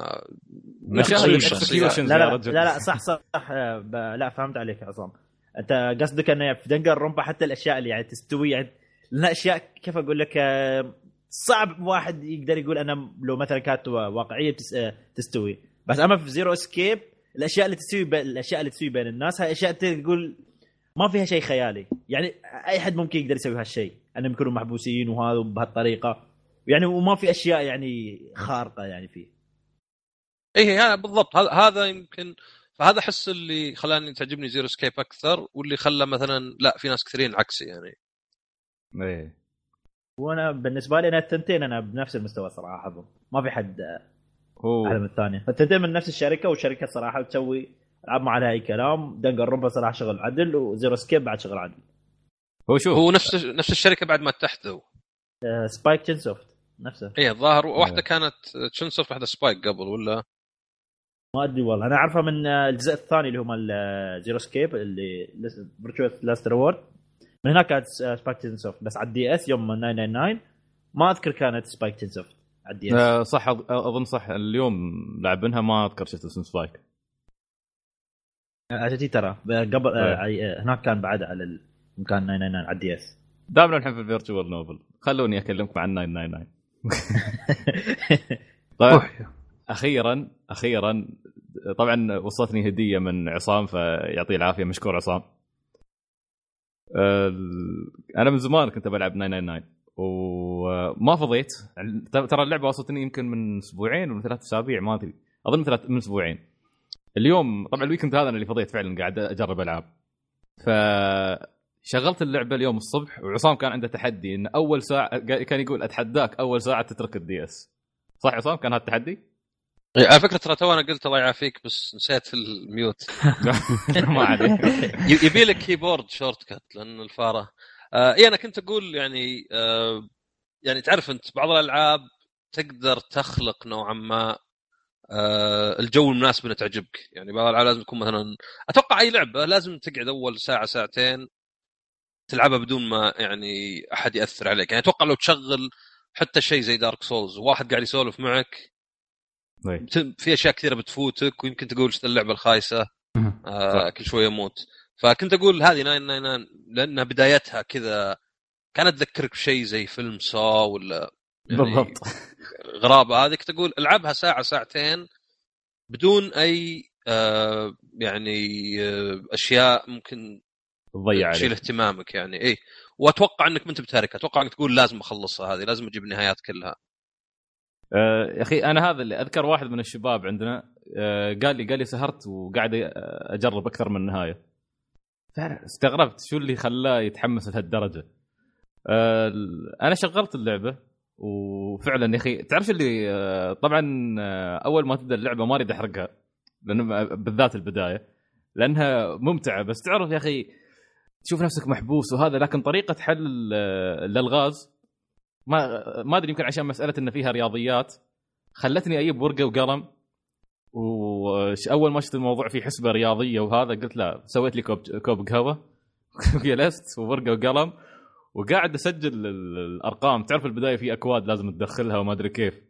لا لا لا لا صح صح لا فهمت عليك يا عصام. انت قصدك ان في دنجر رومبا حتى الاشياء اللي يعني تستوي يعني لنا اشياء كيف اقول لك صعب واحد يقدر يقول انا لو مثلا كانت واقعيه تستوي. بس اما في زيرو اسكيب الاشياء اللي تستوي ب... الاشياء اللي تستوي بين الناس هاي اشياء تقول ما فيها شيء خيالي يعني اي حد ممكن يقدر يسوي هالشيء انهم يكونوا محبوسين وهذا بهالطريقه يعني وما في اشياء يعني خارقه يعني فيه. ايه بالضبط هذا يمكن فهذا حس اللي خلاني تعجبني زيرو سكيب اكثر واللي خلى مثلا لا في ناس كثيرين عكسي يعني. ايه وانا بالنسبه لي انا التنتين انا بنفس المستوى صراحه احبهم ما في حد هو احلى من الثاني. التنتين من نفس الشركه والشركه صراحه تسوي العاب ما عليها اي كلام. دنجر رومبا صراحه شغل عدل، وزيرو سكيب بعد شغل عدل. هو شوف هو نفس نفس الشركه بعد ما اتحدوا. آه سبايك تشين سوفت نفسه. ايه الظاهر واحده كانت تشين سوفت واحده سبايك قبل ولا ما ادري والله. انا اعرفها من الجزء الثاني اللي هم زيرو سكيب اللي فيرتشوال لاست ريورد، من هناك كانت سبايك تشين سوفت. بس على الدي اس يوم تسعمية وتسعة وتسعين ما اذكر كانت سبايك تشين سوفت على الدي اس. آه صح اظن صح. اليوم لاعبينها ما اذكر شفت اسم سبايك عشان ترى قبل آه هناك كان بعد على المكان تسعمية وتسعة وتسعين على الدي اس. دائما نحن في الفيرتشوال نوفل. خلوني اكلمكم عن تسعمية وتسعة وتسعين. طيب اخيرا اخيرا طبعا وصلتني هديه من عصام فيعطيه العافيه، مشكور عصام. انا من زمان كنت بلعب تسعمية وتسعة وتسعين وما فضيت. ترى اللعبه وصلتني يمكن من اسبوعين ولا ثلاث اسابيع ما ادري، اظن ثلاث من اسبوعين. اليوم طبعا الويكند هذا اللي فضيت فعلا قاعد اجرب العاب، فشغلت اللعبه اليوم الصبح. وعصام كان عنده تحدي ان اول ساعه كان يقول اتحداك اول ساعه تترك الدي اس. صح عصام كان هذا التحدي؟ على فكره ترى تو انا قلت الله يعافيك بس نسيت الميوت. ما عليه. يبي لك كيبورد شورت كات لان الفاره. آه اي انا كنت اقول يعني آه يعني تعرف انت بعض الالعاب تقدر تخلق نوعا ما آه الجو المناسب انه تعجبك. يعني بعض الالعاب لازم تكون مثلا اتوقع اي لعبه لازم تقعد اول ساعه ساعتين تلعبها بدون ما يعني احد ياثر عليك. يعني اتوقع لو تشغل حتى شيء زي دارك سولز وواحد قاعد يسولف معك في اشياء كثيره بتفوتك ويمكن تقول اشت اللعبه الخايسه آه كل شويه يموت. فكنت اقول هذه تسعمية وتسعة وتسعين لانها بدايتها كذا كانت تذكرك بشيء زي فيلم سا ولا يعني بالضبط غرابه. هذه كنت اقول العبها ساعه ساعتين بدون اي آه يعني آه اشياء ممكن تضيع تشيل اهتمامك. يعني ايه واتوقع انك ما انت بتاركها، اتوقع انك تقول لازم اخلصها هذه، لازم اجيب النهايات كلها. أه يا اخي انا هذا اللي اذكر واحد من الشباب عندنا أه قال لي قال لي سهرت وقاعد اجرب اكثر من نهايه. استغربت شو اللي خلاه يتحمس لهالدرجه. أه انا شغلت اللعبه وفعلا يا اخي تعرف اللي أه طبعا أه اول ما تبدا اللعبه ما اريد احرقها لانه بالذات البدايه لانها ممتعه، بس تعرف يا اخي تشوف نفسك محبوس وهذا. لكن طريقه حل الالغاز ما ما ادري يمكن عشان مساله ان فيها رياضيات خلتني اجيب ورقه وقلم. واول ما شفت الموضوع فيه حسبه رياضيه وهذا قلت لا، سويت لي كوب كوب قهوه جلست وورقه وقلم وقاعد اسجل الارقام. تعرف البدايه في اكواد لازم تدخلها وما ادري كيف.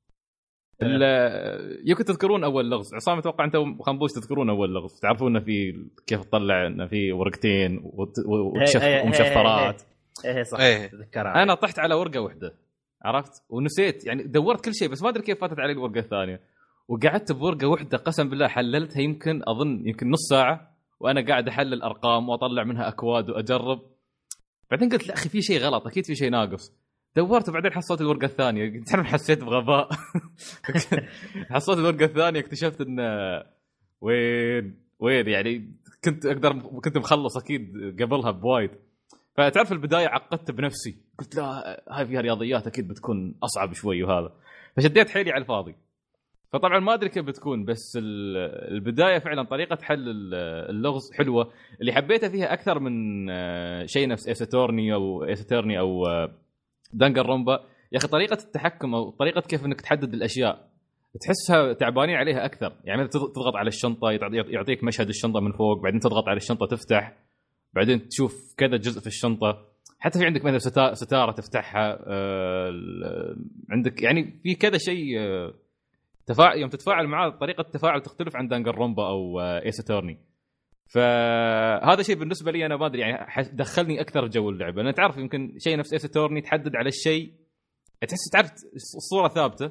يمكن تذكرون اول لغز عصام، اتوقع انت وخنبوش تذكرون اول لغز، تعرفون في كيف تطلع انه في ورقتين ومشفرات. ايه صح تذكرها. انا طحت على ورقه واحده عرفت ونسيت، يعني دورت كل شيء بس ما ادري كيف فاتت علي الورقه الثانيه. وقعدت بورقه واحده قسم بالله حللتها يمكن اظن يمكن نص ساعه وانا قاعد احلل ارقام واطلع منها اكواد واجرب. بعدين قلت لا اخي في شيء غلط، اكيد في شيء ناقص. دورت وبعدين حصلت الورقه الثانيه. تعرف حسيت بغباء. حصلت الورقه الثانيه اكتشفت ان وين وين يعني كنت اقدر كنت مخلص اكيد قبلها بوايد. فتعرف البدايه عقدت بنفسي قلت لا هاي فيها رياضيات اكيد بتكون اصعب شوي وهذا، فشديت حيلي على الفاضي. فطبعا ما ادري كيف بتكون، بس البدايه فعلا طريقه حل اللغز حلوه. اللي حبيته فيها اكثر من شيء نفس ايساتورني او ايساتورني او دانجر رومبا يا اخي طريقه التحكم او طريقه كيف انك تحدد الاشياء تحسها تعبانين عليها اكثر. يعني تضغط على الشنطه يعطيك مشهد الشنطه من فوق، بعدين تضغط على الشنطه تفتح، بعدين تشوف كذا جزء في الشنطه. حتى في عندك مثلا ستاره تفتحها، عندك يعني في كذا شيء تفاعل يوم تتفاعل معاه طريقه التفاعل تختلف عن دانجر رومبا او ايس اتورني. فهذا شيء بالنسبه لي انا ما ادري يعني دخلني اكثر جو اللعبه. انا تعرف يمكن شيء نفس ايس اتورني تحدد على الشيء تحس تعرف الصوره ثابته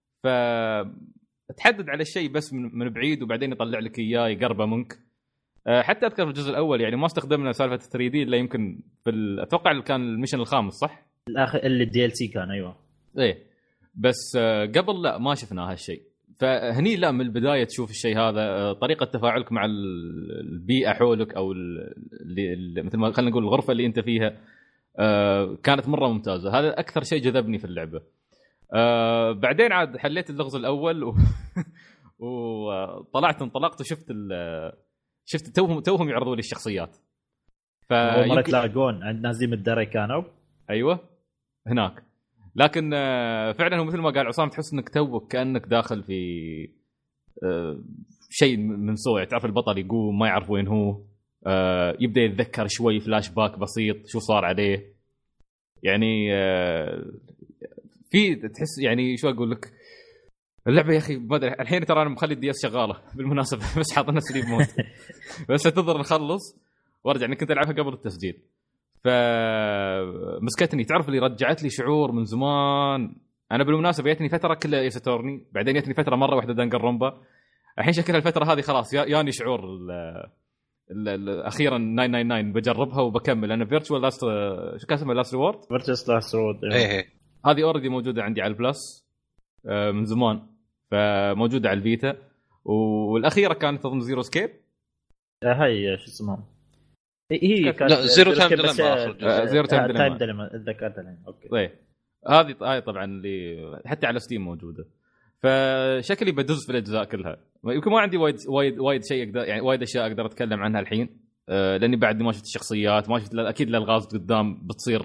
فتحدد على الشيء بس من بعيد وبعدين يطلع لك اياه يقربه منك. حتى اذكر في الجزء الاول يعني ما استخدمنا سالفه ثري دي الا يمكن في اتوقع كان الميشن الخامس صح الاخر اللي الدي ال سي كان ايوه ايه، بس قبل لا ما شفنا هالشيء. فهني لا من البدايه تشوف الشيء هذا، طريقه تفاعلك مع البيئه حولك او اللي مثل ما خلينا نقول الغرفه اللي انت فيها كانت مره ممتازه. هذا اكثر شيء جذبني في اللعبه. بعدين عاد حليت اللغز الاول و... وطلعت انطلقت وشفت ال شفت توهم توهم يعرضوا لي الشخصيات. فمره تلاقون عند نازلين الدري كانوا ايوه هناك. لكن فعلا هو مثل ما قال عصام تحس انك توك كانك داخل في شيء من سوء. تعرف البطل يقوم ما يعرف وين هو، يبدا يتذكر شوي فلاش باك بسيط شو صار عليه. يعني في تحس يعني شو اقول لك اللعبه يا اخي ما ادري الحين ترى انا مخلي الدي اس شغاله بالمناسبه بس حاطنا نفسي بموت بس انتظر نخلص وارجع. اني كنت العبها قبل التسجيل فمسكتني. تعرف اللي رجعت لي شعور من زمان. انا بالمناسبه جتني فتره كلها ايس اتورني، بعدين جتني فتره مره واحده دانجرومبا، الحين شكلها الفتره هذه خلاص ياني شعور ال ال اخيرا تسعمية وتسعة وتسعين بجربها وبكمل. انا فيرتشوال لاست شو اسمه لاست ريورد فيرتشوال لاست ريورد ايه هذه اوريدي موجوده عندي على البلس من زمان، فموجوده على الفيتا. والاخيره كانت اظن زيرو سكيب هاي شو اسمها هي كانت زيرو تايم ديلما. زيرو تايم ديلما اتذكرتها. اوكي طيب هذه هاي طبعا اللي حتى على ستيم موجوده. فشكلي بدز في الاجزاء كلها. يمكن ما عندي وايد وايد وايد شيء اقدر يعني وايد اشياء اقدر اتكلم عنها الحين أه لاني بعد ما شفت الشخصيات ما شفت اكيد الالغاز قدام بتصير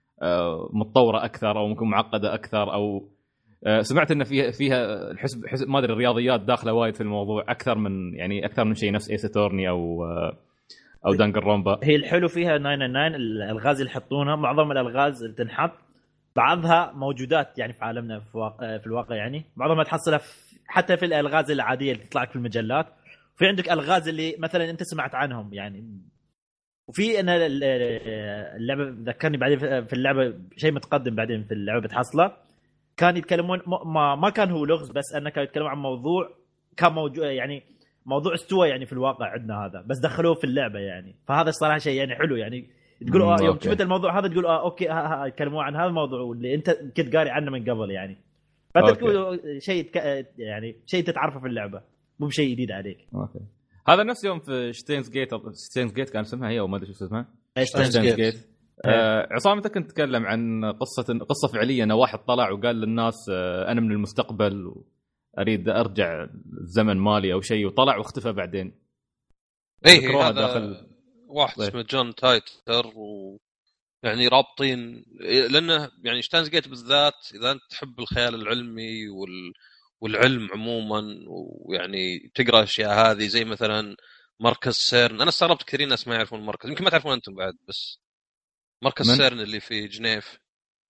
أه متطوره اكثر او ممكن معقده اكثر او أه سمعت ان فيها فيها الحسب حسب ما ادري الرياضيات داخله وايد في الموضوع اكثر من يعني اكثر من شيء نفس ايس اتورني او أه او دانجرومبا. هي الحلو فيها تسعمية وتسعة وتسعين الالغاز اللي يحطونها معظم الالغاز اللي تنحط بعضها موجودات يعني في عالمنا في, واقع في الواقع يعني بعضها تحصلها في حتى في الالغاز العاديه اللي تطلع لك في المجلات. في عندك الغاز اللي مثلا انت سمعت عنهم يعني. وفي انا اللعبه ذكرني بعدين في اللعبه شيء متقدم بعدين في اللعبه بتحصله كان يتكلمون ما ما كان هو لغز بس انه كانوا يتكلمون عن موضوع كان موجود يعني موضوع استوى يعني في الواقع عندنا هذا بس دخلوه في اللعبه يعني. فهذا الصراحه شيء يعني حلو يعني تقول اه يوم شفت الموضوع هذا تقول اه اوكي يتكلمون عن هذا الموضوع واللي انت كنت قاري عنه من قبل يعني. فانت تقول شيء يعني شيء تتعرفه في اللعبه مو شيء جديد عليك. اوكي هذا نفس يوم في شتينز جيت. ستينز جيت كان اسمها هي او ما ادري شو اسمها شتينز جيت. آه عصام انت كنت تتكلم عن قصه قصه فعليه انه واحد طلع وقال للناس آه انا من المستقبل اريد ارجع الزمن مالي او شيء وطلع واختفى بعدين. ايه هذا داخل واحد اسمه جون تايتر و يعني رابطين لانه يعني شتاينز جيت بالذات اذا انت تحب الخيال العلمي وال والعلم عموما ويعني تقرا اشياء هذه زي مثلا مركز سيرن. انا استغربت كثير ناس ما يعرفون المركز يمكن ما تعرفون انتم بعد بس مركز من؟ سيرن اللي في جنيف.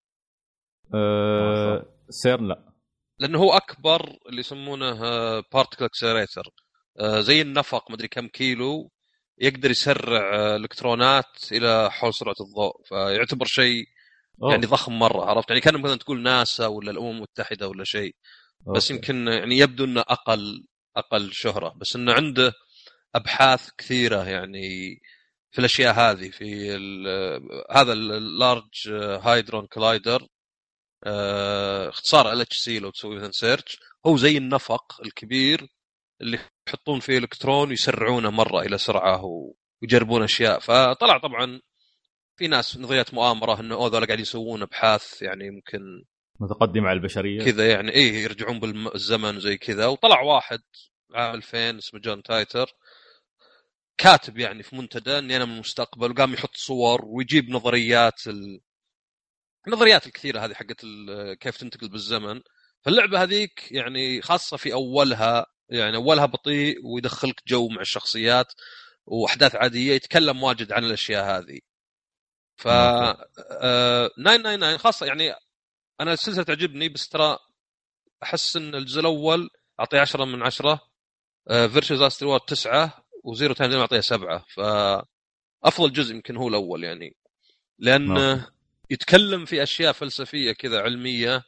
أه... سيرن لا لانه هو اكبر اللي يسمونه بارتكل اكسلريتر أه زي النفق مدري كم كيلو يقدر يسرع الكترونات الى حول سرعه الضوء. فيعتبر شيء يعني ضخم مره عرفت يعني كان مثلا تقول ناسا ولا الامم المتحده ولا شيء بس أوكي. يمكن يعني يبدو انه اقل اقل شهره بس انه عنده ابحاث كثيره يعني في الاشياء هذه. في هذا اللارج هايدرون كلايدر اختصار ال اتش سي لو تسوي مثلا سيرش هو زي النفق الكبير اللي يحطون فيه الكترون ويسرعونه مره الى سرعه ويجربون اشياء. فطلع طبعا في ناس نظريات مؤامره انه هذول قاعدين يسوون ابحاث يعني ممكن متقدمه على البشريه كذا يعني ايه يرجعون بالزمن زي كذا. وطلع واحد عام ألفين اسمه جون تايتر كاتب يعني في منتدى اني انا من المستقبل وقام يحط صور ويجيب نظريات ال... النظريات الكثيره هذه حقت ال... كيف تنتقل بالزمن. فاللعبه هذيك يعني خاصه في اولها يعني اولها بطيء ويدخلك جو مع الشخصيات واحداث عاديه يتكلم واجد عن الاشياء هذه. ف آه... تسعمية وتسعة وتسعين خاصه يعني انا السلسله تعجبني بس ترى احس ان الجزء الاول اعطيه عشرة من عشرة فيرتشوال لاست ريورد تسعة وزيرو تايم ديلما اعطيه سبعة. فافضل جزء يمكن هو الاول يعني لان مم. يتكلم في اشياء فلسفيه كذا علميه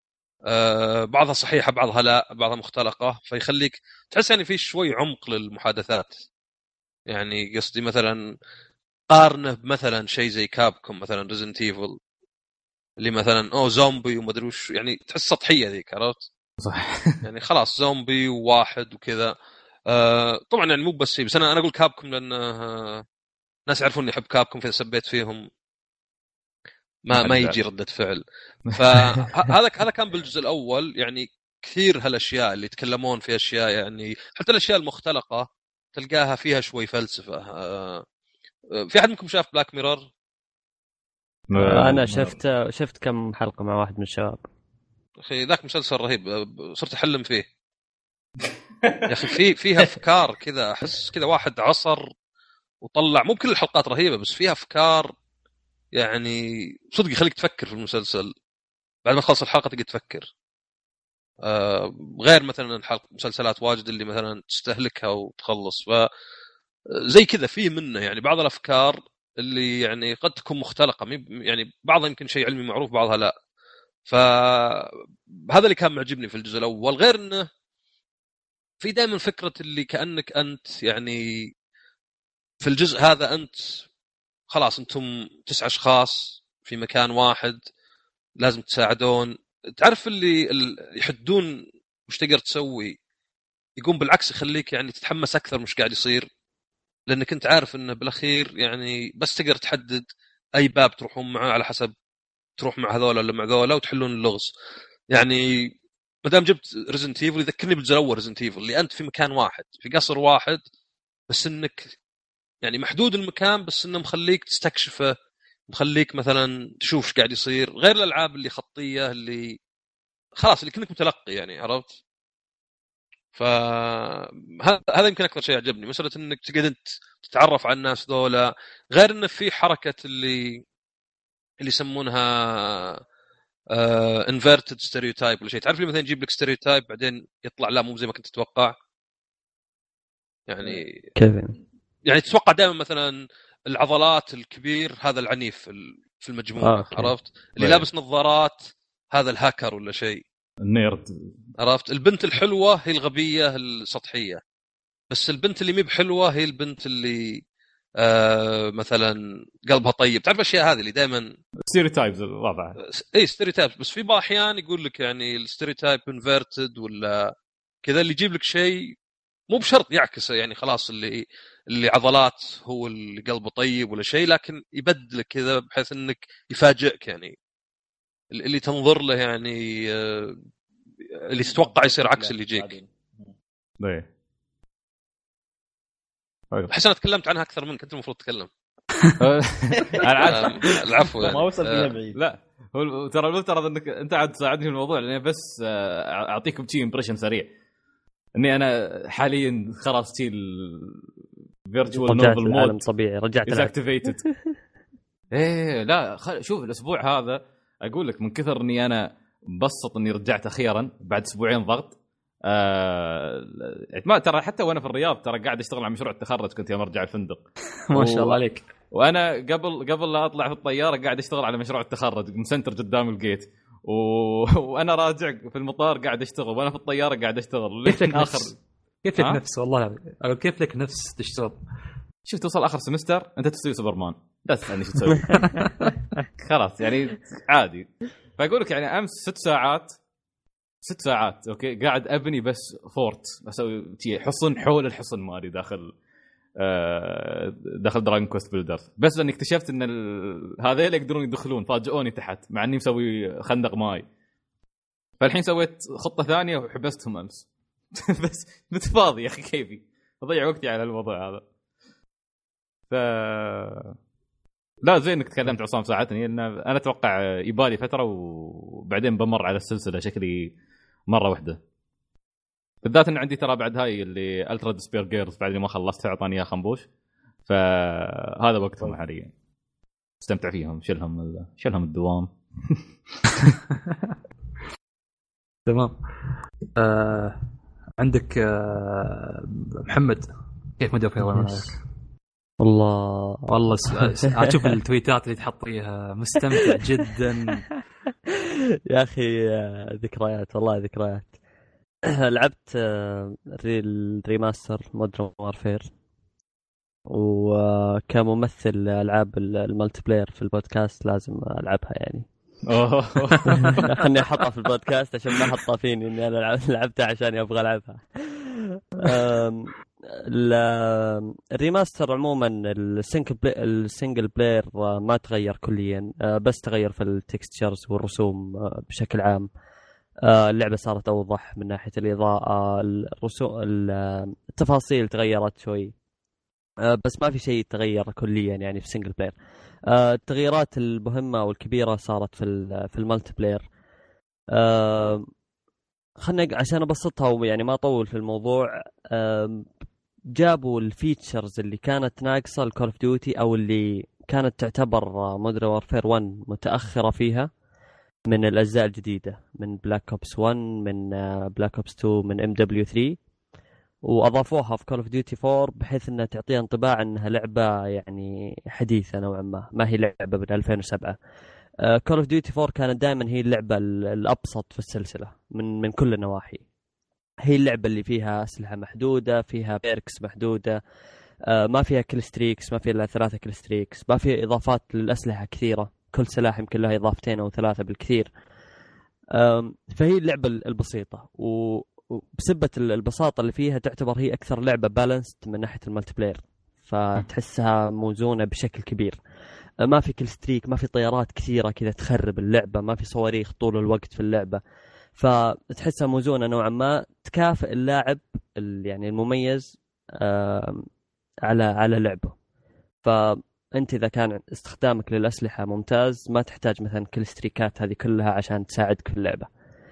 أه بعضها صحيحه بعضها لا بعضها مختلقه فيخليك تحس يعني في شوي عمق للمحادثات. يعني قصدي مثلا قارنه بمثلا شيء زي كابكوم مثلا ريزنت ايفل اللي مثلا او زومبي وما ادري وش يعني تحس سطحيه ذيك عرفت صح يعني خلاص زومبي وواحد وكذا. آه طبعا يعني مو بس بس انا انا اقول كابكوم لان آه ناس يعرفون اني احب كابكوم فاذا سبيت فيهم ما ما يجي ردة فعل. فهذا هذا كان بالجزء الاول يعني كثير هالاشياء اللي يتكلمون في اشياء يعني حتى الاشياء المختلقه تلقاها فيها شوي فلسفه. في احد منكم شاف بلاك ميرور؟ انا شفت شفت كم حلقه مع واحد من الشباب. اخي ذاك مسلسل رهيب، صرت احلم فيه يا اخي. في فيها افكار كذا، احس كذا واحد عصر وطلع، مو بكل الحلقات رهيبه بس فيها افكار يعني صدق يخليك تفكر في المسلسل. بعد ما تخلص الحلقه تقعد تفكر. آه غير مثلا الحلقه مسلسلات واجد اللي مثلا تستهلكها وتخلص. ف زي كذا في منه يعني بعض الافكار اللي يعني قد تكون مختلقه، يعني بعضها يمكن شيء علمي معروف بعضها لا. فهذا اللي كان معجبني في الجزء الاول. غير انه في دائما فكره اللي كانك انت يعني في الجزء هذا انت خلاص انتم تسع اشخاص في مكان واحد لازم تساعدون. تعرف اللي يحدون وش تقدر تسوي، يقوم بالعكس يخليك يعني تتحمس اكثر مش قاعد يصير، لانك انت عارف انه بالاخير يعني بس تقدر تحدد اي باب تروحون معه على حسب تروح مع هذول ولا مع ذولا وتحلون اللغز. يعني ما دام جبت ريزنت ايفل يذكرني بالجزء الاول ريزنت ايفل اللي انت في مكان واحد في قصر واحد بس انك يعني محدود المكان بس انه مخليك تستكشفه، مخليك مثلا تشوف ايش قاعد يصير. غير الالعاب اللي خطيه اللي خلاص اللي كأنك متلقي يعني عرفت. فهذا يمكن اكثر شيء عجبني، مساله انك تقعد تتعرف على الناس ذولا. غير انه في حركه اللي اللي يسمونها انفيرتد ستيريوتايب ولا شيء. تعرف لي مثلا يجيب لك ستيريوتايب بعدين يطلع لا مو زي ما كنت تتوقع يعني كيف يعني تتوقع دائما مثلا العضلات الكبير هذا العنيف في المجموعه. آه، عرفت اللي لابس نظارات هذا الهاكر ولا شيء النيرد. عرفت البنت الحلوه هي الغبيه السطحيه، بس البنت اللي مي بحلوه هي البنت اللي آه مثلا قلبها طيب. تعرف الاشياء هذه اللي دائما ستيريوتايبز واضحه. اي ستيريوتايبز، بس في بعض الاحيان يقول لك يعني الستيريوتايب انفيرتد ولا كذا اللي يجيب لك شيء مو بشرط يعكسه يعني خلاص اللي اللي عضلات هو اللي قلبه طيب ولا شيء، لكن يبدلك كذا بحيث انك يفاجئك يعني اللي تنظر له يعني اللي تتوقع يصير عكس اللي يجيك. ايه احس انا تكلمت عنها اكثر منك، انت المفروض تتكلم. العفو يعني. ما وصل فيها بعيد. لا هو ترى المفترض انك انت عاد تساعدني في الموضوع لاني بس اعطيكم شيء امبريشن سريع اني انا حاليا خلاص شيء الفيرتشوال نوفل مود طبيعي رجعت اكتيفيتد. ايه لا خل... شوف الاسبوع هذا اقول لك من كثر اني انا مبسط اني رجعت اخيرا بعد اسبوعين ضغط. آه... ما ترى حتى وانا في الرياض ترى قاعد اشتغل على مشروع التخرج كنت يوم ارجع الفندق. ما شاء الله عليك. وانا قبل قبل لا اطلع في الطياره قاعد اشتغل على مشروع التخرج مسنتر قدام الجيت و... وانا راجع في المطار قاعد اشتغل وانا في الطياره قاعد اشتغل. كيف لك اخر كيف لك نفس والله اقول كيف لك نفس تشتغل. شوف توصل اخر سمستر انت تسوي سوبرمان لا تسالني شو تسوي. خلاص يعني عادي. فاقول لك يعني امس ست ساعات ست ساعات اوكي قاعد ابني بس فورت اسوي حصن حول الحصن مالي داخل آه داخل دراجون كويست بيلدرز، بس لاني اكتشفت ان ال... هذول يقدرون يدخلون فاجئوني تحت مع اني مسوي خندق ماي. فالحين سويت خطه ثانيه وحبستهم امس. بس متفاضي يا اخي كيفي اضيع وقتي على الموضوع هذا. ف لا زين انك تكلمت عصام ساعتني لان انا اتوقع يبالي فتره وبعدين بمر على السلسله شكلي مره واحده، بالذات ان عندي ترى بعد هاي اللي الترا ديسبير جيرز بعد ما خلصت اعطاني اياه خنبوش، فهذا وقتهم حاليا استمتع فيهم. شلهم شلهم الدوام. تمام. آه عندك آه محمد كيف مدى في والله والله اشوف التويتات اللي تحط فيها مستمتع جدا. يا اخي ذكريات والله ذكريات. لعبت الريماستر مودرن وارفير وكممثل العاب المالتي بلاير في البودكاست لازم العبها يعني. خلني احطها في البودكاست عشان ما احطها فيني اني انا لعبتها عشان ابغى العبها. الريماستر عموما السنجل بلاير السنجل بلاير ما تغير كليا، بس تغير في التكستشرز والرسوم بشكل عام. اللعبة صارت أوضح من ناحية الإضاءة، الرسوم، التفاصيل تغيرت شوي، بس ما في شيء تغير كليا يعني في سنجل بلاير. التغييرات المهمة والكبيرة صارت في في المالتي بلاير. خلنا عشان أبسطها يعني ما أطول في الموضوع، جابوا الفيتشرز اللي كانت ناقصة الكول اوف ديوتي أو اللي كانت تعتبر مودرن وارفير واحد متأخرة فيها من الأجزاء الجديدة، من بلاك اوبس واحد، من بلاك اوبس اثنين، من ام دبليو ثلاثة، وأضافوها في كول اوف ديوتي أربعة بحيث أنها تعطيها انطباع أنها لعبة يعني حديثة نوعا ما، ما هي لعبة من ألفين وسبعة. كول اوف ديوتي أربعة كانت دائما هي اللعبة الأبسط في السلسلة من من كل النواحي. هي اللعبة اللي فيها أسلحة محدودة، فيها بيركس محدودة، ما فيها كل ستريكس، ما فيها إلا ثلاثة كل ستريكس، ما فيها إضافات للأسلحة كثيرة، كل سلاح يمكن لها إضافتين أو ثلاثة بالكثير. فهي اللعبة البسيطة، وبسبة البساطة اللي فيها تعتبر هي أكثر لعبة بالانسد من ناحية المالتي بلاير، فتحسها موزونة بشكل كبير. ما في كل ستريك، ما في طيارات كثيرة كذا تخرب اللعبة، ما في صواريخ طول الوقت في اللعبة، فتحسها موزونة نوعا ما تكافئ اللاعب يعني المميز على على لعبه. فأنت إذا كان استخدامك للأسلحة ممتاز ما تحتاج مثلا كل ستريكات هذه كلها عشان تساعدك في اللعبة.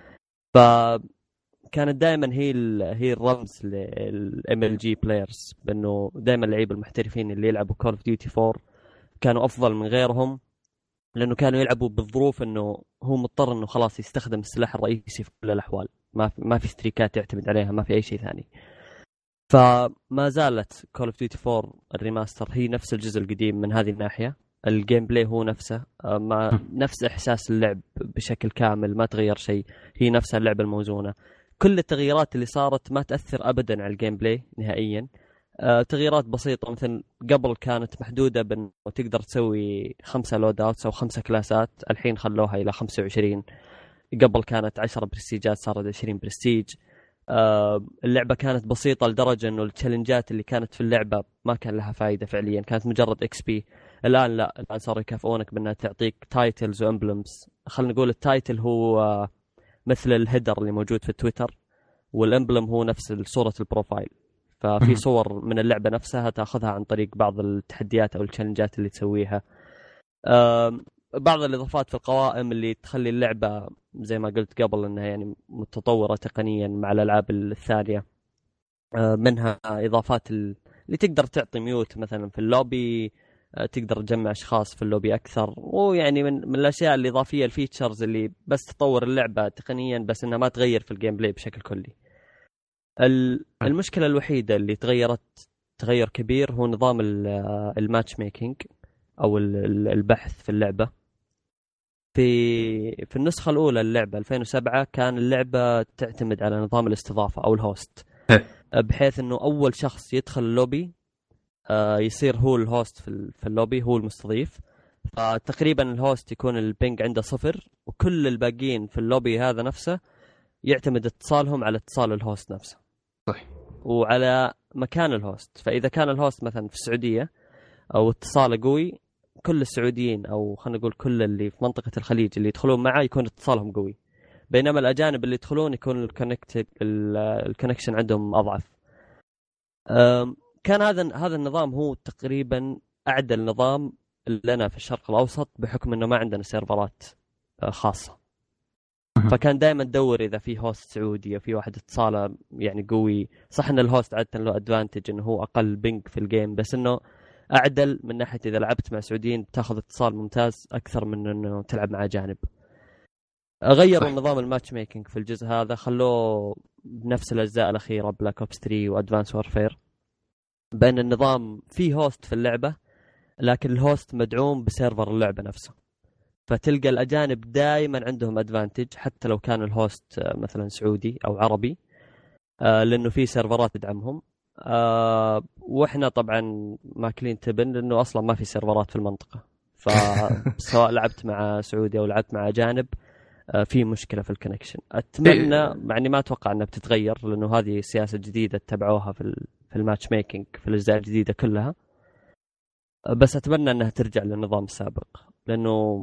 فكانت دائما هي هي الرمز للإم إل جي بلايرز، بأنه دائما اللعيبة المحترفين اللي يلعبوا كول اوف ديوتي أربعة كانوا أفضل من غيرهم، لأنه كانوا يلعبوا بالظروف أنه هو مضطر أنه خلاص يستخدم السلاح الرئيسي في كل الأحوال، ما في ما في ستريكات يعتمد عليها، ما في أي شيء ثاني. فما زالت كول اوف ديوتي أربعة الريماستر هي نفس الجزء القديم من هذه الناحية، الجيم بلاي هو نفسه، ما نفس إحساس اللعب بشكل كامل، ما تغير شيء، هي نفسها اللعبة الموزونة. كل التغييرات اللي صارت ما تأثر أبدا على الجيم بلاي نهائيا. أه تغييرات بسيطة، مثل قبل كانت محدودة بأنه تقدر تسوي خمسة لود اوتس أو خمسة كلاسات، الحين خلوها إلى خمسة وعشرين. قبل كانت عشرة برستيجات صارت عشرين برستيج. أه اللعبة كانت بسيطة لدرجة أنه التشالنجات اللي كانت في اللعبة ما كان لها فائدة فعليا، كانت مجرد اكس بي. الآن لا، الآن صاروا يكافئونك بأنها تعطيك تايتلز وامبلمز. خلينا نقول التايتل هو أه مثل الهيدر اللي موجود في تويتر، والامبلم هو نفس صورة البروفايل. ففي صور من اللعبة نفسها تأخذها عن طريق بعض التحديات أو التشالنجات اللي تسويها. بعض الإضافات في القوائم اللي تخلي اللعبة زي ما قلت قبل أنها يعني متطورة تقنيا مع الألعاب الثانية. منها إضافات اللي تقدر تعطي ميوت مثلا في اللوبي، تقدر تجمع أشخاص في اللوبي أكثر، ويعني من, من الأشياء الإضافية الفيتشرز اللي بس تطور اللعبة تقنيا بس أنها ما تغير في الجيم بلاي بشكل كلي. المشكلة الوحيدة اللي تغيرت تغير كبير هو نظام الماتش ميكينج أو البحث في اللعبة. في في النسخة الأولى اللعبة ألفين وسبعة كان اللعبة تعتمد على نظام الاستضافة أو الهوست، بحيث أنه أول شخص يدخل اللوبي يصير هو الهوست في اللوبي، هو المستضيف. فتقريبا الهوست يكون البينج عنده صفر، وكل الباقيين في اللوبي هذا نفسه يعتمد اتصالهم على اتصال الهوست نفسه صح، وعلى مكان الهوست. فإذا كان الهوست مثلا في السعودية أو اتصاله قوي، كل السعوديين أو خلينا نقول كل اللي في منطقة الخليج اللي يدخلون معه يكون اتصالهم قوي، بينما الأجانب اللي يدخلون يكون الكونكت الكونكشن عندهم أضعف. كان هذا هذا النظام هو تقريبا أعدل نظام لنا في الشرق الأوسط، بحكم إنه ما عندنا سيرفرات خاصة. فكان دائما تدور إذا في هوست سعودي أو في واحد اتصاله يعني قوي. صح إن الهوست عادة له أدفانتج إنه هو أقل بينج في الجيم، بس إنه أعدل من ناحية إذا لعبت مع سعوديين تأخذ اتصال ممتاز أكثر من إنه تلعب مع جانب. غيروا نظام الماتش ميكينج في الجزء هذا، خلوه بنفس الأجزاء الأخيرة بلاك أوبس ثلاثة وأدفانس وارفير، بين النظام في هوست في اللعبة لكن الهوست مدعوم بسيرفر اللعبة نفسه. فتلقى الأجانب دائما عندهم أدفانتج حتى لو كان الهوست مثلا سعودي أو عربي، لأنه في سيرفرات تدعمهم. وإحنا طبعا ماكلين تبن لأنه أصلا ما في سيرفرات في المنطقة، فسواء لعبت مع سعودي أو لعبت مع أجانب في مشكلة في الكونكشن. أتمنى يعني ما أتوقع أنها بتتغير، لأنه هذه سياسة جديدة تبعوها في في الماتش ميكينج في الأجزاء الجديدة كلها، بس أتمنى أنها ترجع للنظام السابق، لأنه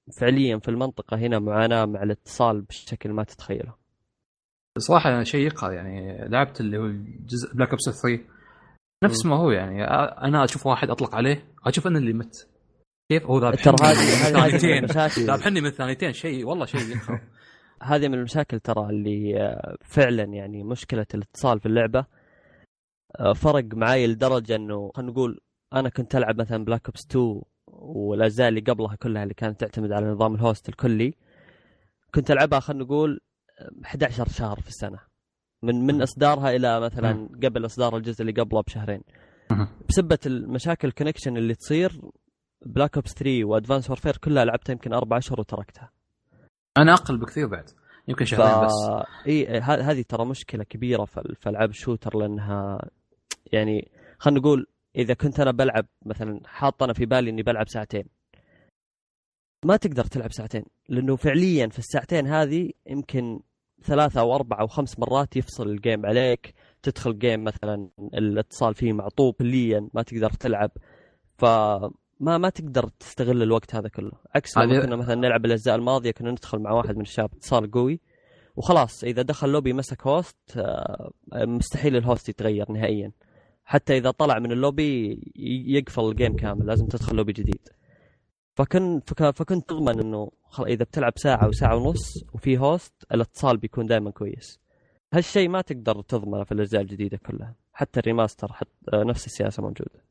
فعليا في المنطقة هنا معاناة مع الاتصال بشكل ما تتخيله. صراحة شيقها يعني لعبت اللي هو الجزء بلاك اوبس ثلاثة نفس ما هو يعني انا اشوف واحد اطلق عليه اشوف ان اللي مت كيف هو ذا ترى هذه هذه المشاكل ذابحني من ثانيتين شيء والله شيء يخاف. هذه من المشاكل ترى اللي فعلا يعني مشكلة الاتصال في اللعبة فرق معي لدرجة انه خلينا نقول انا كنت العب مثلا بلاك اوبس اثنين والاجزاء اللي قبلها كلها اللي كانت تعتمد على نظام الهوست الكلي كنت العبها خلينا نقول أحد عشر شهر في السنة من من اصدارها الى مثلا قبل اصدار الجزء اللي قبله بشهرين بسبب المشاكل الكونكشن اللي تصير. بلاك اوبس ثلاثة وادفانس وورفير كلها لعبتها يمكن أربعة أشهر وتركتها. انا اقل بكثير بعد يمكن شهرين ف... بس اي هذه ترى مشكله كبيره في العاب الشوتر لانها يعني خلينا نقول اذا كنت انا بلعب مثلا حاط انا في بالي اني بلعب ساعتين ما تقدر تلعب ساعتين لانه فعليا في الساعتين هذه يمكن ثلاثة او اربعة او خمس مرات يفصل الجيم عليك تدخل جيم مثلا الاتصال فيه معطوب كليا ما تقدر تلعب ف ما ما تقدر تستغل الوقت هذا كله. عكس لما كنا مثلا نلعب الاجزاء الماضيه كنا ندخل مع واحد من الشباب اتصال قوي وخلاص اذا دخل لوبي مسك هوست مستحيل الهوست يتغير نهائيا حتى اذا طلع من اللوبي يقفل الجيم كامل لازم تدخل لوبي جديد. فكن فكنت تضمن انه اذا بتلعب ساعه او ساعه ونص وفي هوست الاتصال بيكون دائما كويس. هالشيء ما تقدر تضمنه في الاجزاء الجديده كلها حتى الريماستر حتى نفس السياسه موجوده.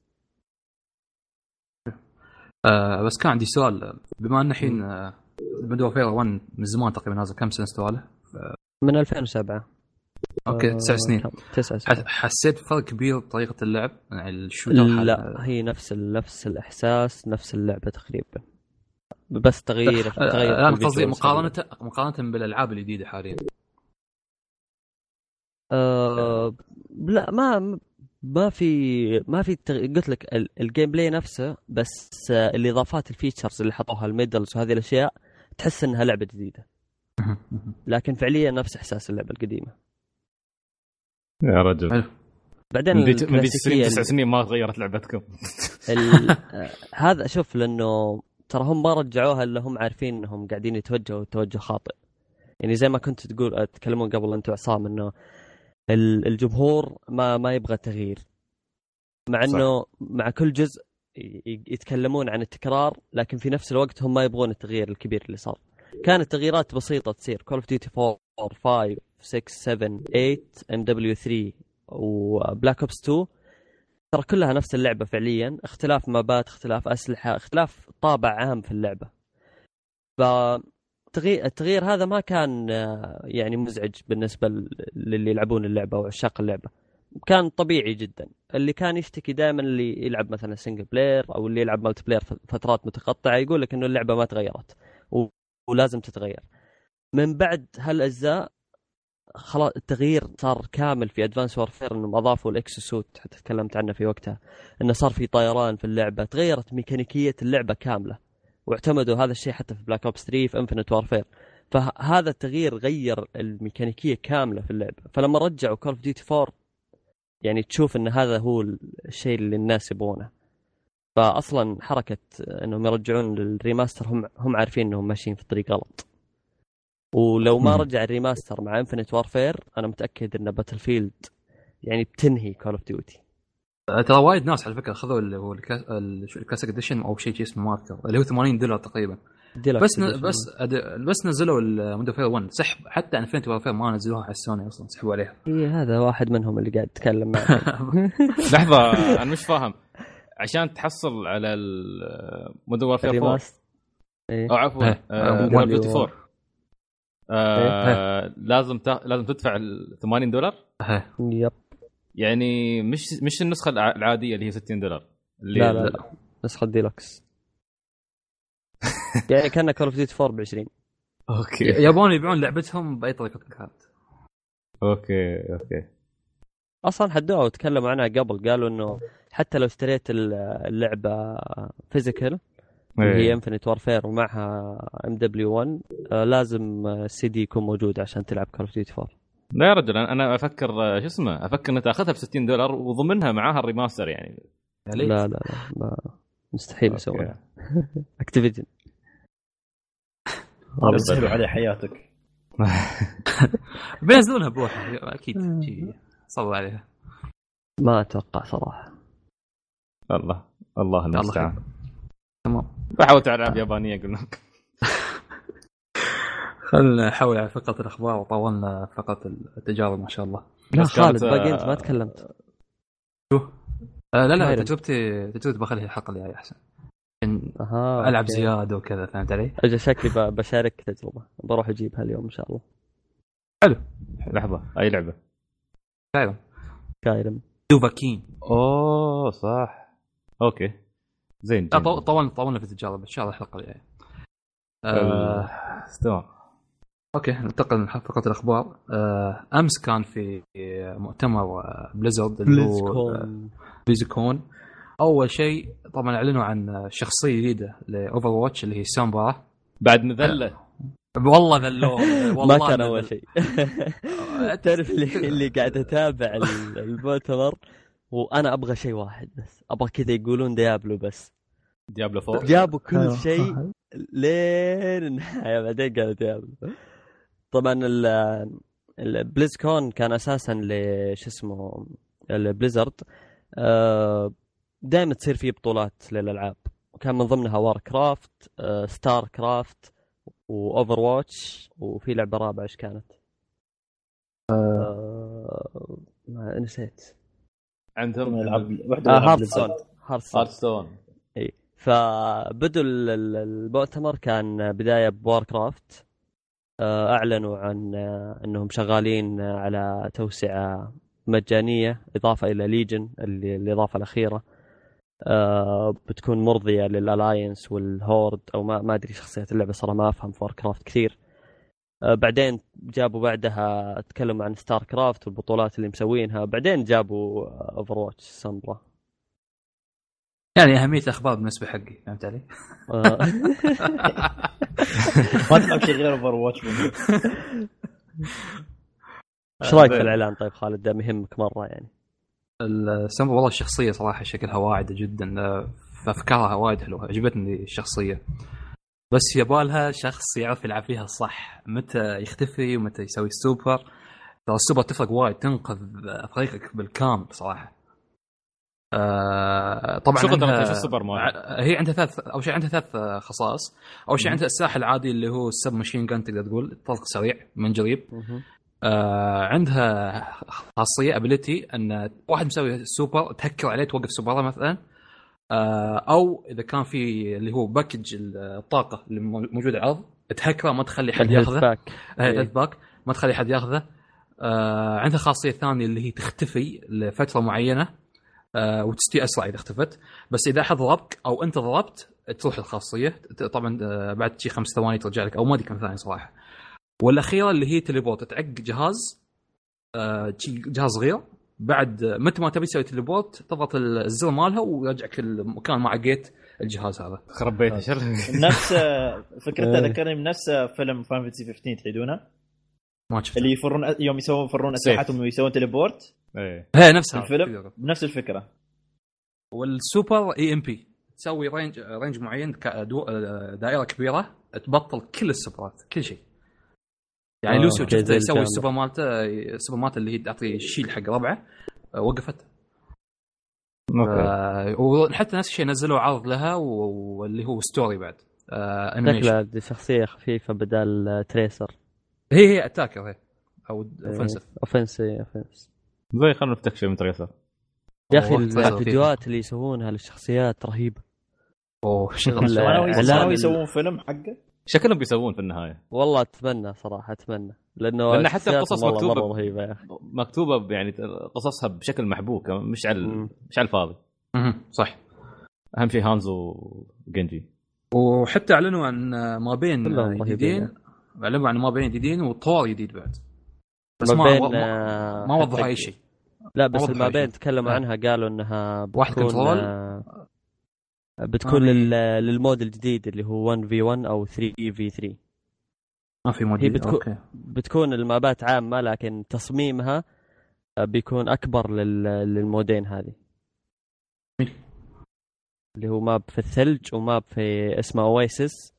آه بس كان عندي سؤال بما ان الحين مودرن وورفير واحد من زمان تقريبا هذا كم سنه استواله من ألفين وسبعة اوكي تسع سنين تسع سنين حسيت فرق كبير بطريقه اللعب يعني الشوتر لا هي نفس نفس الاحساس نفس اللعبه تقريبا بس تغيير تغير انا قصدي مقارنه مقارنه بالالعاب الجديده حاليا. أه لا ما ما في ما في تغ... قلت لك الجيم بلاي نفسه بس الاضافات الفيتشرز اللي حطوها الميدلز وهذه الاشياء تحس انها لعبه جديده لكن فعليا نفس احساس اللعبه القديمه يا رجل. بعدين من تسع سنين ما غيرت لعبتكم ال... هذا شوف لانه ترى هم ما رجعوها الا هم عارفين انهم قاعدين يتوجهوا توجه خاطئ. يعني زي ما كنت تقول تكلمون قبل انتم عصام انه الجمهور ما ما يبغى تغيير مع انه مع كل جزء يتكلمون عن التكرار لكن في نفس الوقت هم ما يبغون التغيير الكبير اللي صار. كانت تغييرات بسيطه تصير كول اوف ديوتي أربعة خمسة ستة سبعة ثمانية ام دبليو ثلاثة وبلاك اوبس اثنين ترى كلها نفس اللعبه فعليا اختلاف مابات اختلاف اسلحه اختلاف طابع عام في اللعبه. ف التغيير هذا ما كان يعني مزعج بالنسبة للي يلعبون اللعبة وعشاق اللعبة كان طبيعي جدا. اللي كان يشتكي دائما اللي يلعب مثلا سنجل بلاير أو اللي يلعب مالتي بلاير فترات متقطعة يقول لك إنه اللعبة ما تغيرت ولازم تتغير. من بعد هالأجزاء خلاص التغيير صار كامل في أدفانس وورفير إنهم أضافوا الإكسوسوت حتى تكلمت عنه في وقتها إنه صار في طيران في اللعبة تغيرت ميكانيكية اللعبة كاملة واعتمدوا هذا الشيء حتى في بلاك اوبس ثلاثة في انفينيت وارفير. فهذا التغيير غير الميكانيكيه كامله في اللعبه. فلما رجعوا كول اوف ديوتي أربعة يعني تشوف ان هذا هو الشيء اللي الناس يبغونه. فاصلا حركه انهم يرجعون الريماستر هم هم عارفين انهم ماشيين في الطريق غلط. ولو ما رجع الريماستر مع انفينيت وارفير انا متاكد ان باتل فيلد يعني بتنهي كول اوف ديوتي. ترى وايد ناس على فكره خذوا اللي هو الكلاسيك اديشن او شيء اسمه ما اذكر اللي هو ثمانين دولار تقريبا بس ن... بس أد... بس نزلوا المودرن وورفير واحد سحب حتى انفينيتي وارفير ما نزلوها على السوني اصلا سحبوا عليها. اي هذا واحد منهم اللي قاعد يتكلم معك. لحظه انا مش فاهم عشان تحصل على المودرن وورفير أربعة او عفوا كول اوف ديوتي أربعة آه لازم ت... لازم تدفع ثمانين دولار. يب يعني مش مش النسخه العاديه اللي هي ستين دولار اللي لا لا, لا. نسخه ديلوكس يعني كان كول اوف ديوتي أربعة ب عشرين. اوكي يبون يبيعون لعبتهم باي طريقه كانت. اوكي اوكي اصلا حدوها وتكلموا عنها قبل قالوا انه حتى لو اشتريت اللعبه فيزيكال هي انفينيت وارفير ومعها ام دبليو واحد لازم السي دي يكون موجود عشان تلعب كول اوف ديوتي أربعة. لا يا رجل انا افكر شو اسمه افكر ان تاخذها ب ستين دولار وضمنها معاها الريماستر يعني. لا لا لا ما مستحيل يسوونها. اكتيفيجن سهلوا عليه حياتك. بينزلونها بروحه اكيد صلوا عليها. ما اتوقع صراحه. الله الله المستعان. تمام بحاول العاب يابانيه قلنا لك. خلنا نحاول على فقره الاخبار وطولنا فقره التجارب ما شاء الله. لا خالد باقي انت ما تكلمت. شو آه لا لا تجربتي تجربتي بخليها الحلقه اللي جايه احسن. أها العب زياده وكذا فهمت علي. اجل شكلي بشارك تجربه بروح اجيبها اليوم ان شاء الله. حلو لحظه اي لعبه؟ كايرم كايرم دوفاكين. اوه صح اوكي زين. طولنا طولنا في التجارب ان شاء الله الحلقه اللي جايه. آه تمام اوكي ننتقل لفقره الاخبار. آه امس كان في مؤتمر بليزرد اللي هو بليزكون. اول شيء طبعا اعلنوا عن شخصيه جديده لاوفر واتش اللي هي سامبا. بعد نذله والله ذلوه والله ما كان اول شيء. تعرف اللي اللي قاعد اتابع المؤتمر وانا ابغى شيء واحد بس ابغى كذا يقولون ديابلو بس ديابلو فور جابوا كل شيء لين النهايه بعدين قالوا ديابلو. طبعا البليزكون كان اساسا لش اسمه البليزرد دائما تصير فيه بطولات للالعاب وكان من ضمنها وار كرافت ستار كرافت واوفر واتش وفي لعبه رابعه ايش كانت أه... ما نسيت عندهم العاب واحده آه هارتستون هارتستون اي. فبدوا المؤتمر كان بدايه بوار كرافت. اعلنوا عن انهم شغالين على توسعه مجانيه اضافه الى ليجن اللي الاضافه الاخيره أه بتكون مرضيه للالاينس والهورد او ما ما ادري شخصيات اللعبه صراحه ما افهم فور كرافت كثير. أه بعدين جابوا بعدها تكلموا عن ستار كرافت والبطولات اللي مسوينها. بعدين جابوا اوفر واتش سامبرا. يعني اهميه الاخبار بالنسبه حقي فهمت علي. ما تلعب شيء غير اوفر واتش. ايش رايك في الاعلان طيب خالد؟ ده مهمك مره يعني. السامبرا والله الشخصيه صراحه شكلها واعده جدا فافكارها وايد حلوه عجبتني الشخصيه بس يبالها شخص يعرف يلعب فيها صح متى يختفي ومتى يسوي السوبر. ترى السوبر تفرق وايد تنقذ فريقك بالكامل صراحه. آه طبعا شو قدرتها شو السوبر مال؟ هي عندها ثلاث او شيء عندها ثلاث خصائص. اول شيء عندها السلاح العادي اللي هو السب ماشين جان تقدر تقول طلق سريع من جريب. آه عندها خاصيه ابيليتي ان واحد مسوي سوبر تهكر عليه توقف سوبره مثلا. آه او اذا كان في اللي هو باكج الطاقه اللي موجود على الارض تهكره ما تخلي حد ياخذه. هيلث باك ما تخلي حد ياخذه. آه عندها خاصيه ثانيه اللي هي تختفي لفتره معينه آه وتستي اسرع اذا اختفت. بس اذا احد ضربك او انت ضربت تروح الخاصيه طبعا آه بعد شي خمس ثواني ترجع لك او ما ادري كم ثانيه صراحه. والاخيره اللي هي تليبورت تعق جهاز آه جهاز صغير بعد متى ما تبي تسوي تليبورت تضغط الزر مالها ويرجعك المكان ما عقيت الجهاز هذا. خرب بيته شر. نفس فكرته ذكرني من نفس فيلم فاين فانتسي خمسة عشر تعيدونه ما شفت اللي يفرون يوم يسوون يفرون اسلحتهم ويسوون تليبورت. ايه هي نفسها الفيلم بنفس الفكره. والسوبر اي ام بي تسوي رينج رينج معين دائره كبيره تبطل كل السوبرات كل شيء. يعني آه لوسيو شفت يسوي السوبر مالته السوبر مالته اللي هي تعطي الشيل حق ربعه وقفت. اوكي وحتى نفس الشيء نزلوا عرض لها واللي هو ستوري بعد آه انيميشن. دي شخصيه خفيفه بدل تريسر. هي هي اتاكر هي او اوفنسيف اوفنسي اوفنس زي خلنا نفتك شيء من تريسر. يا اخي الفيديوهات اللي يسوونها للشخصيات رهيبه. اوه شغل شغل يسوون فيلم حقه شكلهم بيسوون في النهايه. والله اتمنى صراحه اتمنى لانه لان حتى القصص مكتوبه رهيبه يا اخي مكتوبه يعني قصصها بشكل محبوك مش على م. مش على الفاضي. صح. اهم شيء هانزو وجنجي. وحتى اعلنوا عن ما بين جديدين اعلنوا عن ما بين جديدين وطور جديد بعد بس ما بين ما, ما وضحوا اي شيء. لا بس ما بين تكلموا عنها قالوا انها بتكون بتكون لل... للمود الجديد اللي هو واحد في واحد او ثلاثة في ثلاثة. ما في مود. هي بتكون أوكي. بتكون المابات عامه لكن تصميمها بيكون اكبر لل... للمودين هذه اللي هو ماب في الثلج وماب في اسمه اويسس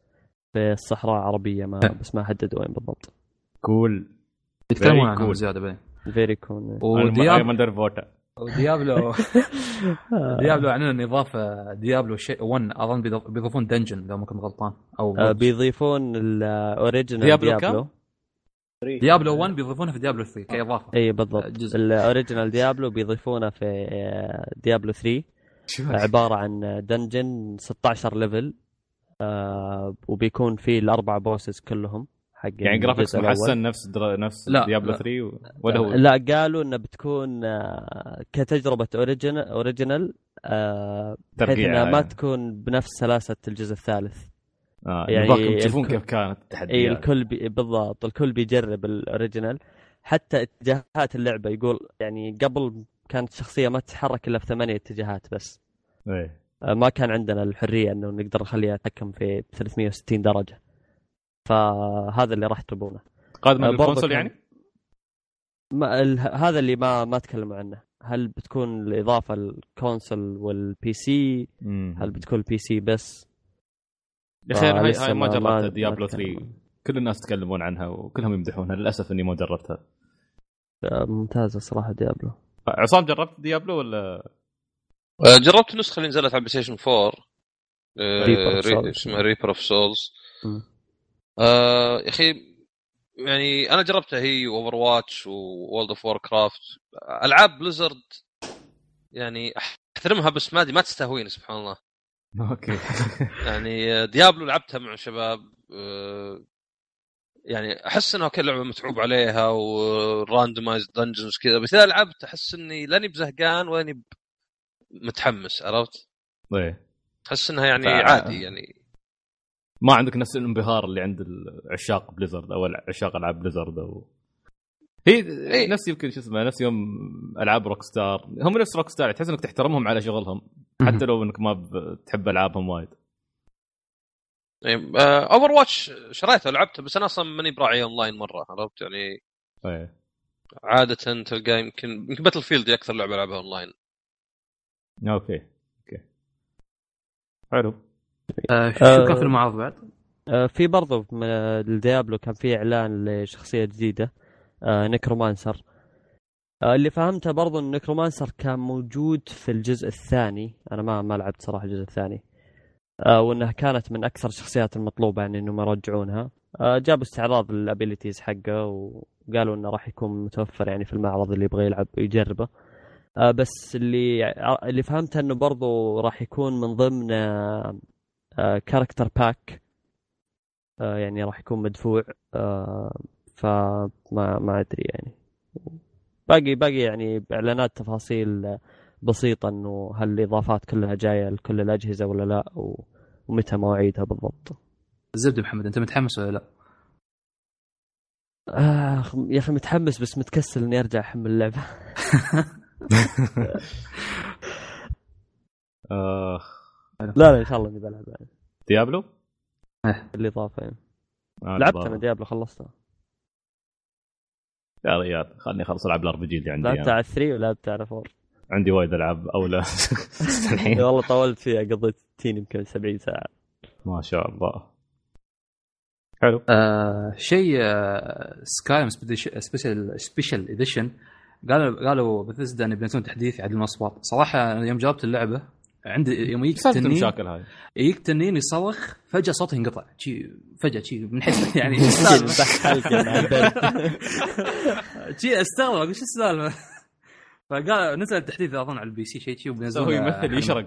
في الصحراء العربيه ما بس ما حددوا وين بالضبط. كول يتكلمون عنها زياده بين فيري كون وديابلو وديابلو ديابلو عننا اضافه ديابلو شيء واحد اظن بيضيفون دنجن اذا ما كنت غلطان او آه بيضيفون الاوريجينال ديابلو ديابلو ديابلو واحد بيضيفونه في ديابلو ثلاثة كاضافه. اي بالضبط الاوريجينال ديابلو بيضيفونه في ديابلو ثلاثة عباره عن دنجن ستة عشر ليفل آه وبيكون فيه الاربع بوسز كلهم حق يعني جرافيكس محسن نفس در... نفس لا ديابلو ثلاثة و... ولا هو لا قالوا انه بتكون آه كتجربه اوريجينال اوريجينال آه بحيث انها ما تكون بنفس سلاسه الجزء الثالث. اه يعني تشوفون كيف كانت التحديات. اي الكل بي... بالضبط الكل بيجرب الاوريجينال. حتى اتجاهات اللعبه يقول يعني قبل كانت الشخصيه ما تتحرك الا في ثمانية اتجاهات بس. ايه ما كان عندنا الحريه انه نقدر نخليها تحكم في ثلاثمية وستين درجه. فهذا اللي راح تبونه قادم للكونسول يعني ما ال... هذا اللي ما ما تكلموا عنه. هل بتكون الاضافه الكونسول والبي سي مم. هل بتكون البي سي بس يا اخي هاي, هاي ما جربتها ديابلو ثلاثة. كل الناس يتكلمون عنها وكلهم يمدحونها للاسف اني ما جربتها. ممتازه صراحه ديابلو. عصام جربت ديابلو ولا جربت النسخه اللي نزلت على بلاي ستيشن أربعة ري... اسمها ريبر اوف سولز. آه يا اخي يعني انا جربتها هي اوفر واتش وورلد اوف وور كرافت العاب بليزرد يعني احترمها بس ما دي ما تستهويني سبحان الله. اوكي يعني ديابلو لعبتها مع شباب يعني احس انها كل لعبه متعوب عليها وراندمايز دنجنز كذا بس اذا لعبت احس اني لاني بزهقان واني متحمس عرفت. ايه احس انها يعني ف... عادي يعني ما عندك نفس الانبهار اللي عند العشاق بليزرد او عشاق العاب بليزرد او هي إيه؟ نفس يمكن شو اسمه نفس يوم العاب روك ستار هم نفس روك ستار تحس انك تحترمهم على شغلهم حتى لو انك ما بتحب العابهم وايد. اوفر واتش شريته لعبته بس انا اصلا ماني براعي اونلاين مره عرفت يعني. ايه عاده تلقى يمكن يمكن باتل فيلد اكثر لعبه العبها اونلاين. اوكي اوكي حلو. آه شو كان في المعارض بعد؟ آه في برضو الديابلو كان في اعلان لشخصيه جديده آه نيكرومانسر. آه اللي فهمته برضو ان نيكرومانسر كان موجود في الجزء الثاني. انا ما ما لعبت صراحه الجزء الثاني آه وانها كانت من اكثر الشخصيات المطلوبه يعني انهم يرجعونها. آه جابوا استعراض الابيليتيز حقه وقالوا انه راح يكون متوفر يعني في المعرض اللي يبغى يلعب يجربه. آه بس اللي اللي فهمته انه برضو راح يكون من ضمن آه كاركتر باك آه يعني راح يكون مدفوع آه فما ما ادري يعني باقي باقي يعني اعلانات تفاصيل بسيطه انه هل الاضافات كلها جايه لكل الاجهزه ولا لا ومتى مواعيدها بالضبط. زبده محمد انت متحمس ولا لا؟ آه يا اخي متحمس بس متكسل اني ارجع احمل اللعبه. آه لا لا ان شاء الله اني بلعب يعني. ديابلو الاضافه يعني. آه لعبت انا ديابلو خلصتها يا ريال خلني اخلص العب الار بي جي اللي عندي. لعبت على ثلاثة ولعبت على أربعة. عندي وايد العاب اولى الحين والله طولت فيها قضيت تين يمكن سبعين ساعه ما شاء الله. حلو. آه شيء آه سكايم سبيشال سبيشال اديشن قالوا قالوا بثزدا ان بينزلون تحديث يعدل الاصوات. صراحه يوم جربت اللعبه عندي يوم يجيك تنين المشاكل هاي يجيك تنين يصرخ فجاه صوته ينقطع شي فجاه شي من حيث يعني شي استغرب ايش السالفه. فقال نزل التحديث اظن على البي سي شيء شي وبنزلوه هو يمثل يشرق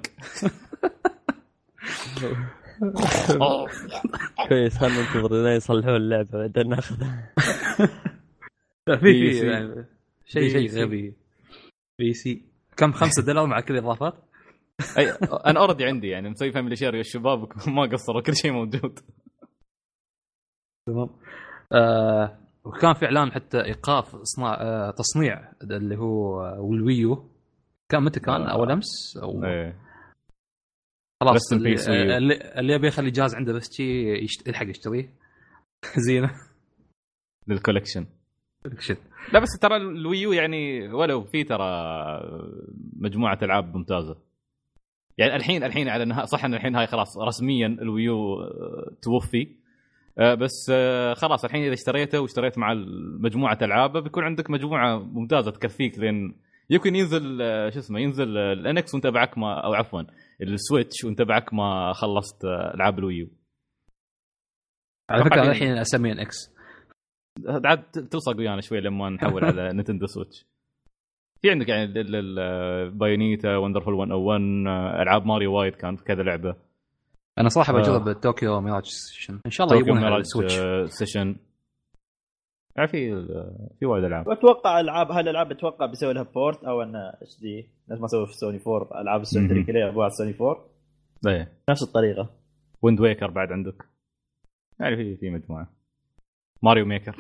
كويس خلنا ننتظر يصلحون اللعبه بعدين ناخذها. في في يعني شيء شيء غبي بي سي كم خمسة دولار مع كل الاضافات. اي انا اوريدي عندي يعني مسوي فاميلي شير يا الشباب ما قصروا كل شيء موجود تمام. آه وكان في اعلان حتى ايقاف اصناع آه تصنيع اللي هو والويو كان متى كان اول امس او ايه. خلاص اللي, اللي اللي يبي يخلي جهاز عنده بس شيء يشت... يلحق يشتريه زينه للكولكشن. كولكشن لا بس ترى الويو يعني ولو في ترى مجموعه العاب ممتازه يعني الحين الحين على النهايه صح ان الحين هاي خلاص رسميا الويو توفي آه بس آه خلاص الحين اذا اشتريته واشتريت مع مجموعه العابه بيكون عندك مجموعه ممتازه تكفيك لين يمكن ينزل آه شو اسمه ينزل الانكس وانت بعك ما او عفوا السويتش وانت بعك ما خلصت آه العاب الويو. على فكره الحين اسميه انكس عاد تلصق ويانا شوي لما نحول على نينتندو سويتش. في عندك يعني بايونيتا وندرفول مية وواحد العاب ماريو وايد كان في كذا لعبه. انا صراحه بجرب آه. طوكيو ميراج سيشن ان شاء الله يبونها على السويتش سيشن. يعني في في وايد العاب. اتوقع العاب هالالعاب اتوقع بيسوي لها بورت او ان اتش دي نفس ما سووا في سوني فور العاب السنتري كلها ابوها سوني فور ايه نفس الطريقه. ويند ويكر بعد عندك يعني في في مجموعه ماريو ميكر.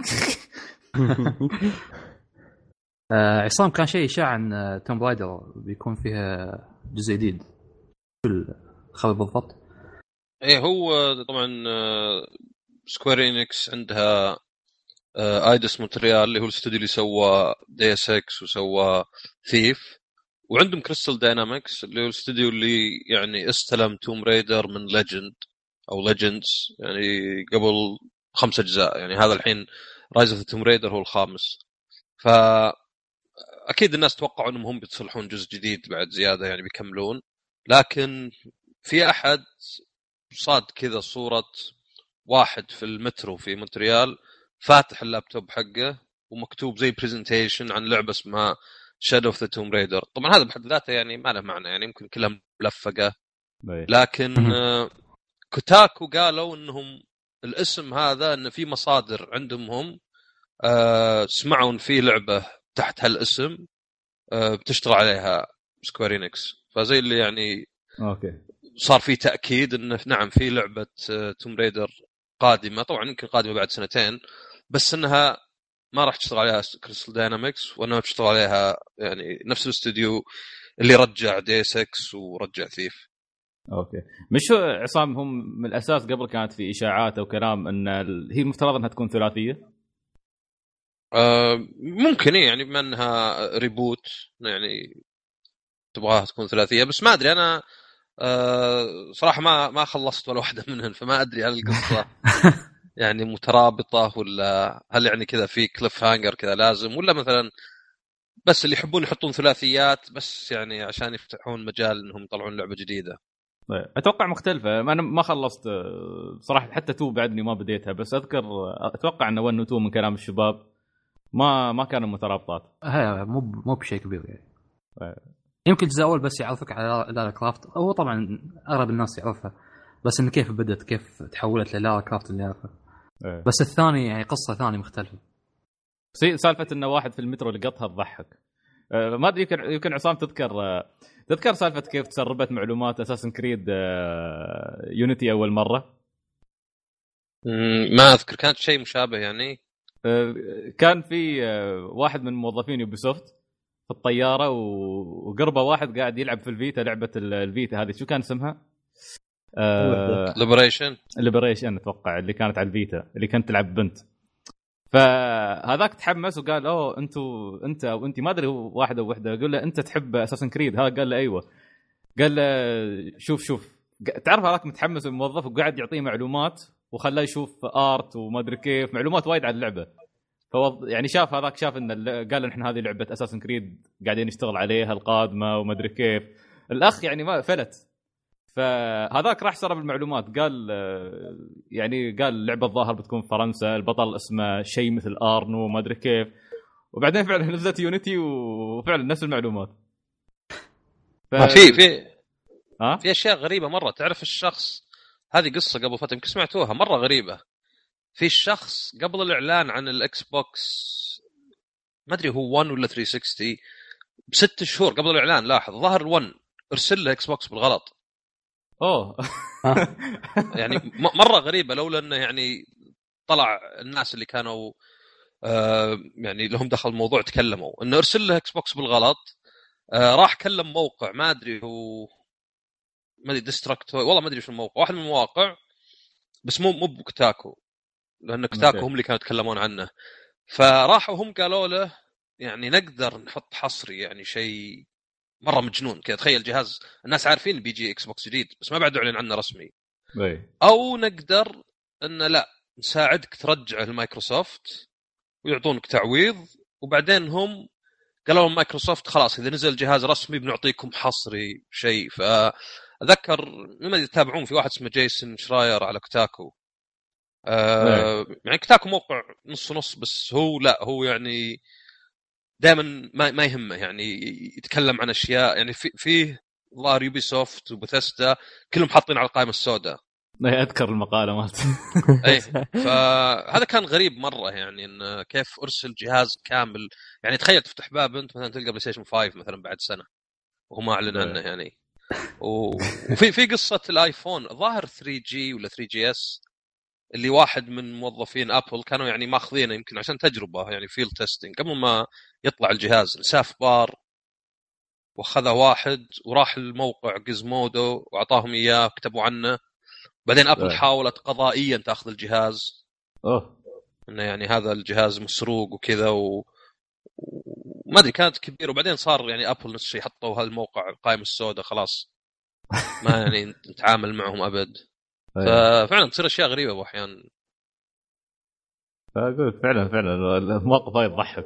آه عصام كان شيء إشاعة عن توم رايدر بيكون فيها جزء جديد كل خبر بالضبط. ايه هو طبعا سكوير إنكس عندها ايدس مونتريال اللي هو الاستوديو اللي سوى دي اس اكس وسوى ثيف, وعندهم كريستال داينامكس اللي هو الاستوديو اللي يعني استلم توم رايدر من ليجند او ليجندز يعني قبل خمسة اجزاء, يعني هذا الحين رايز اوف توم رايدر هو الخامس. ف اكيد الناس توقعوا انهم هم بيتصلحون جزء جديد بعد زياده يعني بيكملون, لكن في احد صاد كذا صوره واحد في المترو في مونتريال فاتح اللابتوب حقه ومكتوب زي بريزنتيشن عن لعبه اسمها شادو اوف ذا توم رايدر. طبعا هذا بحد ذاته يعني ما له معنى, يعني يمكن كلها ملفقه, لكن كوتاكو قالوا انهم الاسم هذا ان في مصادر عندهم هم أه سمعوا ان في لعبه تحت هالاسم أه بتشتغل عليها سكوير إنكس, فزي اللي يعني اوكي صار في تاكيد انه نعم في لعبه توم رايدر قادمه, طبعا يمكن قادمه بعد سنتين, بس انها ما راح تشتغل عليها كريستال داينامكس وانها بتشتغل عليها يعني نفس الاستوديو اللي رجع دي ستة ورجع ثيف. اوكي مش عصام هم من الاساس قبل كانت في اشاعات او كلام ان هي مفترض انها تكون ثلاثيه؟ آه ممكن يعني بما انها ريبوت يعني تبغاها تكون ثلاثيه, بس ما ادري انا آه صراحه ما ما خلصت ولا واحده منهن, فما ادري هل القصه يعني مترابطه ولا هل يعني كذا في كليف هانجر كذا لازم, ولا مثلا بس اللي يحبون يحطون ثلاثيات بس يعني عشان يفتحون مجال انهم يطلعون لعبه جديده. اتوقع مختلفه, انا ما خلصت صراحه حتى تو بعدني ما بديتها, بس اذكر اتوقع ان ون وتو من كلام الشباب ما ما كانوا مترابطات, هي مو مو بشيء كبير يعني. يمكن الجزء الاول بس يعرفك على لارا كرافت, هو طبعا اغلب الناس يعرفها, بس انه كيف بدت كيف تحولت للارا كرافت اللي يعرفها. بس الثاني يعني قصه ثانيه مختلفه. سالفه انه واحد في المترو لقطها تضحك. ما ادري يمكن يمكن عصام تذكر تذكر سالفه كيف تسربت معلومات اساسن كريد يونيتي اول مره؟ ما اذكر, كانت شيء مشابه يعني. كان في واحد من موظفين يوبيسوفت في الطياره وقربه واحد قاعد يلعب في الفيتا لعبه الفيتا هذه شو كان اسمها؟ ليبريشن ليبريشن اتوقع اللي كانت على الفيتا اللي كانت تلعب بنت. فهذاك تحمس وقال اوه انتوا انت او انت ما ادري هو واحد او وحده, يقول له انت تحب اساسن كريد؟ هذا قال له ايوه. قال له شوف شوف تعرف هذاك متحمس الموظف وقاعد يعطيه معلومات وخلاه يشوف ارت وما ادري كيف معلومات وايد عن اللعبه. فوض يعني شاف هذاك شاف ان قال احنا هذه لعبه اساسن كريد قاعدين نشتغل عليها القادمه وما ادري كيف. الاخ يعني ما فلت, فهذاك راح سرب المعلومات, قال يعني قال اللعبه الظاهر بتكون في فرنسا, البطل اسمه شيء مثل ارنو ما ادري كيف, وبعدين فعلا نزلت يونيتي وفعلا نفس المعلومات. ف... في في ها في اشياء غريبه مره. تعرف الشخص هذه قصه قبل فتره يمكن سمعتوها مره غريبه. في الشخص قبل الاعلان عن الاكس بوكس ما ادري هو واحد ولا ثلاثمية وستين بست شهور قبل الاعلان, لاحظ ظهر واحد ارسل له اكس بوكس بالغلط. اوه يعني مره غريبه, لولا انه يعني طلع الناس اللي كانوا آه يعني لهم دخل الموضوع تكلموا انه ارسل له اكس بوكس بالغلط. آه راح كلم موقع ما ادري هو ما ادري ديستراكت والله ما ادري شو الموقع, واحد من المواقع بس مو مو بكتاكو, لان كتاكو هم اللي كانوا يتكلمون عنه. فراحوا هم قالوا له يعني نقدر نحط حصري يعني شيء مره مجنون كذا, تخيل جهاز الناس عارفين بيجي اكس بوكس جديد بس ما بعد اعلن عنه رسمي, بي. او نقدر ان لا نساعدك ترجعه لمايكروسوفت ويعطونك تعويض، وبعدين هم قالوا مايكروسوفت خلاص إذا نزل جهاز رسمي بنعطيكم حصري شيء. فأذكر لما يتابعون في واحد اسمه جيسون شراير على كوتاكو، آه يعني كوتاكو موقع نص نص، بس هو لا هو يعني دائما ما ما يهمه يعني يتكلم عن اشياء يعني في فيه ظاهر يوبي سوفت وبثيستا كلهم حاطين على القائمه السوداء. اذكر المقاله مالته. اي فهذا كان غريب مره، يعني ان كيف ارسل جهاز كامل. يعني تخيل تفتح باب انت مثلا تلقى بلاي ستيشن خمسة مثلا بعد سنه وهو ما اعلن عنه يعني. وفي في قصه الايفون ظاهر ثري جي ولا ثري جي اس اللي واحد من موظفين ابل كانوا يعني ماخذينه يمكن عشان تجربه يعني فيل تيستينج قبل ما يطلع الجهاز، نساف بار واخذه واحد وراح الموقع جيزمودو واعطاهم اياه كتبوا عنه. بعدين ابل حاولت قضائيا تاخذ الجهاز، اوه انه يعني هذا الجهاز مسروق وكذا و... وما ادري كانت كبيره. وبعدين صار يعني ابل نفس الشيء، حطوا هالموقع القائمه السوداء خلاص ما يعني نتعامل معهم ابد. ففعلا تصير اشياء غريبه باحيان. فاقول فعلا فعلا الموقف هاي يضحك.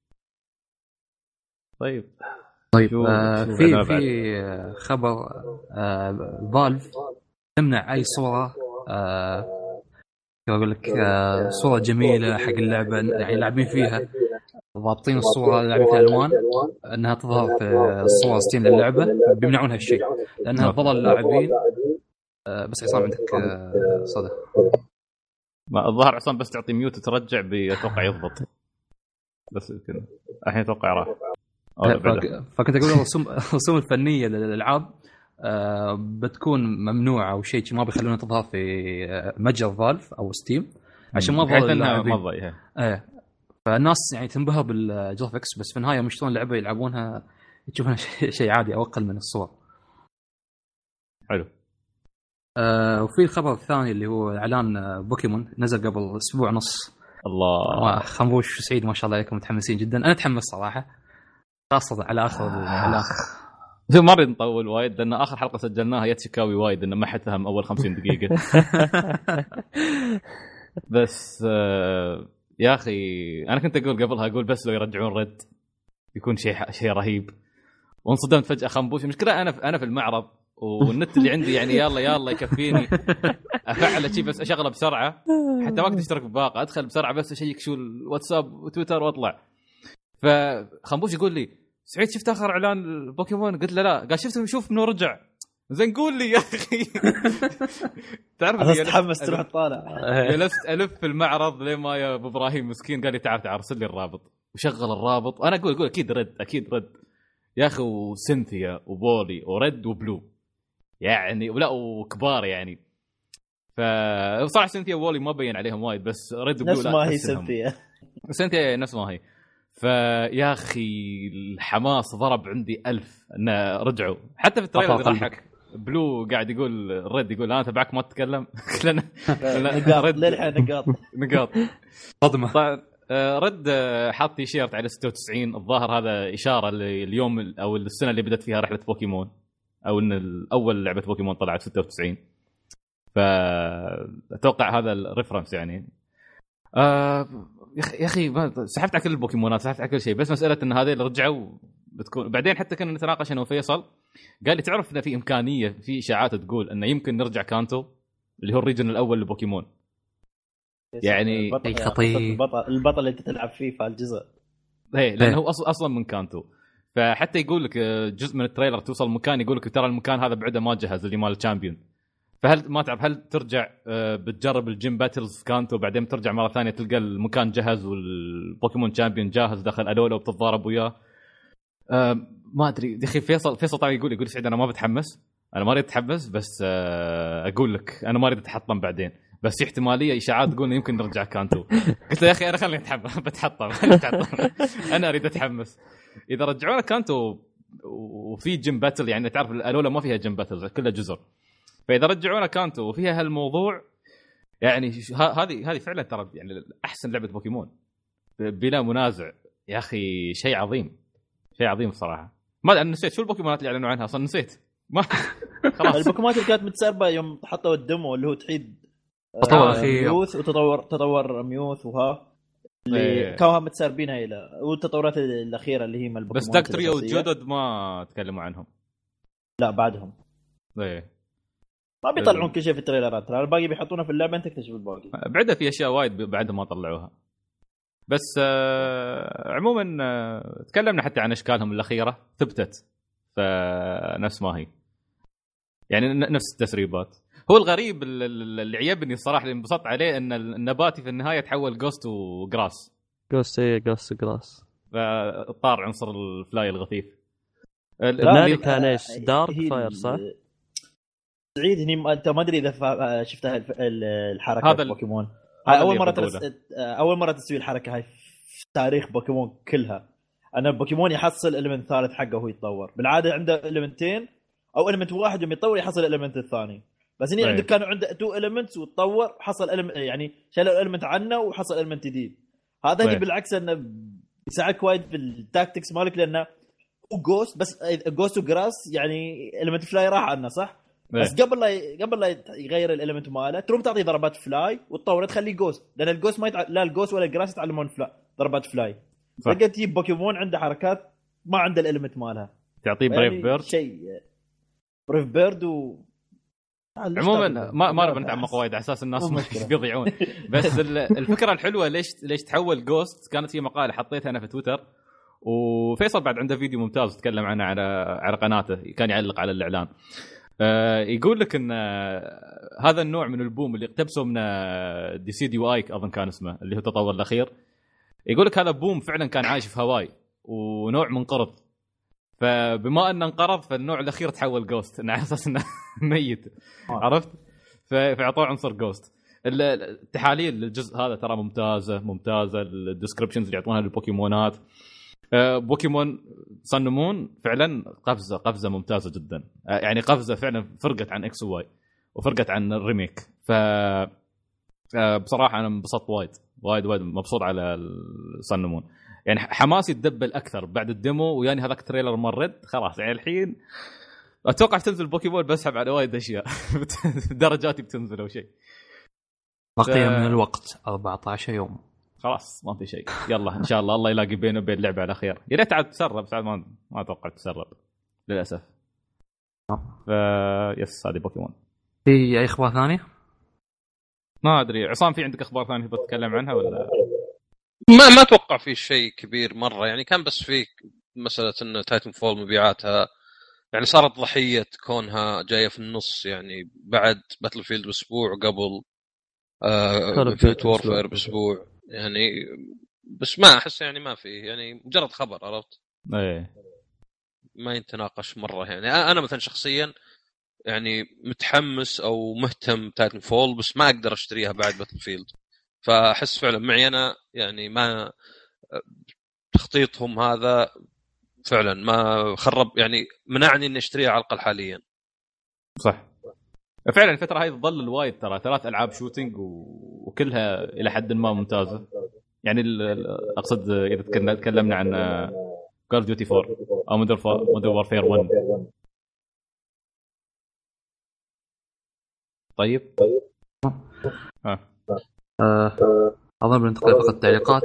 طيب طيب آه في في خبر آه فالف تمنع اي صوره آه اقول لك آه صوره جميله حق اللعبه يعني لاعبين فيها، ضابطين الصوره لاعبين فيها الوان انها تظهر في الصور ستين للعبه، بيمنعون هالشيء لانها تضل اللاعبين. آه بس عصام عندك آه صدى ما الظاهر عصام بس تعطي ميوت ترجع بيتوقع يضبط بس كذا الحين اتوقع راح. فكنت اقول الرسوم الرسوم الفنيه للالعاب آه بتكون ممنوعه او شيء ما بيخلونها تظهر في متجر فالف او ستيم عشان ما تظهر اللاعبين. ايه فالناس يعني تنبهر بالجرافيكس، بس في النهايه يشترون لعبه يلعبونها يشوفونها شيء عادي او اقل من الصور. حلو. آه وفي الخبر الثاني اللي هو اعلان بوكيمون نزل قبل اسبوع ونص. الله خنبوش وسعيد ما شاء الله عليكم متحمسين جدا. انا متحمس صراحه خاصه على اخر الاعلان. ما نريد نطول وايد لان اخر حلقه سجلناها يا شكاوي وايد انه ما حد فهم اول خمسين دقيقه. بس آه يا اخي انا كنت اقول قبلها اقول بس لو يرجعون رد يكون شيء شيء رهيب، وانصدمت فجاه خنبوش. المشكله انا انا في المعرض والنت اللي عندي يعني يلا يلا يكفيني افعل شيء بس اشغله بسرعه حتى وقت اشترك بباقه ادخل بسرعه بس اشيك شو الواتساب وتويتر واطلع. فخنبوش يقول لي سعيد شفت اخر اعلان بوكيمون؟ قلت له لا. قال شفت شوف منو رجع. زين قول لي يا اخي. تعرف انا متحمس تروح تطالع. جلست الف في المعرض لما يا ابو ابراهيم مسكين قال لي تعال تعال ارسل لي الرابط وشغل الرابط. انا اقول اقول اكيد رد اكيد رد يا اخي، وسينثيا وبولي ورد وبلو يعني ولا وكبار يعني. فصراحه سينثيا وولي ما بين عليهم وايد بس رد وبلو نفس ما هي سينثيا سينثيا نفس ما هي. فيا اخي الحماس ضرب عندي ألف انه رجعوا. حتى في التريلر يضحك بلو قاعد يقول رد يقول انا تبعك ما تتكلم. لنا نقاط للحين نقاط نقاط صدمه. طيب رد حاط تي شيرت على ستة وتسعين الظاهر هذا اشاره اليوم او السنه اللي بدت فيها رحله بوكيمون او ان الاول لعبه بوكيمون طلعت ستة وتسعين. فاتوقع هذا الريفرنس يعني. آه يا اخي سحبت على كل البوكيمونات سحبت على كل شيء بس مساله ان هذول رجعوا بتكون بعدين. حتى كنا نتناقش انا وفيصل قال لي تعرف ان في امكانيه في اشاعات تقول انه يمكن نرجع كانتو اللي هو الريجن الاول لبوكيمون يعني خطير. البطل البطل اللي انت تلعب فيه في الجزء ايه لانه هو اصلا من كانتو. فحتى يقول لك جزء من التريلر توصل مكان يقول لك ترى المكان هذا بعده ما جهز اللي مال الشامبيون. فهل ما تعرف هل ترجع بتجرب الجيم باتلز في كانتو بعدين ترجع مره ثانيه تلقى المكان جهز والبوكيمون شامبيون جاهز داخل الولا وبتتضارب وياه. أه ما ادري يا اخي. فيصل فيصل طبعا يقول يقول سعيد انا ما بتحمس انا ما اريد اتحمس بس أه اقول لك انا ما اريد اتحطم بعدين بس في احتماليه اشاعات تقول يمكن نرجع كانتو. قلت له يا اخي انا خليني اتحمس بتحطم انا اريد اتحمس. اذا رجعونا كانتو وفي جيم باتل يعني تعرف الولا ما فيها جيم باتل كلها جزر. فاذا رجعونا كانتو وفيها هالموضوع يعني هذه هذه فعلا ترى يعني احسن لعبه بوكيمون بلا منازع يا اخي. شيء عظيم شيء عظيم صراحه. ما انا نسيت شو البوكيمونات اللي اعلنوا عنها اصلا نسيت. ما خلاص البوكيمونات اللي كانت متسربه يوم حطوا الدمو اللي هو تحيد تطور اخير ميوث وتطور تطور ميوث وها اللي إيه. كانوا متسربينها الى والتطورات الاخيره اللي هي مال بس بوكيمون دكتوريو الأساسية. وجدد ما تكلموا عنهم. لا بعدهم ايه ما بيطلعون كل شيء في التريلرات، ترى الباقي بيحطونه في اللعبه انت تكتشف الباقي. بعدها في اشياء وايد بعد ما طلعوها. بس آه عموما آه تكلمنا حتى عن اشكالهم الاخيره ثبتت فنفس ما هي، يعني نفس التسريبات. هو الغريب اللي عيبني الصراحه اللي انبسطت عليه ان النباتي في النهايه تحول جوست وجراس. جوست ايه جوست جراس، فطار عنصر الفلاي الغثيث. اللي كان ايش دارك فاير صح؟ سعيد هني انت ما ادري اذا شفتها الحركه هذا بوكيمون. هاي اول مره ترس... اول مره تسوي الحركه هاي في تاريخ بوكيمون كلها. انا بوكيمون يحصل اليمنت ثالث حقه وهو يتطور، بالعاده عنده اليمنتين او اليمنت واحد يوم يتطور يحصل الاليمنت الثاني، بس هني عندك كانوا عنده تو اليمنتس وتطور حصل إلم... يعني شالوا الاليمنت عنه وحصل اليمنت جديد. هذا اللي بالعكس انه يساعدك وايد في التاكتكس مالك، لانه وجوست بس جوست وجراس يعني اليمنت فلاي راح عنه صح، بس قبل لا قبل لا يغير الاليمنت ماله تروم تعطي ضربات فلاي وتطور تخليه جوست، لان الجوست ما يتع... لا الجوست ولا الجراس يتعلمون فلاي ضربات فلاي. لقيت تجيب بوكيمون عنده حركات ما عنده الاليمنت مالها، تعطيه بريف يعني بيرد شيء بريف بيرد و عموما ما ما نبي نتعمق وايد على اساس الناس مش بيضيعون. بس الفكره الحلوه ليش ليش تحول جوست كانت في مقاله حطيتها انا في تويتر، وفيصل بعد عنده فيديو ممتاز تكلم عنه على على قناته كان يعلق على الاعلان. آه يقول لك ان آه هذا النوع من البوم اللي اقتبسه من آه ديسيديو ايك اظن كان اسمه اللي هو التطور الاخير، يقول لك هذا بوم فعلا كان عايش في هاواي ونوع منقرض، فبما انه انقرض فالنوع الاخير تحول جوست على اساس انه ميت عرفت، فاعطوه عنصر جوست. التحاليل للجزء هذا ترى ممتازه ممتازه، الديسكربشنز اللي يعطونها للبوكيمونات بوكيمون صن مون فعلا قفزه قفزه ممتازه جدا، يعني قفزه فعلا فرقت عن اكس وواي وفرقت عن الريميك. ف بصراحه انا انبسطت وايد وايد وايد مبسوط على صن مون، يعني حماسي تدبل اكثر بعد الديمو، ويعني هذاك تريلر مرد خلاص يعني الحين اتوقع تنزل بوكيمون بسحب على وايد اشياء درجاتي بتنزل او شيء. بقي ف... من الوقت أربعة عشر يوم خلاص ما في شيء، يلا ان شاء الله الله يلاقي بينه وبين اللعبه على خير. يا ريت عاد تسرب ساعه ما ما اتوقع تسرب للاسف. ف يس هذه بوكيمون. في اي اخبار ثانيه؟ ما ادري عصام في عندك اخبار ثانيه بتتكلم عنها ولا؟ ما ما اتوقع في شيء كبير مره، يعني كان بس في مساله ان تايتن فول مبيعاتها يعني صارت ضحيه كونها جايه في النص، يعني بعد باتل فيلد باسبوع قبل انفينيتي آه وورفير باسبوع، يعني بس ما احس يعني ما في يعني مجرد خبر عرفت ايه ما يتناقش مره. يعني انا مثلا شخصيا يعني متحمس او مهتم تايتن فول بس ما اقدر اشتريها بعد باتل فيلد، فاحس فعلا معي انا يعني ما تخطيطهم هذا فعلا ما خرب يعني منعني اني اشتريها على الاقل حاليا. صح فعلا الفتره هاي تظل الوايد ترى ثلاث العاب شوتينج وكلها الى حد ما ممتازه، يعني اقصد اذا تكلمنا عن كول اوف ديوتي فور او مودرن وارفير ون. طيب ها أه. اظن بننتقل فقط التعليقات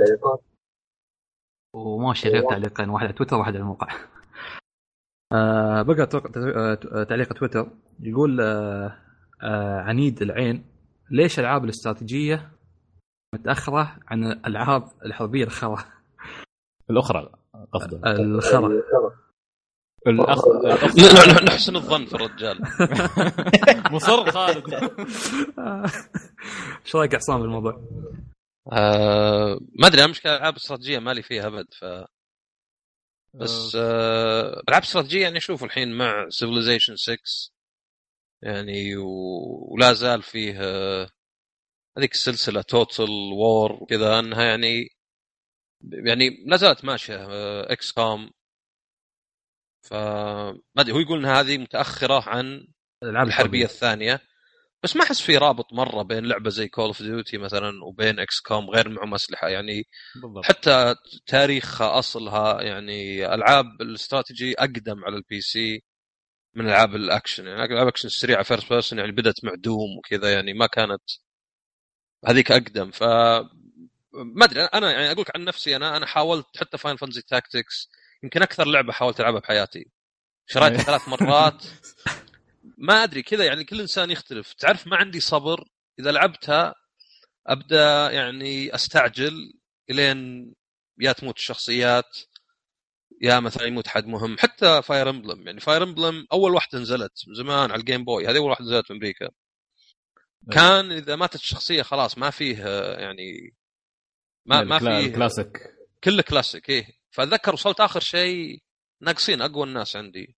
وماشي غير تعليقين، واحد على تويتر وواحد على الموقع. أه بقى تعليق تويتر يقول أه أه عنيد العين ليش العاب الاستراتيجيه متاخره عن الالعاب الحربيه الخرا الاخرى قصده الخرا الاخ نحسن الظن في الرجال. مصر خالد. شو رايك عصام بالموضوع؟ آه ما ادري، مشكله العاب استراتيجيه مالي فيها ابد، ف بس آه العاب استراتيجيه يعني شوف الحين مع سيفيلايزيشن ستة يعني ولا زال فيه آه هذيك السلسله توتال وور وكذا انها يعني يعني لا زالت ماشيه آه اكس كوم، فما ادري هو يقول ان هذه متاخره عن الالعاب الحربيه الثانيه، بس ما احس في رابط مره بين لعبه زي كول اوف ديوتي مثلا وبين اكس كوم غير معهم اسلحه يعني بالضبط. حتى تاريخها اصلها يعني العاب الاستراتيجي اقدم على البي سي من العاب الاكشن، يعني العاب الاكشن السريعه فيرست بيرسون يعني بدت مع دوم وكذا، يعني ما كانت هذيك اقدم. ف ما ادري انا يعني اقولك عن نفسي انا انا حاولت حتى فاين فانتزي تاكتكس يمكن اكثر لعبه حاولت العبها بحياتي، شريتها ثلاث مرات ما ادري كذا يعني كل انسان يختلف. تعرف ما عندي صبر اذا لعبتها ابدا يعني استعجل الين يا تموت الشخصيات يا مثلا يموت حد مهم. حتى فاير امبلم يعني فاير امبلم اول واحده نزلت زمان على الجيم بوي، هذه اول واحده نزلت في امريكا، كان اذا ماتت الشخصيه خلاص ما فيه يعني ما ما فيه كلاسيك كله كلاسيك. ايه فاتذكر وصلت اخر شيء ناقصين اقوى الناس عندي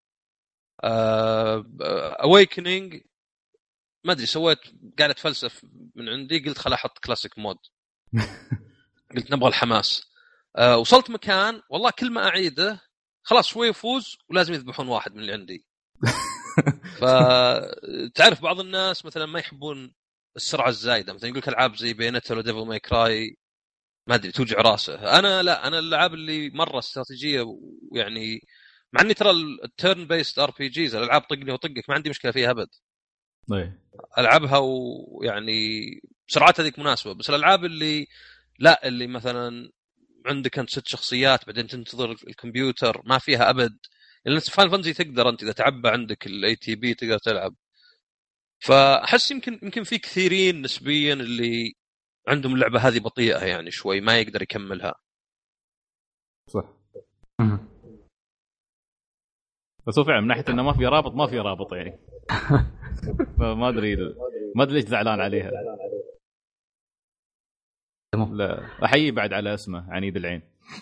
اويكنينج uh, ما ادري سويت قاعد اتفلسف من عندي قلت خل احط كلاسيك مود قلت نبغى الحماس. uh, وصلت مكان والله كل ما اعيده خلاص شوي يفوز ولازم يذبحون واحد من اللي عندي. فتعرف بعض الناس مثلا ما يحبون السرعه الزايده، مثلا يقولك العاب زي بينتا ولا ديفل ماي كراي ما ادري توجع راسه. انا لا انا الالعاب اللي مره استراتيجيه ويعني مع اني ترى التيرن بيست ار بي جيز الالعاب طقني وطقك ما عندي مشكله فيها ابد العبها ويعني سرعتها ذيك مناسبه. بس الالعاب اللي لا اللي مثلا عندك انت ست شخصيات بعدين تنتظر الكمبيوتر ما فيها ابد. لان فاين فانتزي تقدر انت اذا تعبى عندك الاي تي بي تقدر تلعب. فاحس يمكن يمكن في كثيرين نسبيا اللي عندهم اللعبه هذه بطيئه يعني شوي ما يقدر يكملها. صح. بس هو فعلا من ناحيه انه ما في رابط ما في رابط يعني ما ادري ما ادري ليش زعلان عليها. لا احيي بعد على اسمه عنيد العين.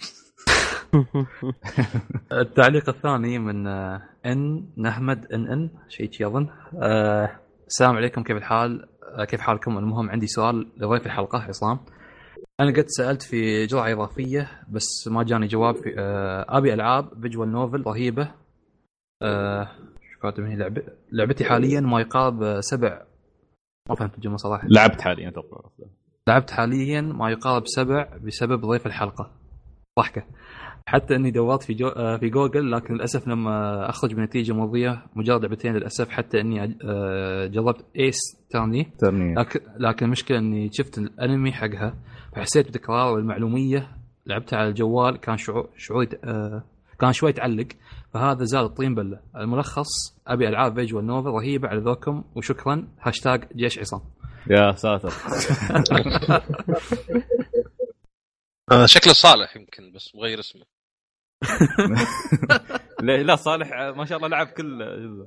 التعليق الثاني من ان نحمد ان ان شيء يظن أه السلام عليكم كيف الحال أه كيف حالكم. المهم عندي سؤال لضيف الحلقه عصام. انا قد سالت في جرعه اضافيه بس ما جاني جواب في أه ابي العاب فيجوال نوفل رهيبه. أه شو كاتب هنا لعبه لعبتي حاليا ما يقارب سبع ما فهمت الجمله صراحه. لعبت حاليا تقرأ لعبت حاليا ما يقارب سبع بسبب ضيف الحلقه ضحكه. حتى اني دورت في جو... في جوجل لكن للاسف لما اخرج بنتيجه مرضيه مجرد لعبتين للاسف. حتى اني جربت ايس ترني لكن لكن المشكله اني شفت الانمي حقها فحسيت بتكرار والمعلوميه. لعبتها على الجوال كان شعور شعوري كان شوي تعلق فهذا زاد الطين بله. الملخص ابي العاب فيجوال نوفل رهيبه على ذوقكم وشكرا. هاشتاج جيش عصام. يا ساتر. شكله صالح يمكن بس مغير اسمه. لا لا صالح ما شاء الله لعب كل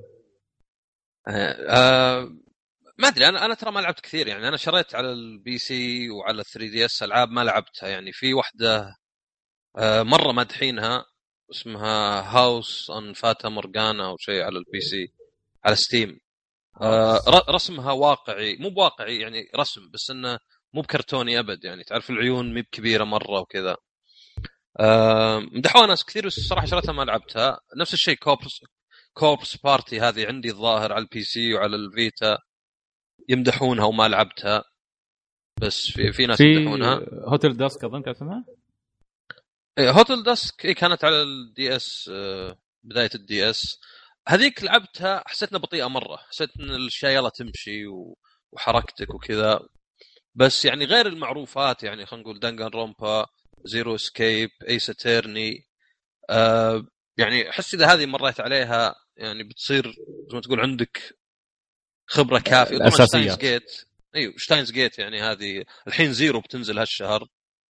أه ما ادري انا انا ترى ما لعبت كثير يعني. انا شريت على البي سي وعلى ثري دي اس العاب ما لعبتها يعني. في واحده أه مره مدحينها اسمها هاوس ان فاتا مورغانا او شيء على البي سي على ستيم. أه رسمها واقعي مو بواقعي يعني رسم بس انه مو بكرتوني ابد يعني. تعرف العيون مي بكبيره مره وكذا. أه مدحوها ناس كثير بس الصراحه شريتها ما لعبتها. نفس الشيء كوربس كوربس بارتي هذه عندي الظاهر على البي سي وعلى الفيتا يمدحونها وما لعبتها بس في في ناس يمدحونها. هوتل داسك اظن كان اسمها إيه هوتل داسك إيه كانت على الدي اس أه بدايه الدي اس. هذيك لعبتها حسيت انها بطيئه مره. حسيت ان الاشياء يلا تمشي وحركتك وكذا بس يعني غير المعروفات يعني خلينا نقول دانجان رومبا زيرو اسكيب ايس اترني. آه يعني احس اذا هذه مريت عليها يعني بتصير زي ما تقول عندك خبره كافيه. طبعا شتاينز جيت ايوه شتاينز جيت يعني هذه الحين زيرو بتنزل هالشهر.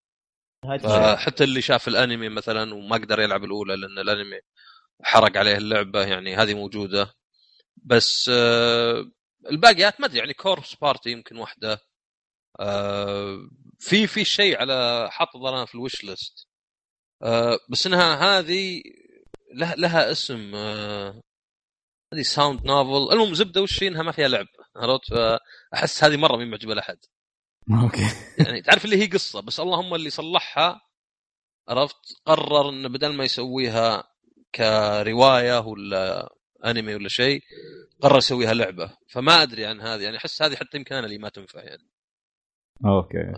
حتى اللي شاف الانمي مثلا وما قدر يلعب الاولى لان الانمي حرق عليه اللعبه يعني هذه موجوده. بس آه الباقيات ما ادري يعني كوربس بارتي يمكن واحده. آه في في شيء على حط ضرنا في الويش ليست. آه بس انها هذه لها, لها اسم آه هذه ساوند نوفل. المهم زبده وش انها ما فيها لعب عرفت. احس هذه مره ما معجبه لاحد. اوكي يعني تعرف اللي هي قصه بس اللهم اللي صلحها عرفت قرر انه بدل ما يسويها كروايه ولا انمي ولا شيء قرر يسويها لعبه. فما ادري عن هذه يعني احس هذه حتى يمكن انا اللي ما تنفع يعني. اوكي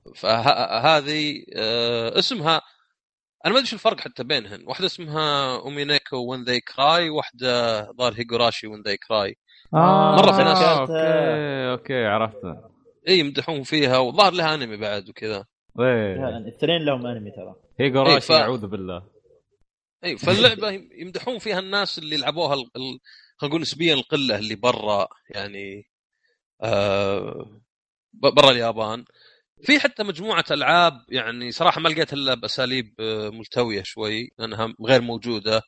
فهذه آه اسمها انا ما ادري شو الفرق حتى بينهن. واحده اسمها اومينيكو وين ذي كراي واحده ظاهر هيغوراشي وين ذي كراي. آه مره في ناس اوكي اوكي عرفتها. اي يمدحون فيها وظهر لها انمي بعد وكذا. ايه الاثنين لهم انمي ترى. هي قراشي ف... اعوذ بالله. اي فاللعبه يمدحون فيها الناس اللي لعبوها ال... ال... خلينا نقول نسبيا القله اللي برا يعني آه... برا اليابان. في حتى مجموعه العاب يعني صراحه ما لقيت الا باساليب ملتويه شوي لانها غير موجوده.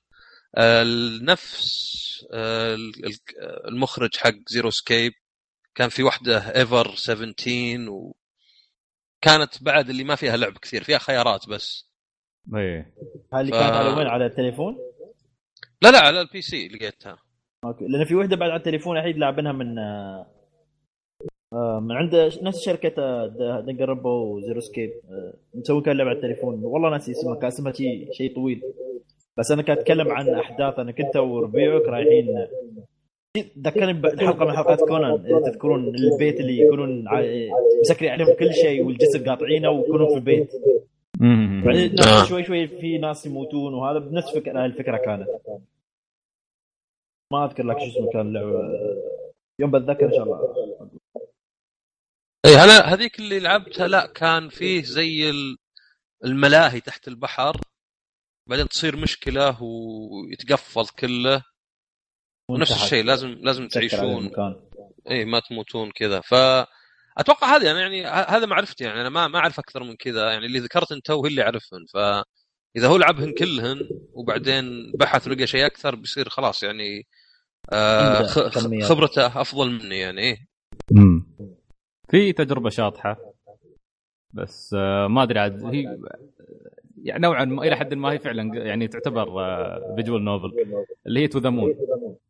نفس المخرج حق زيرو سكيب كان في واحده ايفر سبعتاشر وكانت بعد اللي ما فيها لعب كثير فيها خيارات بس. ايه هذه ف... كانت على وين؟ على التليفون؟ لا لا على البي سي لقيتها. اوكي لان في وحده بعد على التليفون الحين لاعبينها من من عند نفس شركه دنجربو وزيرو سكيب مسوي كان لعبه على التليفون والله ناسي اسمها كان اسمها شيء شيء طويل بس انا كنت اتكلم عن احداث انا كنت وربيعك رايحين ذكرني بحلقه من حلقات كونان تذكرون البيت اللي يكونون مسكرين عليهم كل شيء والجسر قاطعينه ويكونون في البيت بعدين شوي شوي في ناس يموتون وهذا بنفس فكره الفكره كانت ما اذكر لك شو اسمه كان اللعبه يوم بتذكر ان شاء الله. اي انا هذيك اللي لعبتها لا كان فيه زي الملاهي تحت البحر بعدين تصير مشكله ويتقفل كله ونفس الشيء لازم لازم تعيشون اي ما تموتون كذا. فاتوقع هذه انا يعني هذا معرفتي يعني انا ما ما اعرف اكثر من كذا يعني اللي ذكرت انت هو اللي يعرفهن فاذا هو لعبهن كلهن وبعدين بحث لقى شيء اكثر بيصير خلاص يعني آه خبرته افضل مني يعني. ايه في تجربه شاطحه بس آه ما ادري عاد هي يعني نوعا ما الى حد ما هي فعلا يعني تعتبر فيجوال نوفل اللي هي تو ذا مون.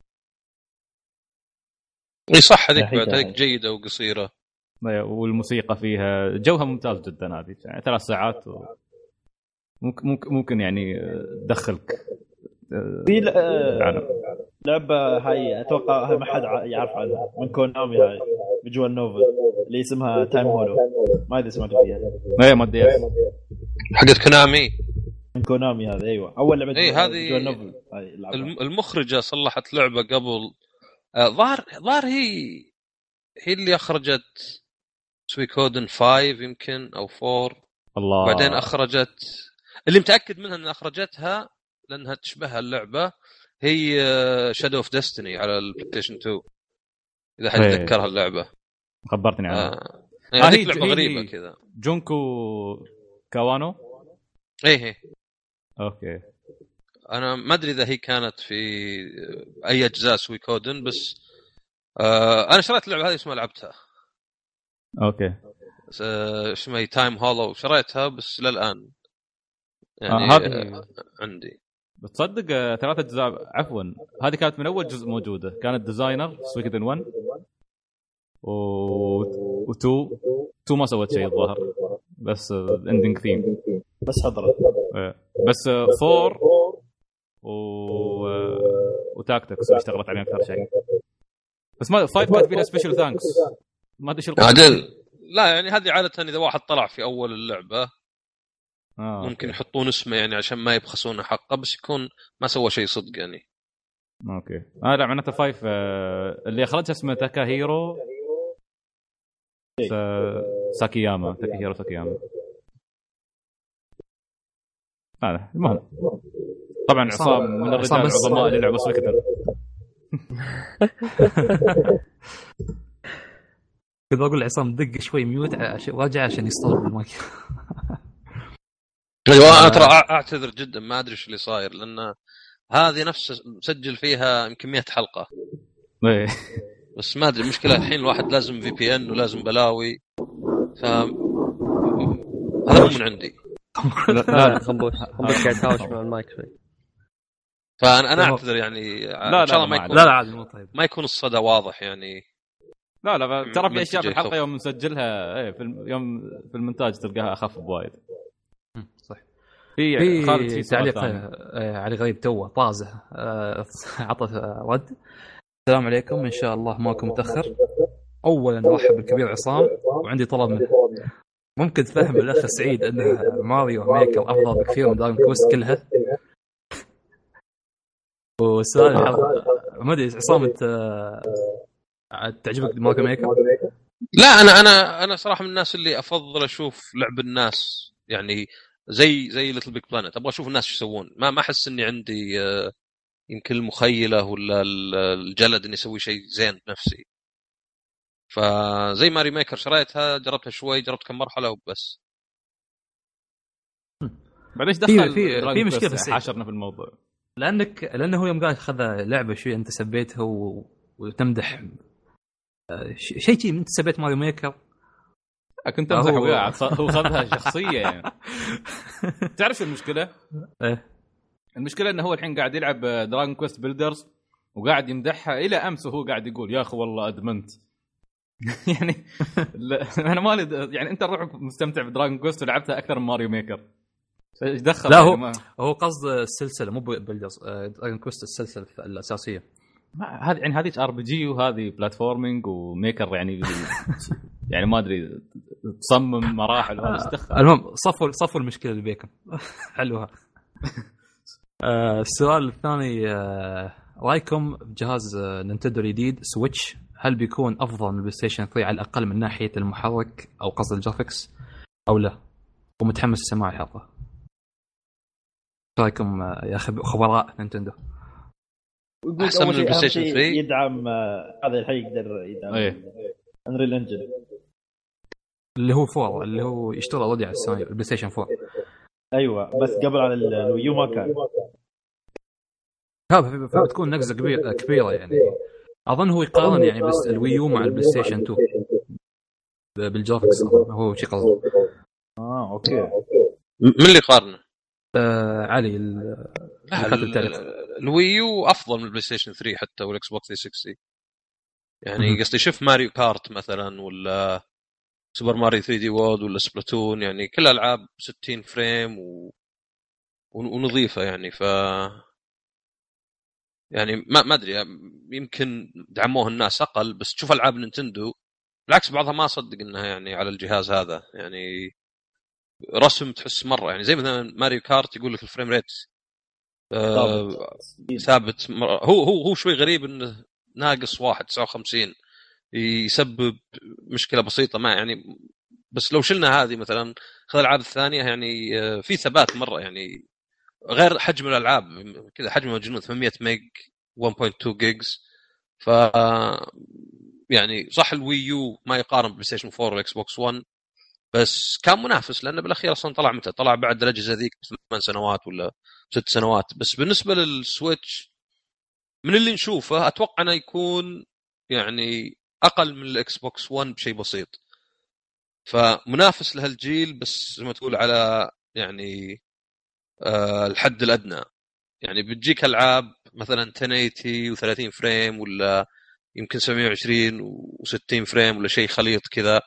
اي صح هذيك بعد هذيك جيده وقصيره والموسيقى فيها جوها ممتاز جدا هذه يعني ثلاث ساعات و... ممكن ممكن يعني تدخلك في لعبه هاي اتوقع ما حد يعرف عنها من كونامي هاي فيجوال نوفل اللي اسمها تايم هولو ما ادري سمعت فيها. ما ما ادري حقت كونامي من كونامي هذا ايوه اول لعبه اي هذه المخرجه صلحت لعبه قبل ظهر آه ظهر هي هي اللي اخرجت سويكودن خمسة يمكن او أربعة الله بعدين اخرجت اللي متاكد منها ان اخرجتها لانها تشبه اللعبه هي شادو اوف ديستني على البلايستيشن اثنين اذا حد يتذكرها اللعبه خبرتني عنها. آه. يعني هي لعبه غريبه كذا جونكو كاوانو. ايه ايه اوكي انا ما ادري اذا هي كانت في اي اجزاء سويكودن بس آه انا شريت اللعبه هذه اسمها لعبتها. اوكي اسمها تايم هولو شريتها بس للان يعني آه هذه عندي بتصدق ثلاث اجزاء عفوا هذه كانت من اول جزء موجوده كانت ديزاينر سويكودن واحد و و2 تو ما سوت شيء الظاهر بس الاندنج ثيم بس حضرت بس فور و وتاكتكس اشتغلت عليه اكثر شيء بس ما فايف كانت فيها سبيشال ثانكس ما ادري شو عدل. لا يعني هذه عاده اذا واحد طلع في اول اللعبه آه. ممكن يحطون اسمه يعني عشان ما يبخسونه حقه بس يكون ما سوى شيء صدق يعني. اوكي اه لا معناته فايف آه اللي اخرجها اسمه تاكاهيرو ساكياما تاكاهيرو ساكياما هذا المهم طبعا عصام من الرجال العظماء اللي لعبوا سويكودن. كنت بقول عصام دق شوي ميوت عشان راجع عشان يصطاد المايك. ايوه انا ترى اعتذر جدا ما ادري ايش اللي صاير لان هذه نفس مسجل فيها يمكن مئة حلقه بس ما ادري المشكله الحين الواحد لازم في بي ان ولازم بلاوي ف هذا مو من عندي. لا خنبوش خنبوش قاعد يتهاوش مع المايك شوي فانا انا اعتذر يعني لا ان شاء الله ما يكون لا لا عادي مو طيب ما يكون الصدى واضح يعني. لا لا ترى في اشياء في الحلقه يوم نسجلها ايه في يوم في المونتاج تلقاها اخف بوايد. صح. في في خالد في تعليق علي غريب توه طازه عطت رد. السلام عليكم ان شاء الله ماكم متاخر. اولا ارحب بالكبير عصام وعندي طلب منه ممكن تفهم الاخ سعيد ان ماريو ميكر افضل بكثير من دراجون كويست كلها. والسؤال ما ادري عصام انت تعجبك ماريو ميكر؟ لا انا انا انا صراحه من الناس اللي افضل اشوف لعب الناس، يعني زي زي ليتل بيج بلانت، ابغى اشوف الناس شو يسوون. ما ما احس اني عندي يمكن المخيله ولا الجلد اني اسوي شيء زين بنفسي. فزي ماري ميكر شريتها جربتها شوي، جربت كم مرحله وبس. بعدين ايش دخل في في مشكله بس حاشرنا في الموضوع؟ لانك لانه هو يوم قاعد اخذ لعبه شوي انت سبيتها و... وتمدح شيء شيء انت سبيت ماريو ميكر، كنت امزح وياه. هو خذها شخصيه يعني. تعرف المشكله ايه؟ المشكله انه هو الحين قاعد يلعب دراجون كويست بيلدرز وقاعد يمدحها الى امس، وهو قاعد يقول يا اخي والله ادمنت. يعني انا مالي يعني انت روح مستمتع بدراجون كويست ولعبتها اكثر من ماريو ميكر، ايش دخل؟ لا يعني هو ما... هو قصد السلسله مو بيلدرز، دراجون كويست السلسله الاساسيه. هذه يعني هذه ار بي جي وهذه بلاتفورمينج وميكر يعني يعني ما ادري تصمم مراحل وهذا ايش دخل. المهم صفوا صفوا المشكله اللي بيكم. حلوها. آه السؤال الثاني، آه رايكم بجهاز آه نينتندو الجديد سويتش، هل بيكون افضل من البلاي ستيشن ثلاثة على الاقل من ناحيه المحرك او قصد الجرافيكس او لا؟ ومتحمس لسماع الحلقه. رايكم آه يا خبراء نينتندو؟ احسن من البلاي ستيشن ثلاثة يدعم آه هذا الحين يقدر يدعم انريل انجن اللي هو فور اللي هو يشتغل اوريدي على السوني البلاي ستيشن فور. ايوه بس قبل على الويو ما كان. ها فبتكون نقزه كبيره كبيره يعني. اظن هو يقارن يعني بس الويو مع البلاي ستيشن تو بالجرافيكس، هو شيء قصدي. اه اوكي. من اللي قارنه؟ آه علي الويو افضل من البلاي ستيشن ثلاثة حتى والاكس بوكس ثلاثمية وستين. يعني قصدي شوف ماريو كارت مثلا ولا سوبر ماريو ثري دي وورد ولا سبلاتون، يعني كل العاب ستين فريم و... ونظيفه يعني. ف يعني ما ما ادري يمكن دعموه الناس اقل، بس تشوف العاب نينتندو بالعكس بعضها ما اصدق انها يعني على الجهاز هذا يعني رسم تحس مره يعني زي مثلا ماريو كارت يقول لك الفريم ريت آه ثابت. هو هو هو شوي غريب انه ناقص واحد تسعة وخمسين يسبب مشكله بسيطه ما يعني. بس لو شلنا هذه مثلا خذ الالعاب الثانيه يعني في ثبات مره يعني، غير حجم الالعاب كذا حجمه مجنون ثمانمية ميج واحد فاصلة اثنين جيجز. ف يعني صح الويو ما يقارن بالبلاي ستيشن فور والاكس بوكس ون، بس كان منافس لانه بالاخير اصلا طلع متى طلع بعد الاجهزه ذيك ثمان سنوات ولا ست سنوات. بس بالنسبه للسويتش من اللي نشوفه اتوقع انه يكون يعني اقل من الاكس بوكس ون بشيء بسيط، فمنافس لهالجيل بس زي ما تقول على يعني أه الحد الادنى. يعني بتجيك العاب مثلا عشرة ثمانين و30 فريم ولا يمكن سبعمية وعشرين و60 فريم ولا شيء خليط كذا،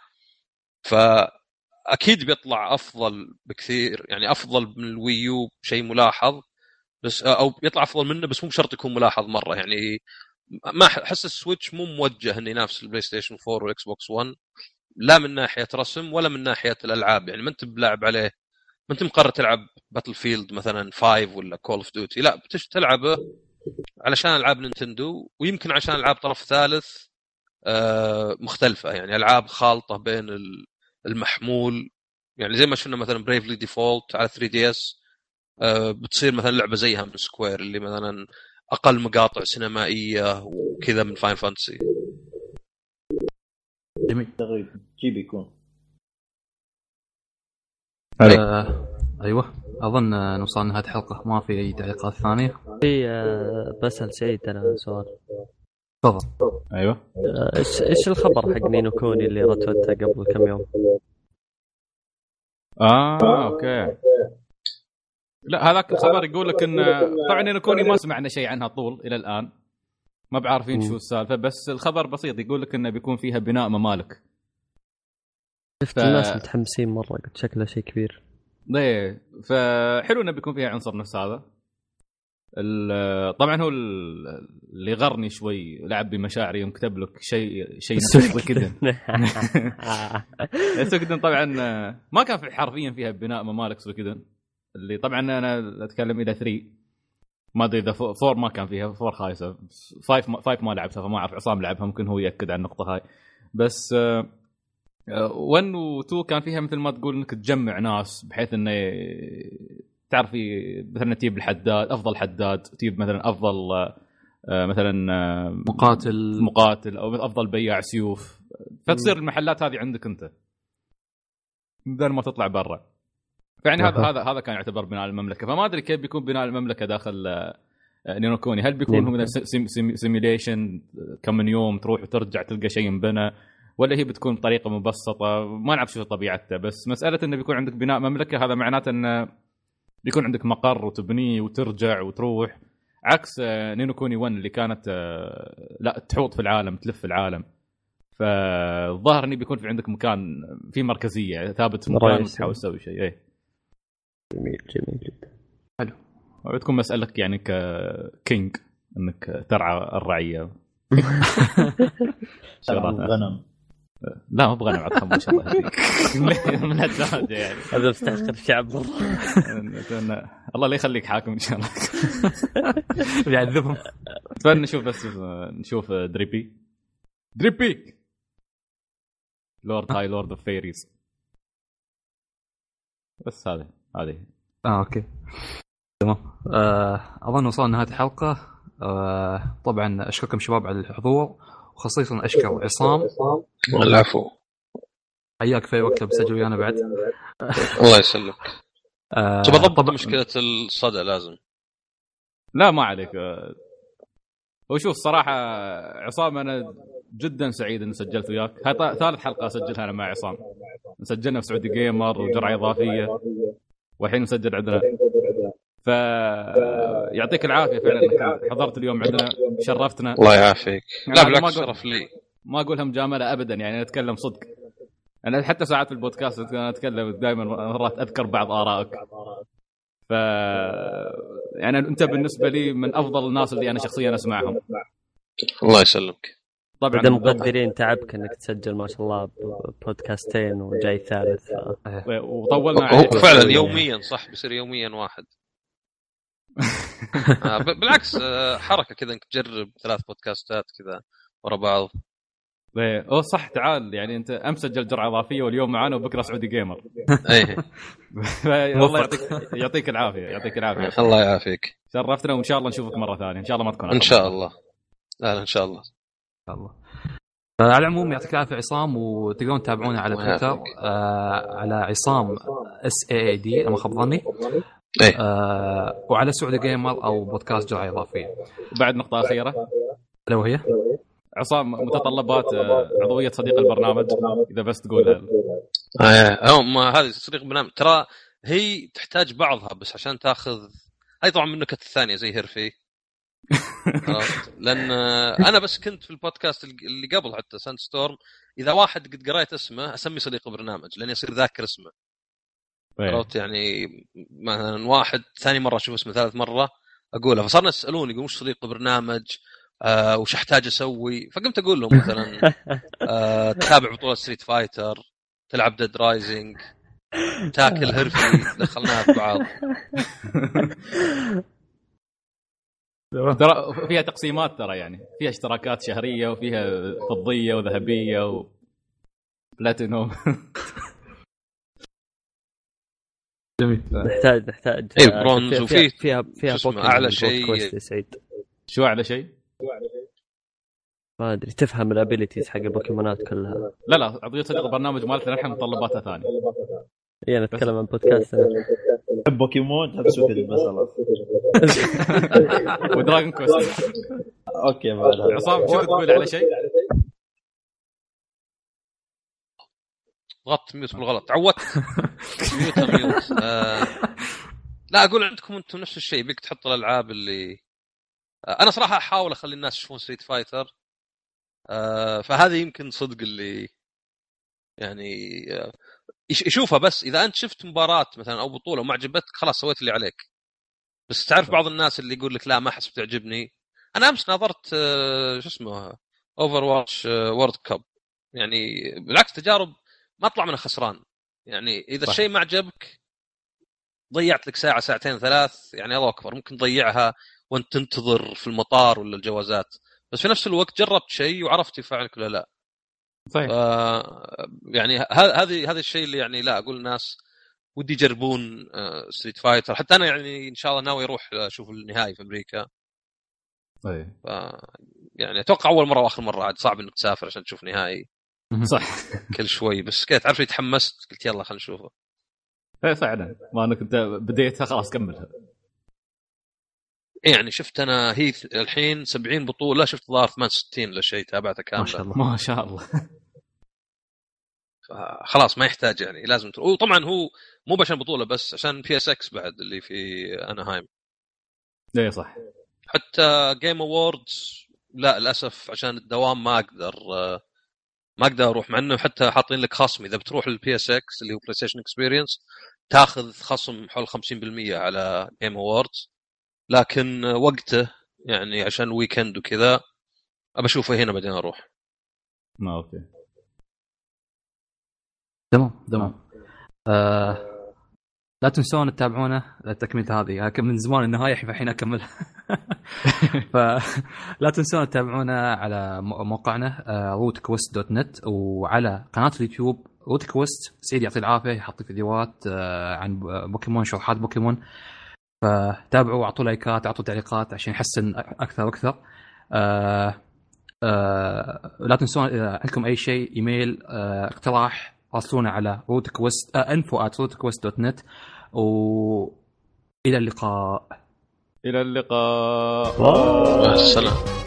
فاكيد بيطلع افضل بكثير يعني افضل من الويو شيء ملاحظ، بس او بيطلع افضل منه بس مو شرط يكون ملاحظ مره يعني. ما احس السويتش مو موجه انه ينافس البلاي ستيشن فور والاكس بوكس ون لا من ناحيه رسم ولا من ناحيه الالعاب. يعني ما انت بلاعب عليه، ما انت مقرر تلعب باتل فيلد مثلا خمسة ولا كول اوف ديوتي، لا بتش تلعبه علشان العاب نينتندو ويمكن عشان العاب طرف ثالث آه مختلفه يعني العاب خالطه بين المحمول. يعني زي ما شفنا مثلا بريفلي ديفولت على ثري دي اس آه بتصير مثلا لعبه زيها من سكوير اللي مثلا اقل مقاطع سينمائيه وكذا من فاين فانتسي. جميل تقريبا شي بيكون. آه ايوه اظن نوصل لنهايه الحلقه، ما في اي تعليقات ثانيه. في آه بسأل سعيد انا سؤال. تفضل. ايوه آه ايش ايش الخبر حق نينو كوني اللي رتوته قبل كم يوم؟ اه اوكي. لا هذاك الخبر يقول لك ان طبعا نينو كوني ما سمعنا شيء عنها طول الى الان، ما بعرفين شو السالفه، بس الخبر بسيط يقول لك انه بيكون فيها بناء ممالك. شفت ف... الناس متحمسين مره، قلت شكله شيء كبير. ايه فحلو انه بيكون فيها عنصر نفس هذا. طبعا هو اللي غرني شوي لعب بمشاعري يوم كتب لك شيء شيء سويكدن. سويكدن طبعا ما كان في حرفيا فيها بناء ممالك سويكدن، اللي طبعا انا اتكلم الى ثري، ما ادري اذا فور ما كان فيها، فور خايسه، فايف ما, فايف ما لعبتها فما اعرف. عصام لعبها ممكن هو ياكد على النقطه هاي. بس واحد و اثنين كان فيها مثل ما تقول انك تجمع ناس بحيث انه تعرفي مثلا تجيب الحداد افضل حداد، تجيب مثلا افضل مثلا مقاتل مقاتل او افضل بياع سيوف، فتصير المحلات هذه عندك انت بدل ما تطلع برا. فيعني هذا هذا هذا كان يعتبر بناء المملكه. فما ادري كيف بيكون بناء المملكه داخل ني نو كوني. هل بيكون هو سيميليشن كم من يوم تروح وترجع تلقى شيء مبنى، ولا هي بتكون بطريقه مبسطه؟ ما نعرف شو طبيعتها، بس مساله انه بيكون عندك بناء مملكه هذا معناته انه بيكون عندك مقر وتبنيه وترجع وتروح، عكس نينو كوني واحد اللي كانت لا تحوط في العالم تلف في العالم. فالظاهر اني بيكون في عندك مكان في مركزيه ثابت في مكان وتحاول تسوي شيء. ايه جميل جميل جدا حلو. وبتكون مسألك يعني ككينج انك ترعى الرعيه. غنم لا ما بغنم عاد خمس الله يهديك من هالدرجه يعني. هذا مستحقر الشعب الله لا يخليك حاكم ان شاء الله. بيعذبهم. اتمنى نشوف بس نشوف دريبي دريبي لورد هاي لورد اوف فيريز. بس هذا هذه اه اوكي تمام. آه اظن وصلنا نهايه الحلقه. آه طبعا اشكركم شباب على الحضور، وخصيصا اشكر عصام. العفو، حياك في وقت بسجل ويانا بعد. الله يسلمك. آه تبى ضبط طب... مشكله الصدى لازم. لا ما عليك. وشوف صراحه عصام انا جدا سعيد اني سجلت وياك. هاي ثالث حلقه اسجلها انا مع عصام. سجلنا في سعودي جيمر وجرعه اضافيه، والحين نسجل عندنا. فيعطيك العافيه فعلا انك حضرت اليوم عندنا، شرفتنا. الله يعافيك. لا بالعكس شرف لي. ما اقولها مجامله ابدا، يعني اتكلم صدق. انا حتى ساعات في البودكاست انا اتكلم دائما مرات اذكر بعض ارائك. ف يعني انت بالنسبه لي من افضل الناس اللي انا شخصيا اسمعهم. الله يسلمك. طبعا مقدرين تعبك انك تسجل ما شاء الله بودكاستين وجاي ثالث. وطولنا عليك فعلا يوميا. صح بيصير يوميا واحد. بالعكس حركه كذا انك تجرب ثلاث بودكاستات كذا ورا بعض. ايه او صح. تعال يعني انت امس سجلت جرعه اضافيه واليوم معانا وبكره سعودي جيمر. ايه الله يعطيك يعطيك العافيه يعطيك العافيه. الله يعافيك. شرفتنا وان شاء الله نشوفك مره ثانيه. ان شاء الله ما تكون ان شاء الله. لا ان شاء الله ان شاء الله. على العموم يعطيك العافيه عصام، وتقدرون تتابعونا على تويتر آه على عصام اس اي اي دي ما خاب ظني. ايه آه وعلى سعودي جيمر او بودكاست جرعه اضافيه. بعد نقطه اخيره لو هي عصام متطلبات عضويه صديق البرنامج اذا بس تقولها. اه ما هذه صديق البرنامج ترى هي تحتاج بعضها بس عشان تاخذ. هاي طبعا من النكت الثانيه زي هيرفي. لان انا بس كنت في البودكاست اللي قبل حتى ساند ستورم اذا واحد قد قرأت اسمه اسمي صديق البرنامج لان يصير ذاكر اسمه. عرفت يعني مثلا واحد ثاني مره اشوف اسمه ثالث مره اقولها، فصارنا يسالوني يقولون وش صديق البرنامج آه وش احتاج اسوي. فقمت اقول لهم مثلا آه تتابع بطوله ستريت فايتر، تلعب ديد رايزنج، تاكل هرفي، دخلناها في بعض. ترى فيها تقسيمات ترى يعني فيها اشتراكات شهريه وفيها فضيه وذهبيه وبلاتينوم. جميل. نحتاج نحتاج اي برونز وفي فيها فيها بوكيمون اعلى شيء. سعيد شو اعلى شيء؟ ما ادري تفهم الابيليتيز حق البوكيمونات كلها. لا لا عضويه صديق البرنامج مالتنا نحن متطلباتها ثانيه. اي انا اتكلم عن بودكاست. تحب بوكيمون تحب سوق المسألة ودراغون كوست. اوكي بعد عصام شو تقول على شيء؟ ضغطت ميوت بالغلط تعودت. ميوت ميوت آه... لا اقول عندكم انتم نفس الشيء بيك تحط الالعاب اللي آه انا صراحه احاول اخلي الناس يشوفون ستريت فايتر. آه فهذا يمكن صدق اللي يعني آه يشوفها. بس اذا انت شفت مباراه مثلا او بطوله وما عجبتك خلاص سويت اللي عليك. بس تعرف بعض الناس اللي يقول لك لا ما حسب تعجبني. انا امس نظرت آه شو اسمه اوفر واتش آه وورد كاب. يعني بالعكس تجارب ما اطلع منها خسران. يعني اذا الشيء ما عجبك ضيعت لك ساعه ساعتين ثلاث يعني الله اكبر ممكن تضيعها وانت تنتظر في المطار ولا الجوازات. بس في نفس الوقت جربت شيء وعرفت يفعلك ولا لا. صحيح. يعني هذه هذا الشيء اللي يعني لا اقول الناس ودي يجربون ستريت فايتر. حتى انا يعني ان شاء الله ناوي اروح اشوف النهائي في امريكا. اي ف يعني اتوقع اول مره واخر مره، عاد صعب انك تسافر عشان تشوف نهائي. صح. كل شوي بس كنت تعرف تحمست قلت يلا خلينا نشوفه. اي فعلا ما انا كنت بديتها خلاص كملها. يعني شفت انا هي الحين سبعين بطوله، شفت ظهر ثمانية وستين ولا شيء، تابعته كامله. ما شاء الله ما شاء الله. خلاص ما يحتاج يعني لازم تروح. وطبعا هو مو عشان بطوله بس، عشان بي اس اكس بعد اللي في اناهايم. اي صح. حتى جيم اووردز لا للاسف عشان الدوام ما اقدر ما اقدر اروح، مع انه حتى حاطين لك خصم اذا بتروح للبي اس اكس اللي هو بلاي ستيشن اكسبيرينس تاخذ خصم حول خمسين بالمية على جيم اووردز، لكن وقته يعني عشان ويكند وكذا ابى اشوفه هنا بعدين اروح. ما اوكي تمام تمام. آه لا تنسون تتابعونا التكمله هذه من زمان النهايه الحين اكملها. فلا تنسون تتابعونا على موقعنا روت كويست دوت نت وعلى قناه اليوتيوب روت كويست. سعيد يعطي العافيه يحط فيديوهات عن بوكيمون، شروحات بوكيمون، فتابعوا واعطوا لايكات اعطوا تعليقات عشان يحسن اكثر واكثر. آه آه لا تنسون اذا عندكم اي شيء ايميل آه اقتراح راسلونا على روت كويست انفو ات روت كويست دوت نت. والى اللقاء. الى اللقاء. السلام.